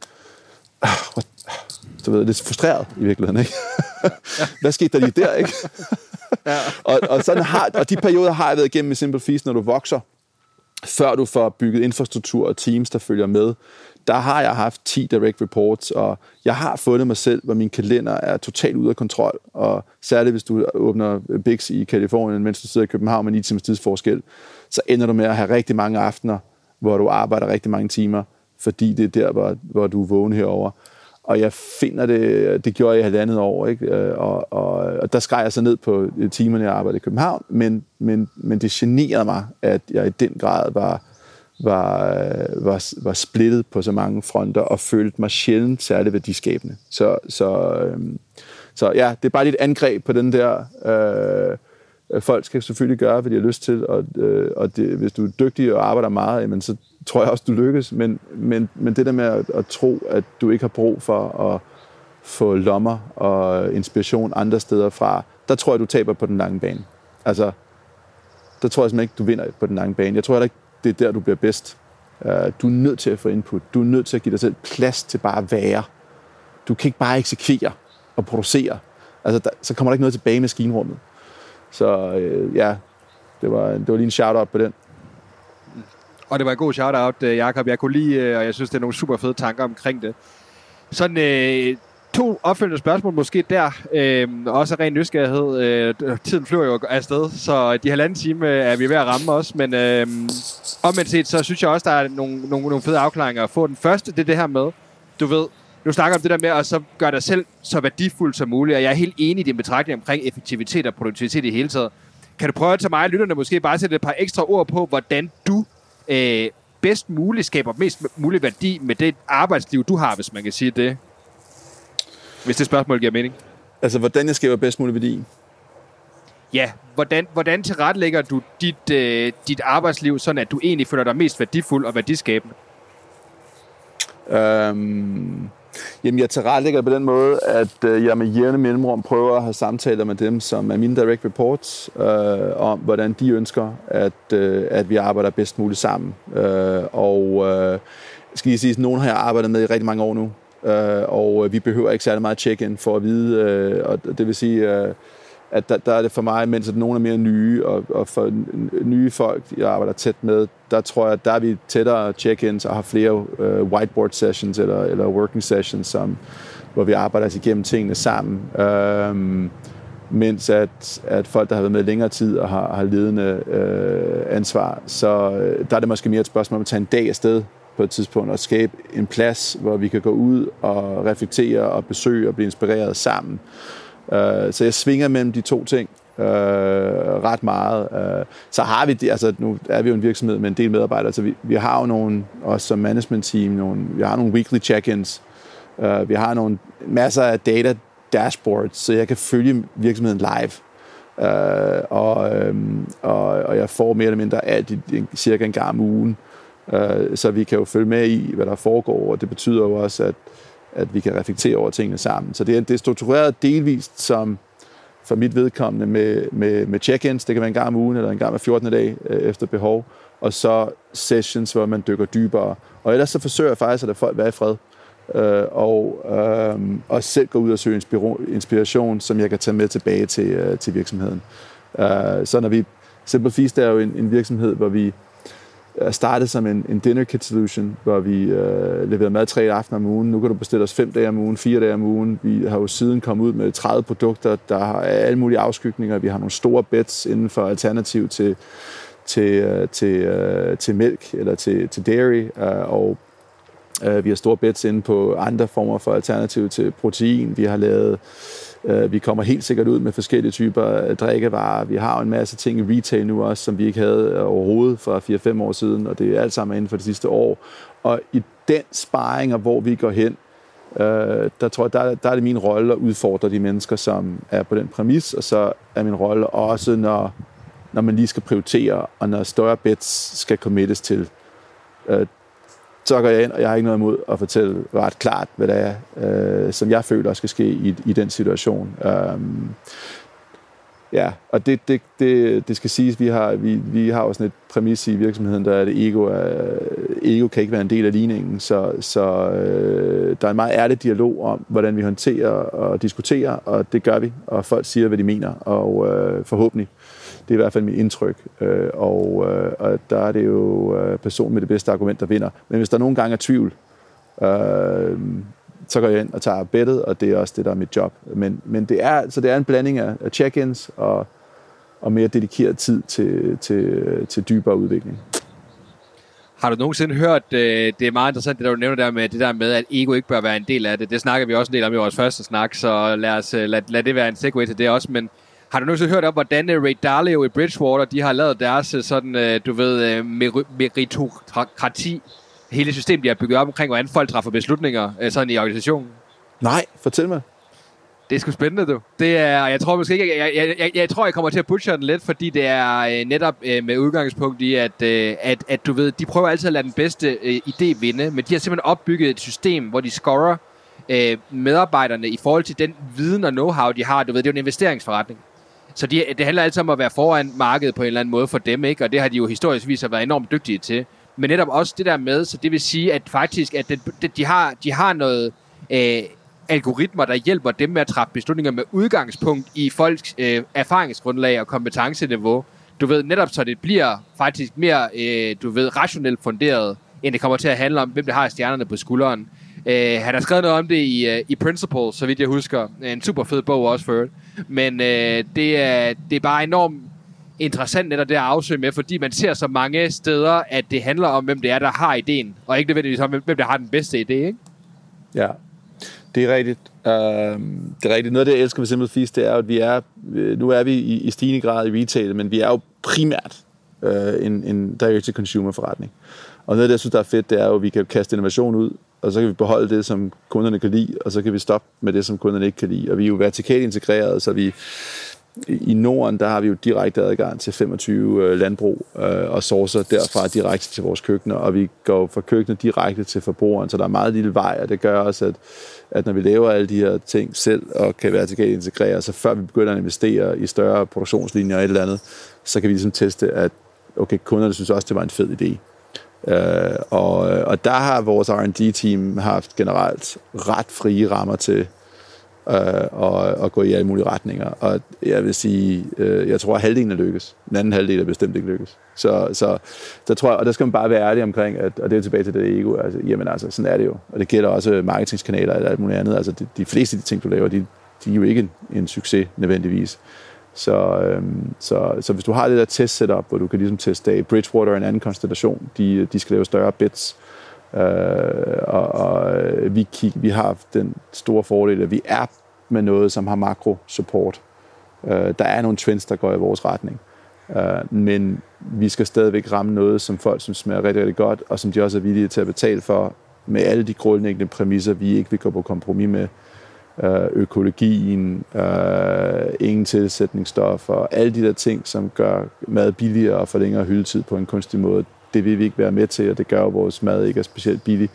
så ved jeg, lidt frustreret i virkeligheden, ikke? Hvad skete der lige der, ikke? Ja. og de perioder har jeg været igennem med Simple Feast, når du vokser, før du får bygget infrastruktur og teams, der følger med. Der har jeg haft 10 direct reports, og jeg har fundet mig selv, hvor min kalender er totalt ude af kontrol. Og særligt hvis du åbner Bix i Kalifornien, mens du sidder i København med 9 timers tidsforskel, så ender du med at have rigtig mange aftener, hvor du arbejder rigtig mange timer, fordi det er der, hvor du er vågen herover. Og jeg finder det gjorde jeg i 1,5 år, ikke? Og der skrev jeg så ned på timerne, jeg arbejdede i København, men det generede mig, at jeg i den grad var splittet på så mange fronter, og følte mig sjældent særligt værdiskabende. Så ja, det er bare lidt angreb på den der... folk skal selvfølgelig gøre, hvad de har lyst til, og hvis du er dygtig og arbejder meget, jamen, så tror jeg også, du lykkes. Men det der med at tro, at du ikke har brug for at få lommer og inspiration andre steder fra, der tror jeg, du taber på den lange bane. Altså, der tror jeg simpelthen ikke, du vinder på den lange bane. Jeg tror heller ikke, det er der, du bliver bedst. Du er nødt til at få input. Du er nødt til at give dig selv plads til bare at være. Du kan ikke bare eksekvere og producere. Altså, så kommer der ikke noget tilbage i maskinrummet. Så ja, Det var lige en shout-out på den. Og det var en god shout-out, Jakob. Jeg kunne lide, og jeg synes, det er nogle super fede tanker omkring det. Sådan 2 opfølgende spørgsmål måske der. Også ren nysgerrighed. Tiden flyver jo afsted, så de 1,5 time er vi ved at ramme også. Men omvendt set, så synes jeg også, der er nogle fede afklaringer at få. Den første, det er det her med, du ved, nu snakker om det der med at så gøre dig selv så værdifuld som muligt, og jeg er helt enig i din betragtning omkring effektivitet og produktivitet i hele taget. Kan du prøve at tage mig og lytterne måske bare sætte et par ekstra ord på, hvordan du bedst muligt skaber mest mulig værdi med det arbejdsliv, du har, hvis man kan sige det? Hvis det spørgsmål giver mening. Altså, hvordan jeg skaber bedst mulig værdi? Ja, hvordan tilrettelægger du dit arbejdsliv, sådan at du egentlig føler dig mest værdifuld og værdiskabende? Jamen, jeg tilrettelægger på den måde, at jeg med jævne mellemrum prøver at have samtaler med dem, som er mine direct reports, om hvordan de ønsker, at vi arbejder bedst muligt sammen. Skal jeg sige, at nogen har jeg arbejdet med i rigtig mange år nu, og vi behøver ikke særlig meget check-in for at vide, og det vil sige, at der er det for mig, mens at nogen er mere nye, og for nye folk, jeg arbejder tæt med, der tror jeg, at der er vi tættere check-ins og har flere whiteboard sessions eller working sessions, hvor vi arbejder os igennem tingene sammen. Mens at folk, der har været med længere tid og har ledende ansvar, så der er det måske mere et spørgsmål om at tage en dag afsted på et tidspunkt og skabe en plads, hvor vi kan gå ud og reflektere og besøge og blive inspireret sammen. Så jeg svinger mellem de 2 ting ret meget. Så har vi det, altså nu er vi jo en virksomhed med en del medarbejdere, så vi har jo nogle, også som management team, vi har nogle weekly check-ins. Vi har nogle masser af data dashboards, så jeg kan følge virksomheden live. Og jeg får mere eller mindre alt cirka en gang om ugen. Så vi kan jo følge med i, hvad der foregår, og det betyder jo også, at vi kan reflektere over tingene sammen. Så det er struktureret delvist som for mit vedkommende med check-ins. Det kan være en gang om ugen eller en gang hver 14. dag efter behov. Og så sessions, hvor man dykker dybere. Og ellers så forsøger jeg faktisk at lade folk være i fred. Og selv gå ud og søge inspiration, som jeg kan tage med tilbage til virksomheden. Så når vi... Simple Feast er jo en virksomhed, hvor vi startede som en dinner kit solution, hvor vi leverede mad 3 aftener om ugen. Nu kan du bestille os 5 dage om ugen, 4 dage om ugen. Vi har jo siden kommet ud med 30 produkter, der har alle mulige afskygninger. Vi har nogle store bets inden for alternativ til mælk eller til dairy, og vi har store bets inde på andre former for alternativ til protein. Vi kommer helt sikkert ud med forskellige typer af drikkevarer. Vi har jo en masse ting i retail nu også, som vi ikke havde overhovedet for 4-5 år siden, og det er alt sammen inden for de sidste år. Og i den sparring, og hvor vi går hen, der tror jeg, der er det min rolle at udfordre de mennesker, som er på den præmis, og så er min rolle også, når man lige skal prioritere, og når større bets skal committes til. Så går jeg ind, og jeg har ikke noget imod at fortælle ret klart, hvad det er, som jeg føler skal ske i den situation. Ja, og det skal siges, vi har også sådan et præmis i virksomheden, der er det ego kan ikke være en del af ligningen, så der er en meget ærlig dialog om, hvordan vi håndterer og diskuterer, og det gør vi, og folk siger, hvad de mener, og forhåbentlig. Det er i hvert fald mit indtryk, og der er det jo personen med det bedste argument, der vinder. Men hvis der nogle gange er tvivl, så går jeg ind og tager bettet, og det er også det, der er mit job. Men det er en blanding af check-ins og mere dedikeret tid til dybere udvikling. Har du nogensinde hørt, det er meget interessant, det der du nævner der med, det der med, at ego ikke bør være en del af det. Det snakker vi også en del om i vores første snak, så lad det være en segue til det også. Men har du nogensinde hørt om, hvordan Ray Dalio i Bridgewater, de har lavet deres sådan, du ved, meritokrati, hele systemet, de har bygget op omkring, hvordan folk træffer beslutninger sådan i organisationen? Nej, fortæl mig. Det er sgu spændende, du. Det er, jeg tror måske ikke, jeg tror, jeg kommer til at butcher den lidt, fordi det er netop med udgangspunkt i, at du ved, de prøver altid at lade den bedste idé vinde, men de har simpelthen opbygget et system, hvor de scorer medarbejderne i forhold til den viden og know-how, de har. Du ved, det er jo en investeringsforretning. Så det handler altid om at være foran markedet på en eller anden måde for dem, ikke? Og det har de jo historisk vist været enormt dygtige til. Men netop også det der med, så det vil sige, at faktisk, at de har noget algoritmer, der hjælper dem med at træffe beslutninger med udgangspunkt i folks erfaringsgrundlag og kompetenceniveau. du ved, netop så det bliver faktisk mere, du ved, rationelt funderet, end det kommer til at handle om, hvem der har stjernerne på skulderen. Han har skrevet noget om det i Principle, så vidt jeg husker. En super fed bog også for det. Men det er bare enormt interessant netop det at afsøge med, fordi man ser så mange steder, at det handler om, hvem det er, der har ideen, og ikke nødvendigvis om, hvem der har den bedste idé, ikke? Ja, det er rigtigt. Det er rigtigt. Noget af det, jeg elsker ved Simple Feast, det er at nu er vi i stigende grad i retail, men vi er jo primært en direct-to-consumer forretning. Og noget af det, jeg synes, der er fedt, det er jo, at vi kan kaste innovation ud, og så kan vi beholde det, som kunderne kan lide, og så kan vi stoppe med det, som kunderne ikke kan lide. Og vi er jo vertikalt integreret, så i Norden, der har vi jo direkte adgang til 25 landbrug og sourcer derfra direkte til vores køkkener, og vi går fra køkkenet direkte til forbrugeren, så der er meget lille vej, og det gør også, at når vi laver alle de her ting selv og kan vertikalt integrere, så før vi begynder at investere i større produktionslinjer og et eller andet, så kan vi ligesom teste, at okay, kunderne synes også, det var en fed idé. Og der har vores R&D-team haft generelt ret frie rammer til at gå i alle mulige retninger. Og jeg vil sige, jeg tror, at halvdelen er lykkes. Den anden halvdel er bestemt ikke lykkes. Så der tror jeg, og der skal man bare være ærlig omkring, og det er tilbage til det ego. Altså, jamen altså, sådan er det jo. Og det gælder også marketingskanaler eller alt muligt andet. Altså, de fleste af de ting, du laver, de er jo ikke en succes nødvendigvis. Så hvis du har det der test setup, hvor du kan ligesom teste af Bridgewater og en anden konstellation, de skal lave større bets, og vi har den store fordel, at vi er med noget, som har makro-support. Der er nogle trends, der går i vores retning. Men vi skal stadigvæk ramme noget, som folk synes smager rigtig, rigtig godt, og som de også er villige til at betale for, med alle de grundlæggende præmisser, vi ikke vil gå på kompromis med. Økologien, ingen tilsætningsstoffer, og alle de der ting, som gør mad billigere og forlænger hyldetid på en kunstig måde, det vil vi ikke være med til, og det gør, at vores mad ikke er specielt billig.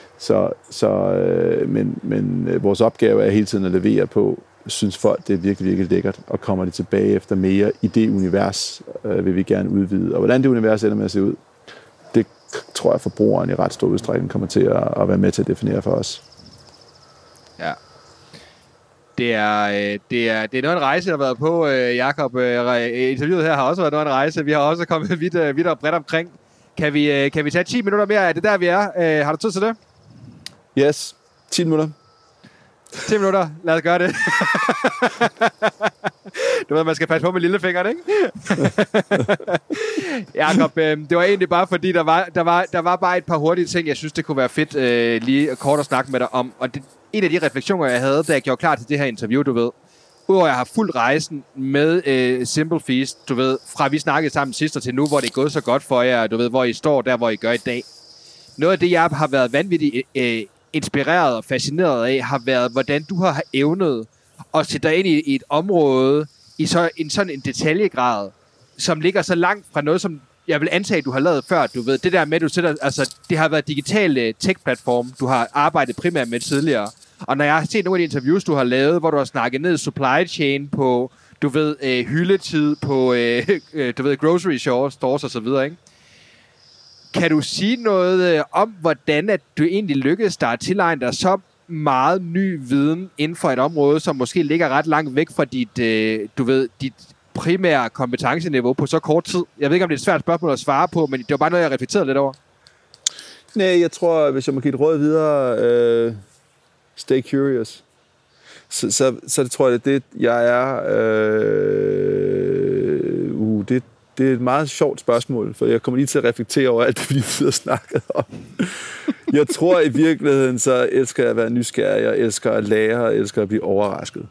Men vores opgave er hele tiden at levere på, synes folk, det er virkelig, virkelig lækkert, og kommer de tilbage efter mere i det univers, vil vi gerne udvide. Og hvordan det univers ender med at se ud, det tror jeg, forbrugeren i ret stor udstrækning kommer til at være med til at definere for os. Ja. Det er noget af en rejse, der har været på, Jakob. Interviewet her har også været noget af en rejse. Vi har også kommet vidt og bredt omkring. Kan vi tage 10 minutter mere? Er det der, vi er? Har du tid til det? Yes, 10 minutter. 10 minutter. Lad os gøre det. Du ved, man skal passe på med lillefingeren, ikke? Jakob, det var egentlig bare fordi, der var bare et par hurtige ting, jeg synes, det kunne være fedt lige kort at snakke med dig om. Og en af de refleksioner, jeg havde, da jeg gjorde klar til det her interview, du ved, udover at jeg har fulgt rejsen med Simple Feast, du ved, fra vi snakkede sammen sidst og til nu, hvor det er gået så godt for jer, du ved, hvor I står der, hvor I gør i dag. Noget af det, jeg har været vanvittigt inspireret og fascineret af, har været, hvordan du har evnet at sætte dig ind i et område i sådan en detaljegrad, som ligger så langt fra noget, som jeg vil antage, du har lavet før. Du ved, det der med, du sætter, altså, det har været digitale tech-platform, du har arbejdet primært med tidligere. Og når jeg har set nogle af de interviews, du har lavet, hvor du har snakket ned supply chain på, du ved, hyldetid på, du ved, grocery stores og så videre, ikke? Kan du sige noget om, hvordan at du egentlig lykkedes dig at tilegne dig så meget ny viden inden for et område, som måske ligger ret langt væk fra dit primære kompetenceniveau på så kort tid? Jeg ved ikke, om det er et svært spørgsmål at svare på, men det var bare noget, jeg reflekterede lidt over. Nej, jeg tror, hvis jeg må give et råd videre, stay curious. Så det tror jeg, det jeg er... Det er et meget sjovt spørgsmål, for jeg kommer lige til at reflektere over alt det, vi lige har snakket om. Jeg tror i virkeligheden, så elsker jeg at være nysgerrig, jeg elsker at lære, jeg elsker at blive overrasket.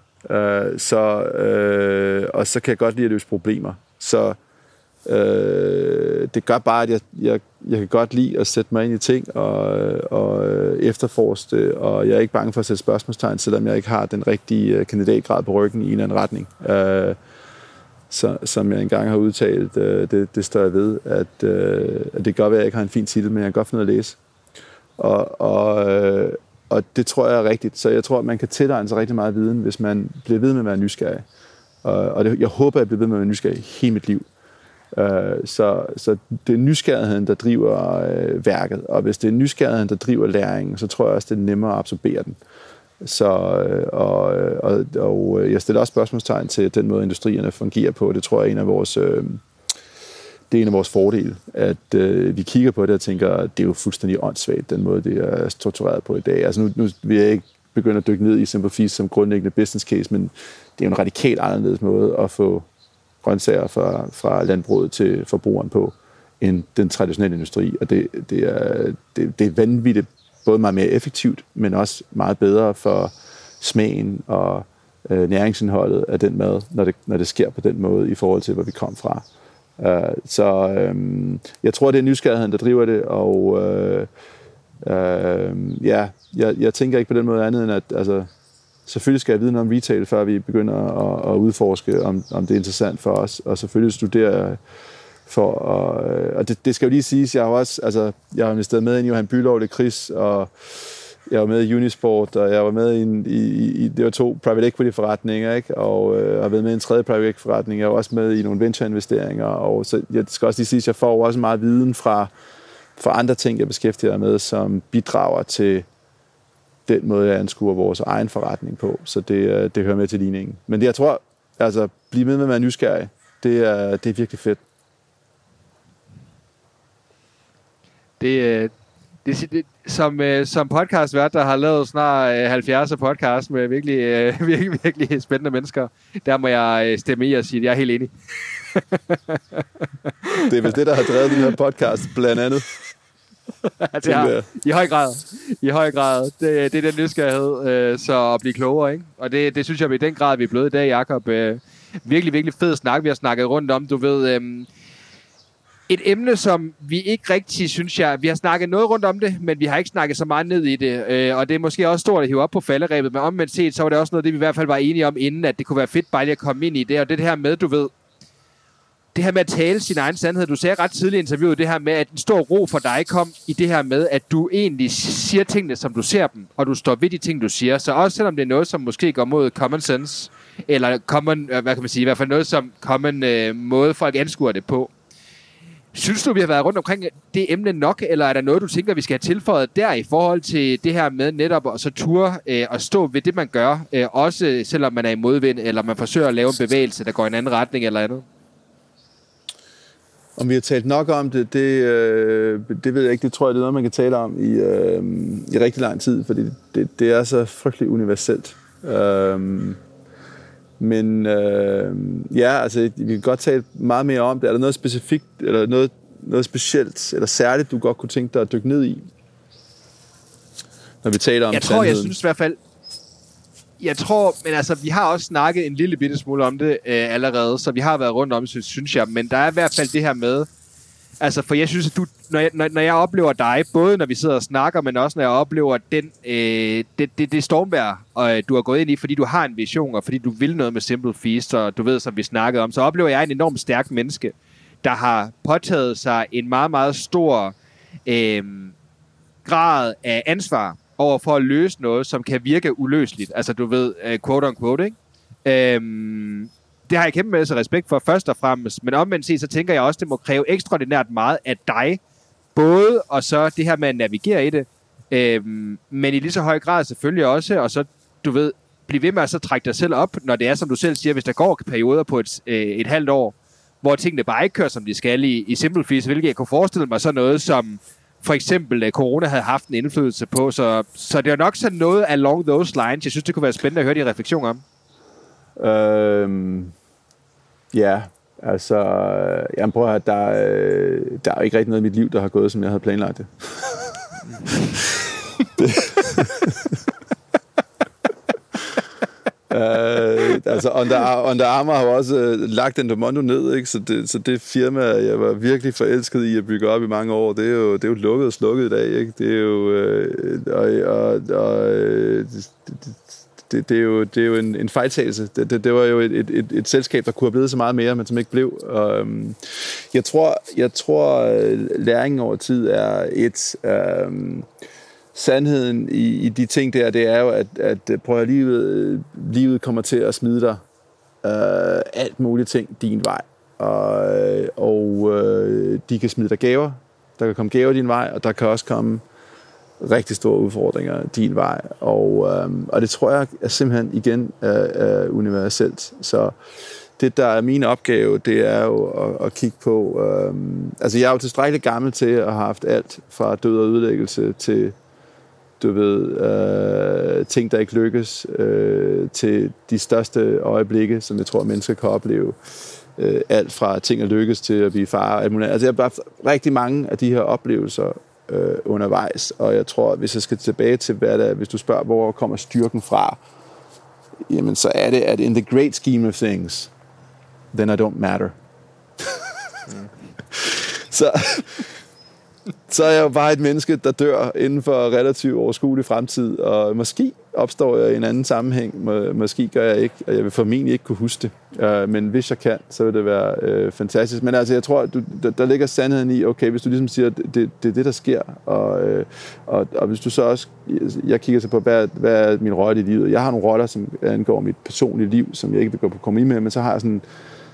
Og så kan jeg godt lide at løse problemer. Så det gør bare, at jeg kan godt lide at sætte mig ind i ting og efterforske det, og jeg er ikke bange for at sætte spørgsmålstegn, selvom jeg ikke har den rigtige kandidatgrad på ryggen i en eller anden retning. Som jeg engang har udtalt, det står jeg ved, at det kan godt være, at jeg ikke har en fin titel, men jeg kan godt finde ud af at læse. Og det tror jeg er rigtigt. Så jeg tror, at man kan tilegne sig rigtig meget viden, hvis man bliver ved med at være nysgerrig. Og jeg håber, at jeg bliver ved med at være nysgerrig hele mit liv. Så det er nysgerrigheden, der driver værket. Og hvis det er nysgerrigheden, der driver læringen, så tror jeg også, det er nemmere at absorbere den. Og jeg stiller også spørgsmålstegn til den måde, industrierne fungerer på. Det tror jeg er en af vores det er en af vores fordele, at vi kigger på det og tænker, at det er jo fuldstændig åndssvagt, den måde, det er struktureret på i dag. Altså nu vil jeg ikke begynde at dykke ned i Simple Feast som grundlæggende business case, men det er en radikalt anderledes måde at få grøntsager fra landbruget til forbrugeren på, end den traditionelle industri. Og det er vanvittigt både meget mere effektivt, men også meget bedre for smagen og næringsindholdet af den mad, når det sker på den måde i forhold til, hvor vi kom fra. Så jeg tror, det er nysgerrigheden, der driver det, og jeg tænker ikke på den måde andet end, at altså, selvfølgelig skal jeg vide noget om retail, før vi begynder at udforske, om det er interessant for os, og selvfølgelig studere og det skal jo lige siges, jeg har også, altså, jeg har investeret med i Johan Bülow, Le Chris, og jeg var med i Unisport, og jeg var med i det var 2 private equity forretninger, ikke? Og har været med i en 3. private equity forretning. Jeg var også med i nogle venture investeringer, og så jeg skal også lige sige, at jeg får også meget viden fra andre ting, jeg beskæftiger mig med, som bidrager til den måde, jeg anskuer vores egen forretning på. Så det hører med til ligningen. Men det, jeg tror, altså, blive med at være nysgerrig, det er virkelig fedt. Som podcastvært, der har lavet snart 70 podcast med virkelig spændende mennesker, der må jeg stemme i og sige, at jeg er helt enig. Det er vist det, der har drevet den her podcast, blandt andet. Det har, I høj grad. Det er den nysgerrighed, så at blive klogere, ikke? Og det synes jeg i den grad, vi er blevet i dag, Jacob. Virkelig, virkelig fed snak, vi har snakket rundt om. Du ved, et emne, som vi ikke rigtig, synes jeg, vi har snakket noget rundt om det, men vi har ikke snakket så meget ned i det, og det er måske også stort at hive op på falderebet, men omvendt set, så var det også noget, det vi i hvert fald var enige om inden, at det kunne være fedt bare lige at komme ind i det, og det her med, du ved, det her med at tale sin egen sandhed. Du sagde ret tidligt i interviewet det her med, at en stor ro for dig kom i det her med, at du egentlig siger tingene, som du ser dem, og du står ved de ting, du siger. Så også selvom det er noget, som måske går mod common sense, eller common, hvad kan man sige, i hvert fald noget, som common måde, folk anskuer det på. Synes du, vi har været rundt omkring det emne nok, eller er der noget, du tænker, vi skal have tilføjet der i forhold til det her med netop at så ture og stå ved det, man gør, også selvom man er i modvind, eller man forsøger at lave en bevægelse, der går i en anden retning eller andet? Om vi har talt nok om det, det ved jeg ikke. Det tror jeg, det er noget, man kan tale om i rigtig lang tid, fordi det er så frygtelig universelt. Men altså, vi kan godt tale meget mere om det. Er der noget specifikt, eller noget specielt, eller særligt, du godt kunne tænke dig at dykke ned i, når vi taler om sandheden? Jeg synes i hvert fald, men altså, vi har også snakket en lille bitte smule om det allerede, så vi har været rundt om det, synes jeg. Men der er i hvert fald det her med, altså, for jeg synes, at når jeg oplever dig, både når vi sidder og snakker, men også når jeg oplever det stormvejr, du har gået ind i, fordi du har en vision, og fordi du vil noget med Simple Feast, og du ved, som vi snakkede om, så oplever jeg en enormt stærk menneske, der har påtaget sig en meget, meget stor grad af ansvar over for at løse noget, som kan virke uløseligt. Altså, du ved, quote on quote, ikke? Det har jeg kæmpemæssig respekt for, først og fremmest. Men omvendt set, så tænker jeg også, det må kræve ekstraordinært meget af dig. Både, og så det her med at navigere i det, men i lige så høj grad selvfølgelig også, og så, du ved, blive ved med at så trække dig selv op, når det er, som du selv siger, hvis der går perioder på et halvt år, hvor tingene bare ikke kører, som de skal i Simple Feast, hvilket jeg kunne forestille mig så noget, som for eksempel corona havde haft en indflydelse på. Så det er nok sådan noget along those lines. Jeg synes, det kunne være spændende at høre de refleksioner om. Ja, altså, jeg prøver at der er ikke rigtig noget i mit liv, der har gået, som jeg havde planlagt det. Altså, Under Armour har også lagt Endomondo ned, ikke? Så det firma, jeg var virkelig forelsket i at bygge op i mange år, det er jo lukket og slukket i dag, ikke? Det er jo det er jo en fejltagelse. Det var jo et selskab, der kunne have blevet så meget mere, men som ikke blev. Jeg tror læringen over tid er sandheden i de ting der, det er jo, at prøv at livet kommer til at smide dig alt muligt ting din vej. Og de kan smide dig gaver. Der kan komme gaver din vej, og der kan også komme rigtig store udfordringer din vej. Og det tror jeg er simpelthen igen universelt. Så det, der er min opgave, det er jo at kigge på... altså, jeg er jo tilstrækkeligt gammel til at have haft alt fra død og ødelæggelse til, du ved, ting, der ikke lykkes, til de største øjeblikke, som jeg tror, mennesker kan opleve. Alt fra ting at lykkes til at blive far. Altså, jeg har haft rigtig mange af de her oplevelser undervejs, og jeg tror, hvis jeg skal tilbage til, hvad det er, hvis du spørger, hvor kommer styrken fra, jamen, så er det, at in the great scheme of things, then I don't matter. Så er jeg jo bare et menneske, der dør inden for relativt overskuelig fremtid, og måske opstår jeg i en anden sammenhæng, måske gør jeg ikke, og jeg vil formentlig ikke kunne huske det. Men hvis jeg kan, så vil det være fantastisk. Men altså, jeg tror, der ligger sandheden i, okay, hvis du ligesom siger, det er det, der sker, og hvis du så også, jeg kigger så på, hvad er min rolle i livet. Jeg har nogle roller, som angår mit personlige liv, som jeg ikke vil gå på kompromis med, men så har jeg sådan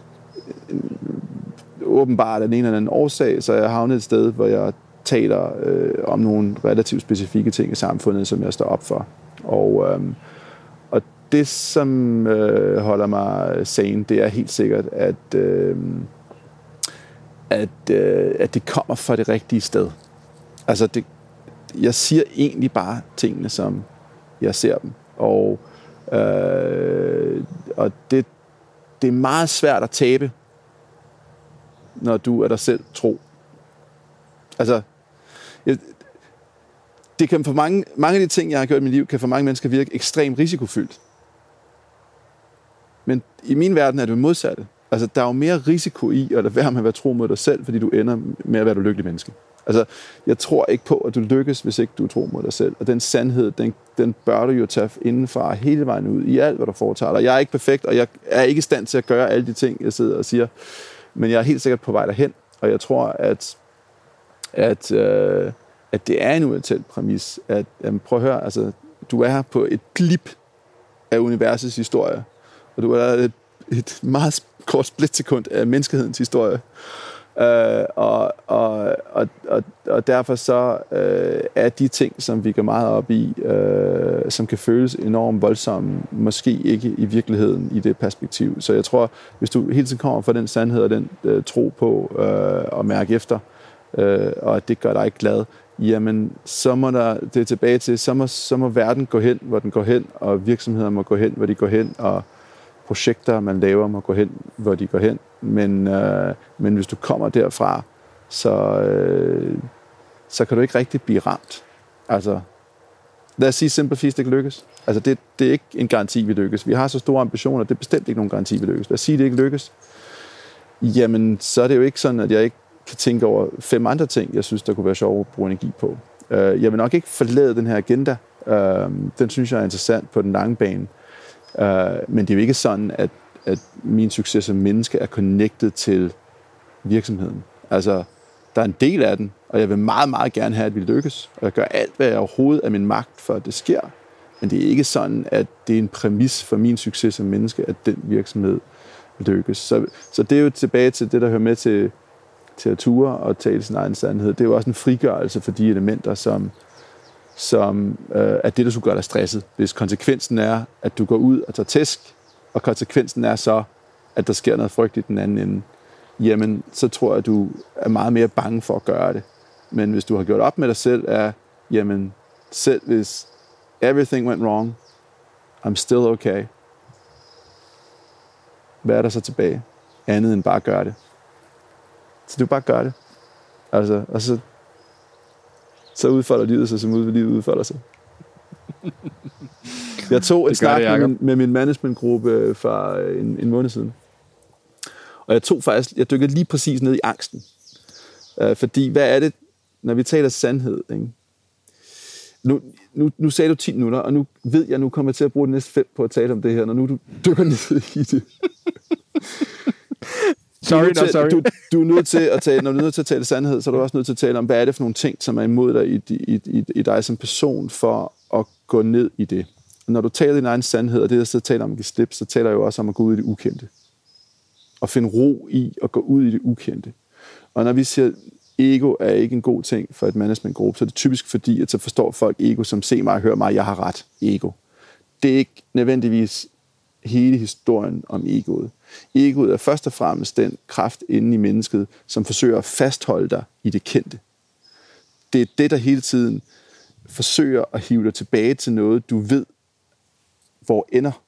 åbenbart af en eller anden årsag, så jeg har havnet et sted, hvor jeg taler om nogle relativt specifikke ting i samfundet, som jeg står op for. Og det, som holder mig sane, det er helt sikkert, at det kommer fra det rigtige sted. Altså, jeg siger egentlig bare tingene, som jeg ser dem. Og det er meget svært at tabe, når du er dig selv tro. Altså, det kan for mange af de ting, jeg har gjort i mit liv, kan for mange mennesker virke ekstremt risikofyldt. Men i min verden er det jo modsatte. Altså, der er jo mere risiko i at lade være med at være tro mod dig selv, fordi du ender med at være et lykkeligt menneske. Altså, jeg tror ikke på, at du lykkes, hvis ikke du er tro mod dig selv. Og den sandhed, den bør du jo tage indenfra hele vejen ud i alt, hvad du foretager dig. Jeg er ikke perfekt, og jeg er ikke i stand til at gøre alle de ting, jeg sidder og siger. Men jeg er helt sikkert på vej derhen, og jeg tror, at det er en universel præmis. Prøv at høre, altså, du er her på et glip af universets historie, og du er et meget kort splitsekund af menneskehedens historie. Og derfor så er de ting, som vi går meget op i, som kan føles enormt voldsomme, måske ikke i virkeligheden i det perspektiv. Så jeg tror, hvis du hele tiden kommer fra den sandhed og den tro på at mærke efter, og at det gør dig glad, jamen så må det er tilbage til, så må verden gå hen, hvor den går hen, og virksomheder må gå hen, hvor de går hen, og projekter, man laver, må gå hen, hvor de går hen. Men hvis du kommer derfra, så kan du ikke rigtig blive ramt. Altså, lad os sige, Simple Feast ikke lykkes. Altså, det er ikke en garanti, vi lykkes. Vi har så store ambitioner, det er bestemt ikke nogen garanti, vi lykkes. Lad os sige, det ikke lykkes. Jamen, så er det jo ikke sådan, at jeg ikke kan tænke over 5 andre ting, jeg synes, der kunne være sjovt at bruge energi på. Jeg vil nok ikke forlade den her agenda. Den synes jeg er interessant på den lange bane. Men det er jo ikke sådan, at min succes som menneske er connected til virksomheden. Altså, der er en del af den, og jeg vil meget, meget gerne have, at vi lykkes. Og jeg gør alt, hvad jeg overhovedet er min magt for, at det sker. Men det er ikke sådan, at det er en præmis for min succes som menneske, at den virksomhed lykkes. Så det er jo tilbage til det, der hører med til at ture og tale sin egen sandhed. Det er jo også en frigørelse for de elementer, som er det, der skulle gøre dig stresset. Hvis konsekvensen er, at du går ud og tager tæsk, og konsekvensen er så, at der sker noget frygteligt den anden ende, jamen, så tror jeg, at du er meget mere bange for at gøre det. Men hvis du har gjort op med dig selv, jamen, selv hvis everything went wrong, I'm still okay. Hvad er der så tilbage? Andet end bare at gøre det. Så du bare gør det. Altså, og så udfolder livet sig, som livet udfolder sig. Jeg tog et snak med min managementgruppe for en måned siden. Og jeg dykkede lige præcis ned i angsten. Fordi, hvad er det, når vi taler sandhed? Ikke? Nu sagde du 10 minutter, og nu ved jeg, nu kommer jeg til at bruge de næste 5 på at tale om det her, når nu du dykker ned i det. Du er nødt til at tale, når du er nødt til at tale sandhed, så er du også nødt til at tale om, hvad er det for nogle ting, som er imod dig i dig som person, for at gå ned i det. Og når du taler din egen sandhed, og det jeg så taler om at give slip, så taler jeg jo også om at gå ud i det ukendte. Og finde ro i at gå ud i det ukendte. Og når vi siger, ego er ikke en god ting for et managementgruppe, så er det typisk fordi, at så forstår folk ego som se mig og hør mig, jeg har ret. Ego. Det er ikke nødvendigvis hele historien om egoet. Egoet er først og fremmest den kraft inde i mennesket, som forsøger at fastholde dig i det kendte. Det er det, der hele tiden forsøger at hive dig tilbage til noget, du ved, hvor ender.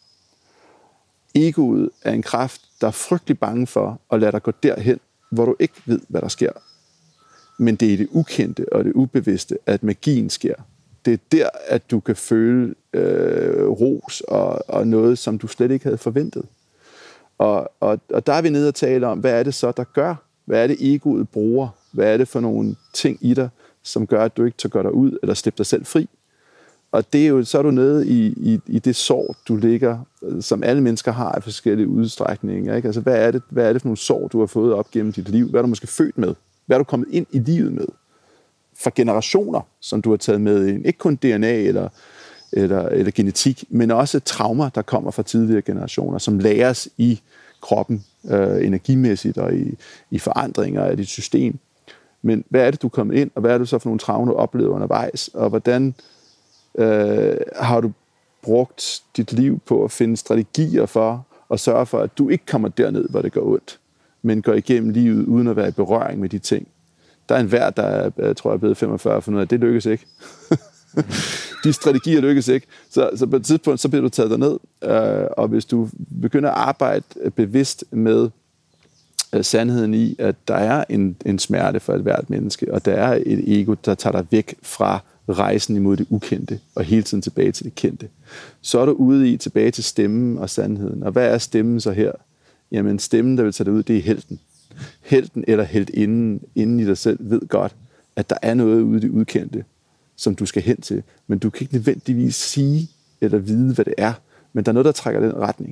Egoet er en kraft, der er frygtelig bange for at lade dig gå derhen, hvor du ikke ved, hvad der sker. Men det er i det ukendte og det ubevidste, at magien sker. Det er der, at du kan føle ros og noget, som du slet ikke havde forventet. Og der er vi nede og tale om, hvad er det så, der gør? Hvad er det, egoet bruger? Hvad er det for nogle ting i dig, som gør, at du ikke tør gøre dig ud eller slippe dig selv fri? Og det er jo, så er du nede i det sår, du ligger, som alle mennesker har i forskellige udstrækninger. Ikke? Altså, hvad er det for nogle sår, du har fået op gennem dit liv? Hvad er du måske født med? Hvad er du kommet ind i livet med? Fra generationer, som du har taget med ind. Ikke kun DNA eller genetik, men også traumer, der kommer fra tidligere generationer, som læres i kroppen energimæssigt og i forandringer af dit system. Men hvad er det, du er kommet ind, og hvad er det så for nogle traumer, du oplever undervejs? Og hvordan har du brugt dit liv på at finde strategier for at sørge for, at du ikke kommer derned, hvor det går ondt, men går igennem livet uden at være i berøring med de ting? Der er en hver, der tror jeg er blevet 45 for noget af, det lykkes ikke. De strategier lykkes ikke. Så på et tidspunkt, så bliver du taget derned, og hvis du begynder at arbejde bevidst med sandheden i, at der er en smerte for et hvert menneske, og der er et ego, der tager dig væk fra rejsen imod det ukendte, og hele tiden tilbage til det kendte, så er du ude i tilbage til stemmen og sandheden. Og hvad er stemmen så her? Jamen stemmen, der vil tage dig ud, det er helten. Helten eller heltinden inden i dig selv ved godt, at der er noget ude i det ukendte, som du skal hen til. Men du kan ikke nødvendigvis sige eller vide, hvad det er. Men der er noget, der trækker den retning.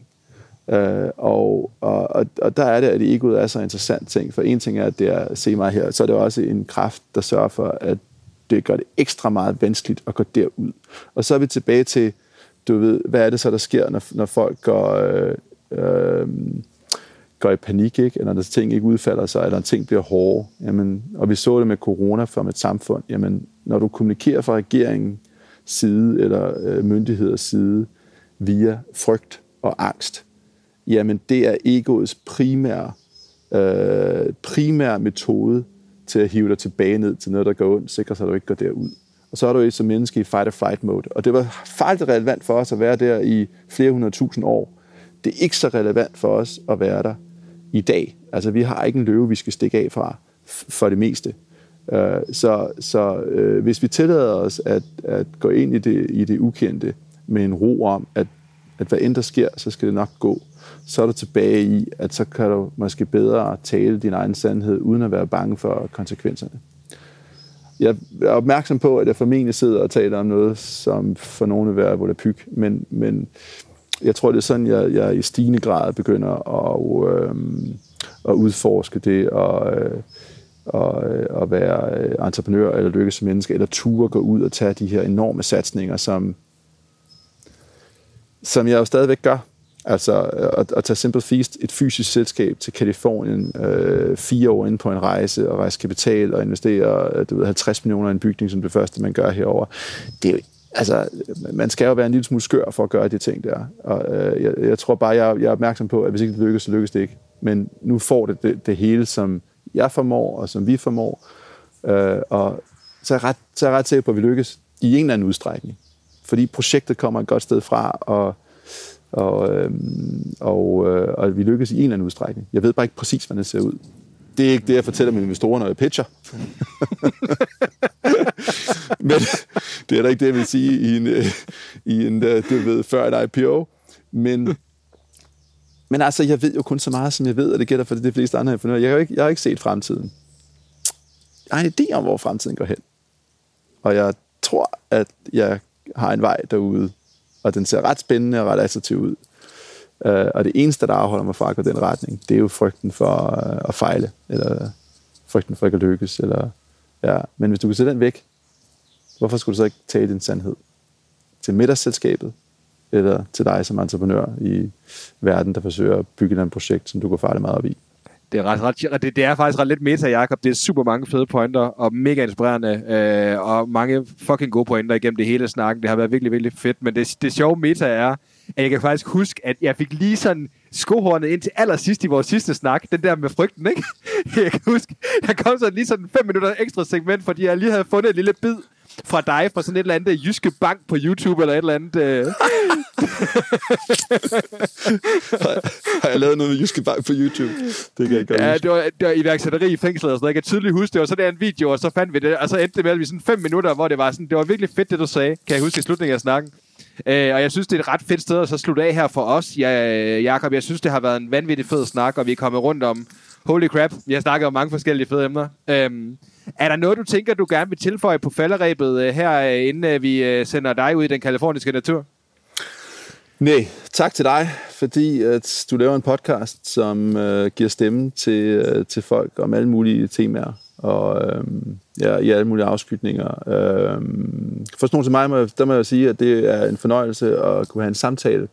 Og der er det, at egoet er så interessant ting. For en ting er, at det er, se mig her, så er det også en kraft, der sørger for, at det gør det ekstra meget vanskeligt at gå derud. Og så er vi tilbage til, du ved, hvad er det så, der sker, når folk går i panik, ikke? Eller når ting ikke udfalder sig, eller når ting bliver hårde. Jamen, og vi så det med corona fra et samfund. Jamen, når du kommunikerer fra regeringens side, eller myndigheders side, via frygt og angst, jamen det er egoets primære metode til at hive dig tilbage ned til noget, der går ondt, sikre sig, at du ikke går derud. Og så er du jo som menneske i fight-or-flight mode. Og det var faktisk relevant for os at være der i flere 100.000 år. Det er ikke så relevant for os at være der i dag. Altså, vi har ikke en løve, vi skal stikke af fra, for det meste. Så hvis vi tillader os at gå ind i det ukendte med en ro om, at hvad end der sker, så skal det nok gå, så er du tilbage i, at så kan du måske bedre tale din egen sandhed, uden at være bange for konsekvenserne. Jeg er opmærksom på, at jeg formentlig sidder og taler om noget, som for nogen vil være volapyk, men jeg tror, det er sådan, jeg i stigende grad begynder at udforske det og være entreprenør eller lykkes som menneske, eller ture gå ud og tage de her enorme satsninger, som jeg jo stadigvæk gør. Altså at tage Simple Feast, et fysisk selskab til Kalifornien, 4 år inde på en rejse og rejse kapital og investere 50 millioner i en bygning, som det første, man gør herover. Det er jo, altså, man skal jo være en lille smule skør for at gøre de ting der. Og jeg tror bare, jeg er opmærksom på, at hvis ikke det lykkes, så lykkes det ikke. Men nu får det hele, som jeg formår, og som vi formår. Og så er jeg ret sikker på, at vi lykkes i en eller anden udstrækning. Fordi projektet kommer et godt sted fra, og vi lykkes i en eller anden udstrækning. Jeg ved bare ikke præcis, hvordan det ser ud. Det er ikke det, jeg fortæller mine investorer, når jeg pitcher. Men det er da ikke det, jeg vil sige i en du ved, før et IPO. Men altså, jeg ved jo kun så meget, som jeg ved, og det gælder for de fleste andre. Jeg har ikke set fremtiden. Jeg har en idé om, hvor fremtiden går hen. Og jeg tror, at jeg har en vej derude, og den ser ret spændende og ret attraktiv ud. Og det eneste, der afholder mig fra at gå den retning, det er jo frygten for at fejle, eller frygten for ikke at lykkes. Eller, ja. Men hvis du kan sætte den væk, hvorfor skulle du så ikke tage din sandhed? Til middagsselskabet, eller til dig som entreprenør i verden, der forsøger at bygge et projekt, som du går farligt meget op i? Det er faktisk ret lidt meta, Jacob. Det er super mange fede pointer, og mega inspirerende, og mange fucking gode pointer igennem det hele snakken. Det har været virkelig, virkelig fedt. Men det sjove meta er, at jeg kan faktisk huske, at jeg fik lige sådan skohornet ind til allersidst i vores sidste snak. Den der med frygten, ikke? Jeg kan huske, der kom sådan lige sådan 5 minutter ekstra segment, fordi jeg lige havde fundet en lille bid fra dig, fra sådan et eller andet Jyske Bank på YouTube, eller et eller andet. Har jeg lavet noget med Jyske Bank på YouTube? Det kan jeg ikke huske. Ja, det var iværksætteri i fængslet og sådan noget. Jeg kan tydeligt huske, det var sådan en video, og så fandt vi det, og så endte det med, at vi sådan 5 minutter, hvor det var sådan, det var virkelig fedt, det du sagde, kan jeg huske i slutningen af snakken. Og jeg synes, det er et ret fedt sted at så slutte af her for os, Jakob. Jeg synes, det har været en vanvittig fed snak, og vi er kommet rundt om, holy crap, vi har snakket om mange forskellige fede emner. Er der noget, du tænker, du gerne vil tilføje på falderebet her, inden vi sender dig ud i den kaliforniske natur? Nej, tak til dig, fordi at du laver en podcast, som giver stemme til folk om alle mulige temaer, og i alle mulige afskytninger. For sådan nogen til mig, der må jeg sige, at det er en fornøjelse at kunne have en samtale,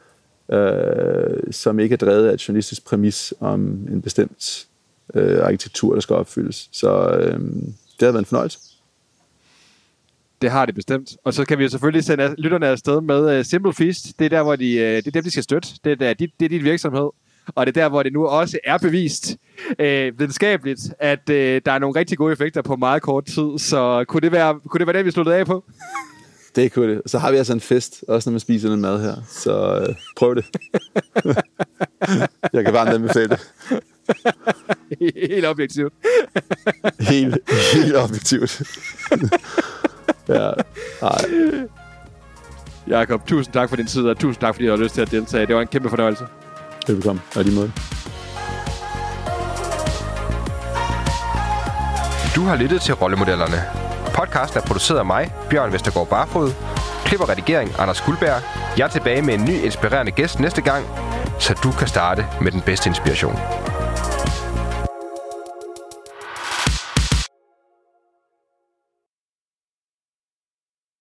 som ikke er drevet af et journalistisk præmis om en bestemt arkitektur, der skal opfyldes. Så det har været en fornøjelse. Det har det bestemt. Og så kan vi jo selvfølgelig sende lytterne afsted med Simple Feast. Det er der, hvor det er dem, de skal støtte. Det er din virksomhed. Og det er der, hvor det nu også er bevist videnskabeligt, at der er nogle rigtig gode effekter på meget kort tid. Så kunne det være det, vi sluttede af på? Det kunne det. Så har vi altså en fest, også når man spiser noget mad her. Så prøv det. Jeg kan varmt anbefale det. Helt objektivt. Helt objektivt. Ja, nej. Jakob, tusind tak for din tid, og tusind tak, fordi du har lyst til at deltage. Det var en kæmpe fornøjelse. Velbekomme. Og lige måde. Du har lyttet til Rollemodellerne. Podcasten er produceret af mig, Bjørn Vestergaard Barfod. Klip og redigering, Anders Guldberg. Jeg er tilbage med en ny inspirerende gæst næste gang, så du kan starte med den bedste inspiration.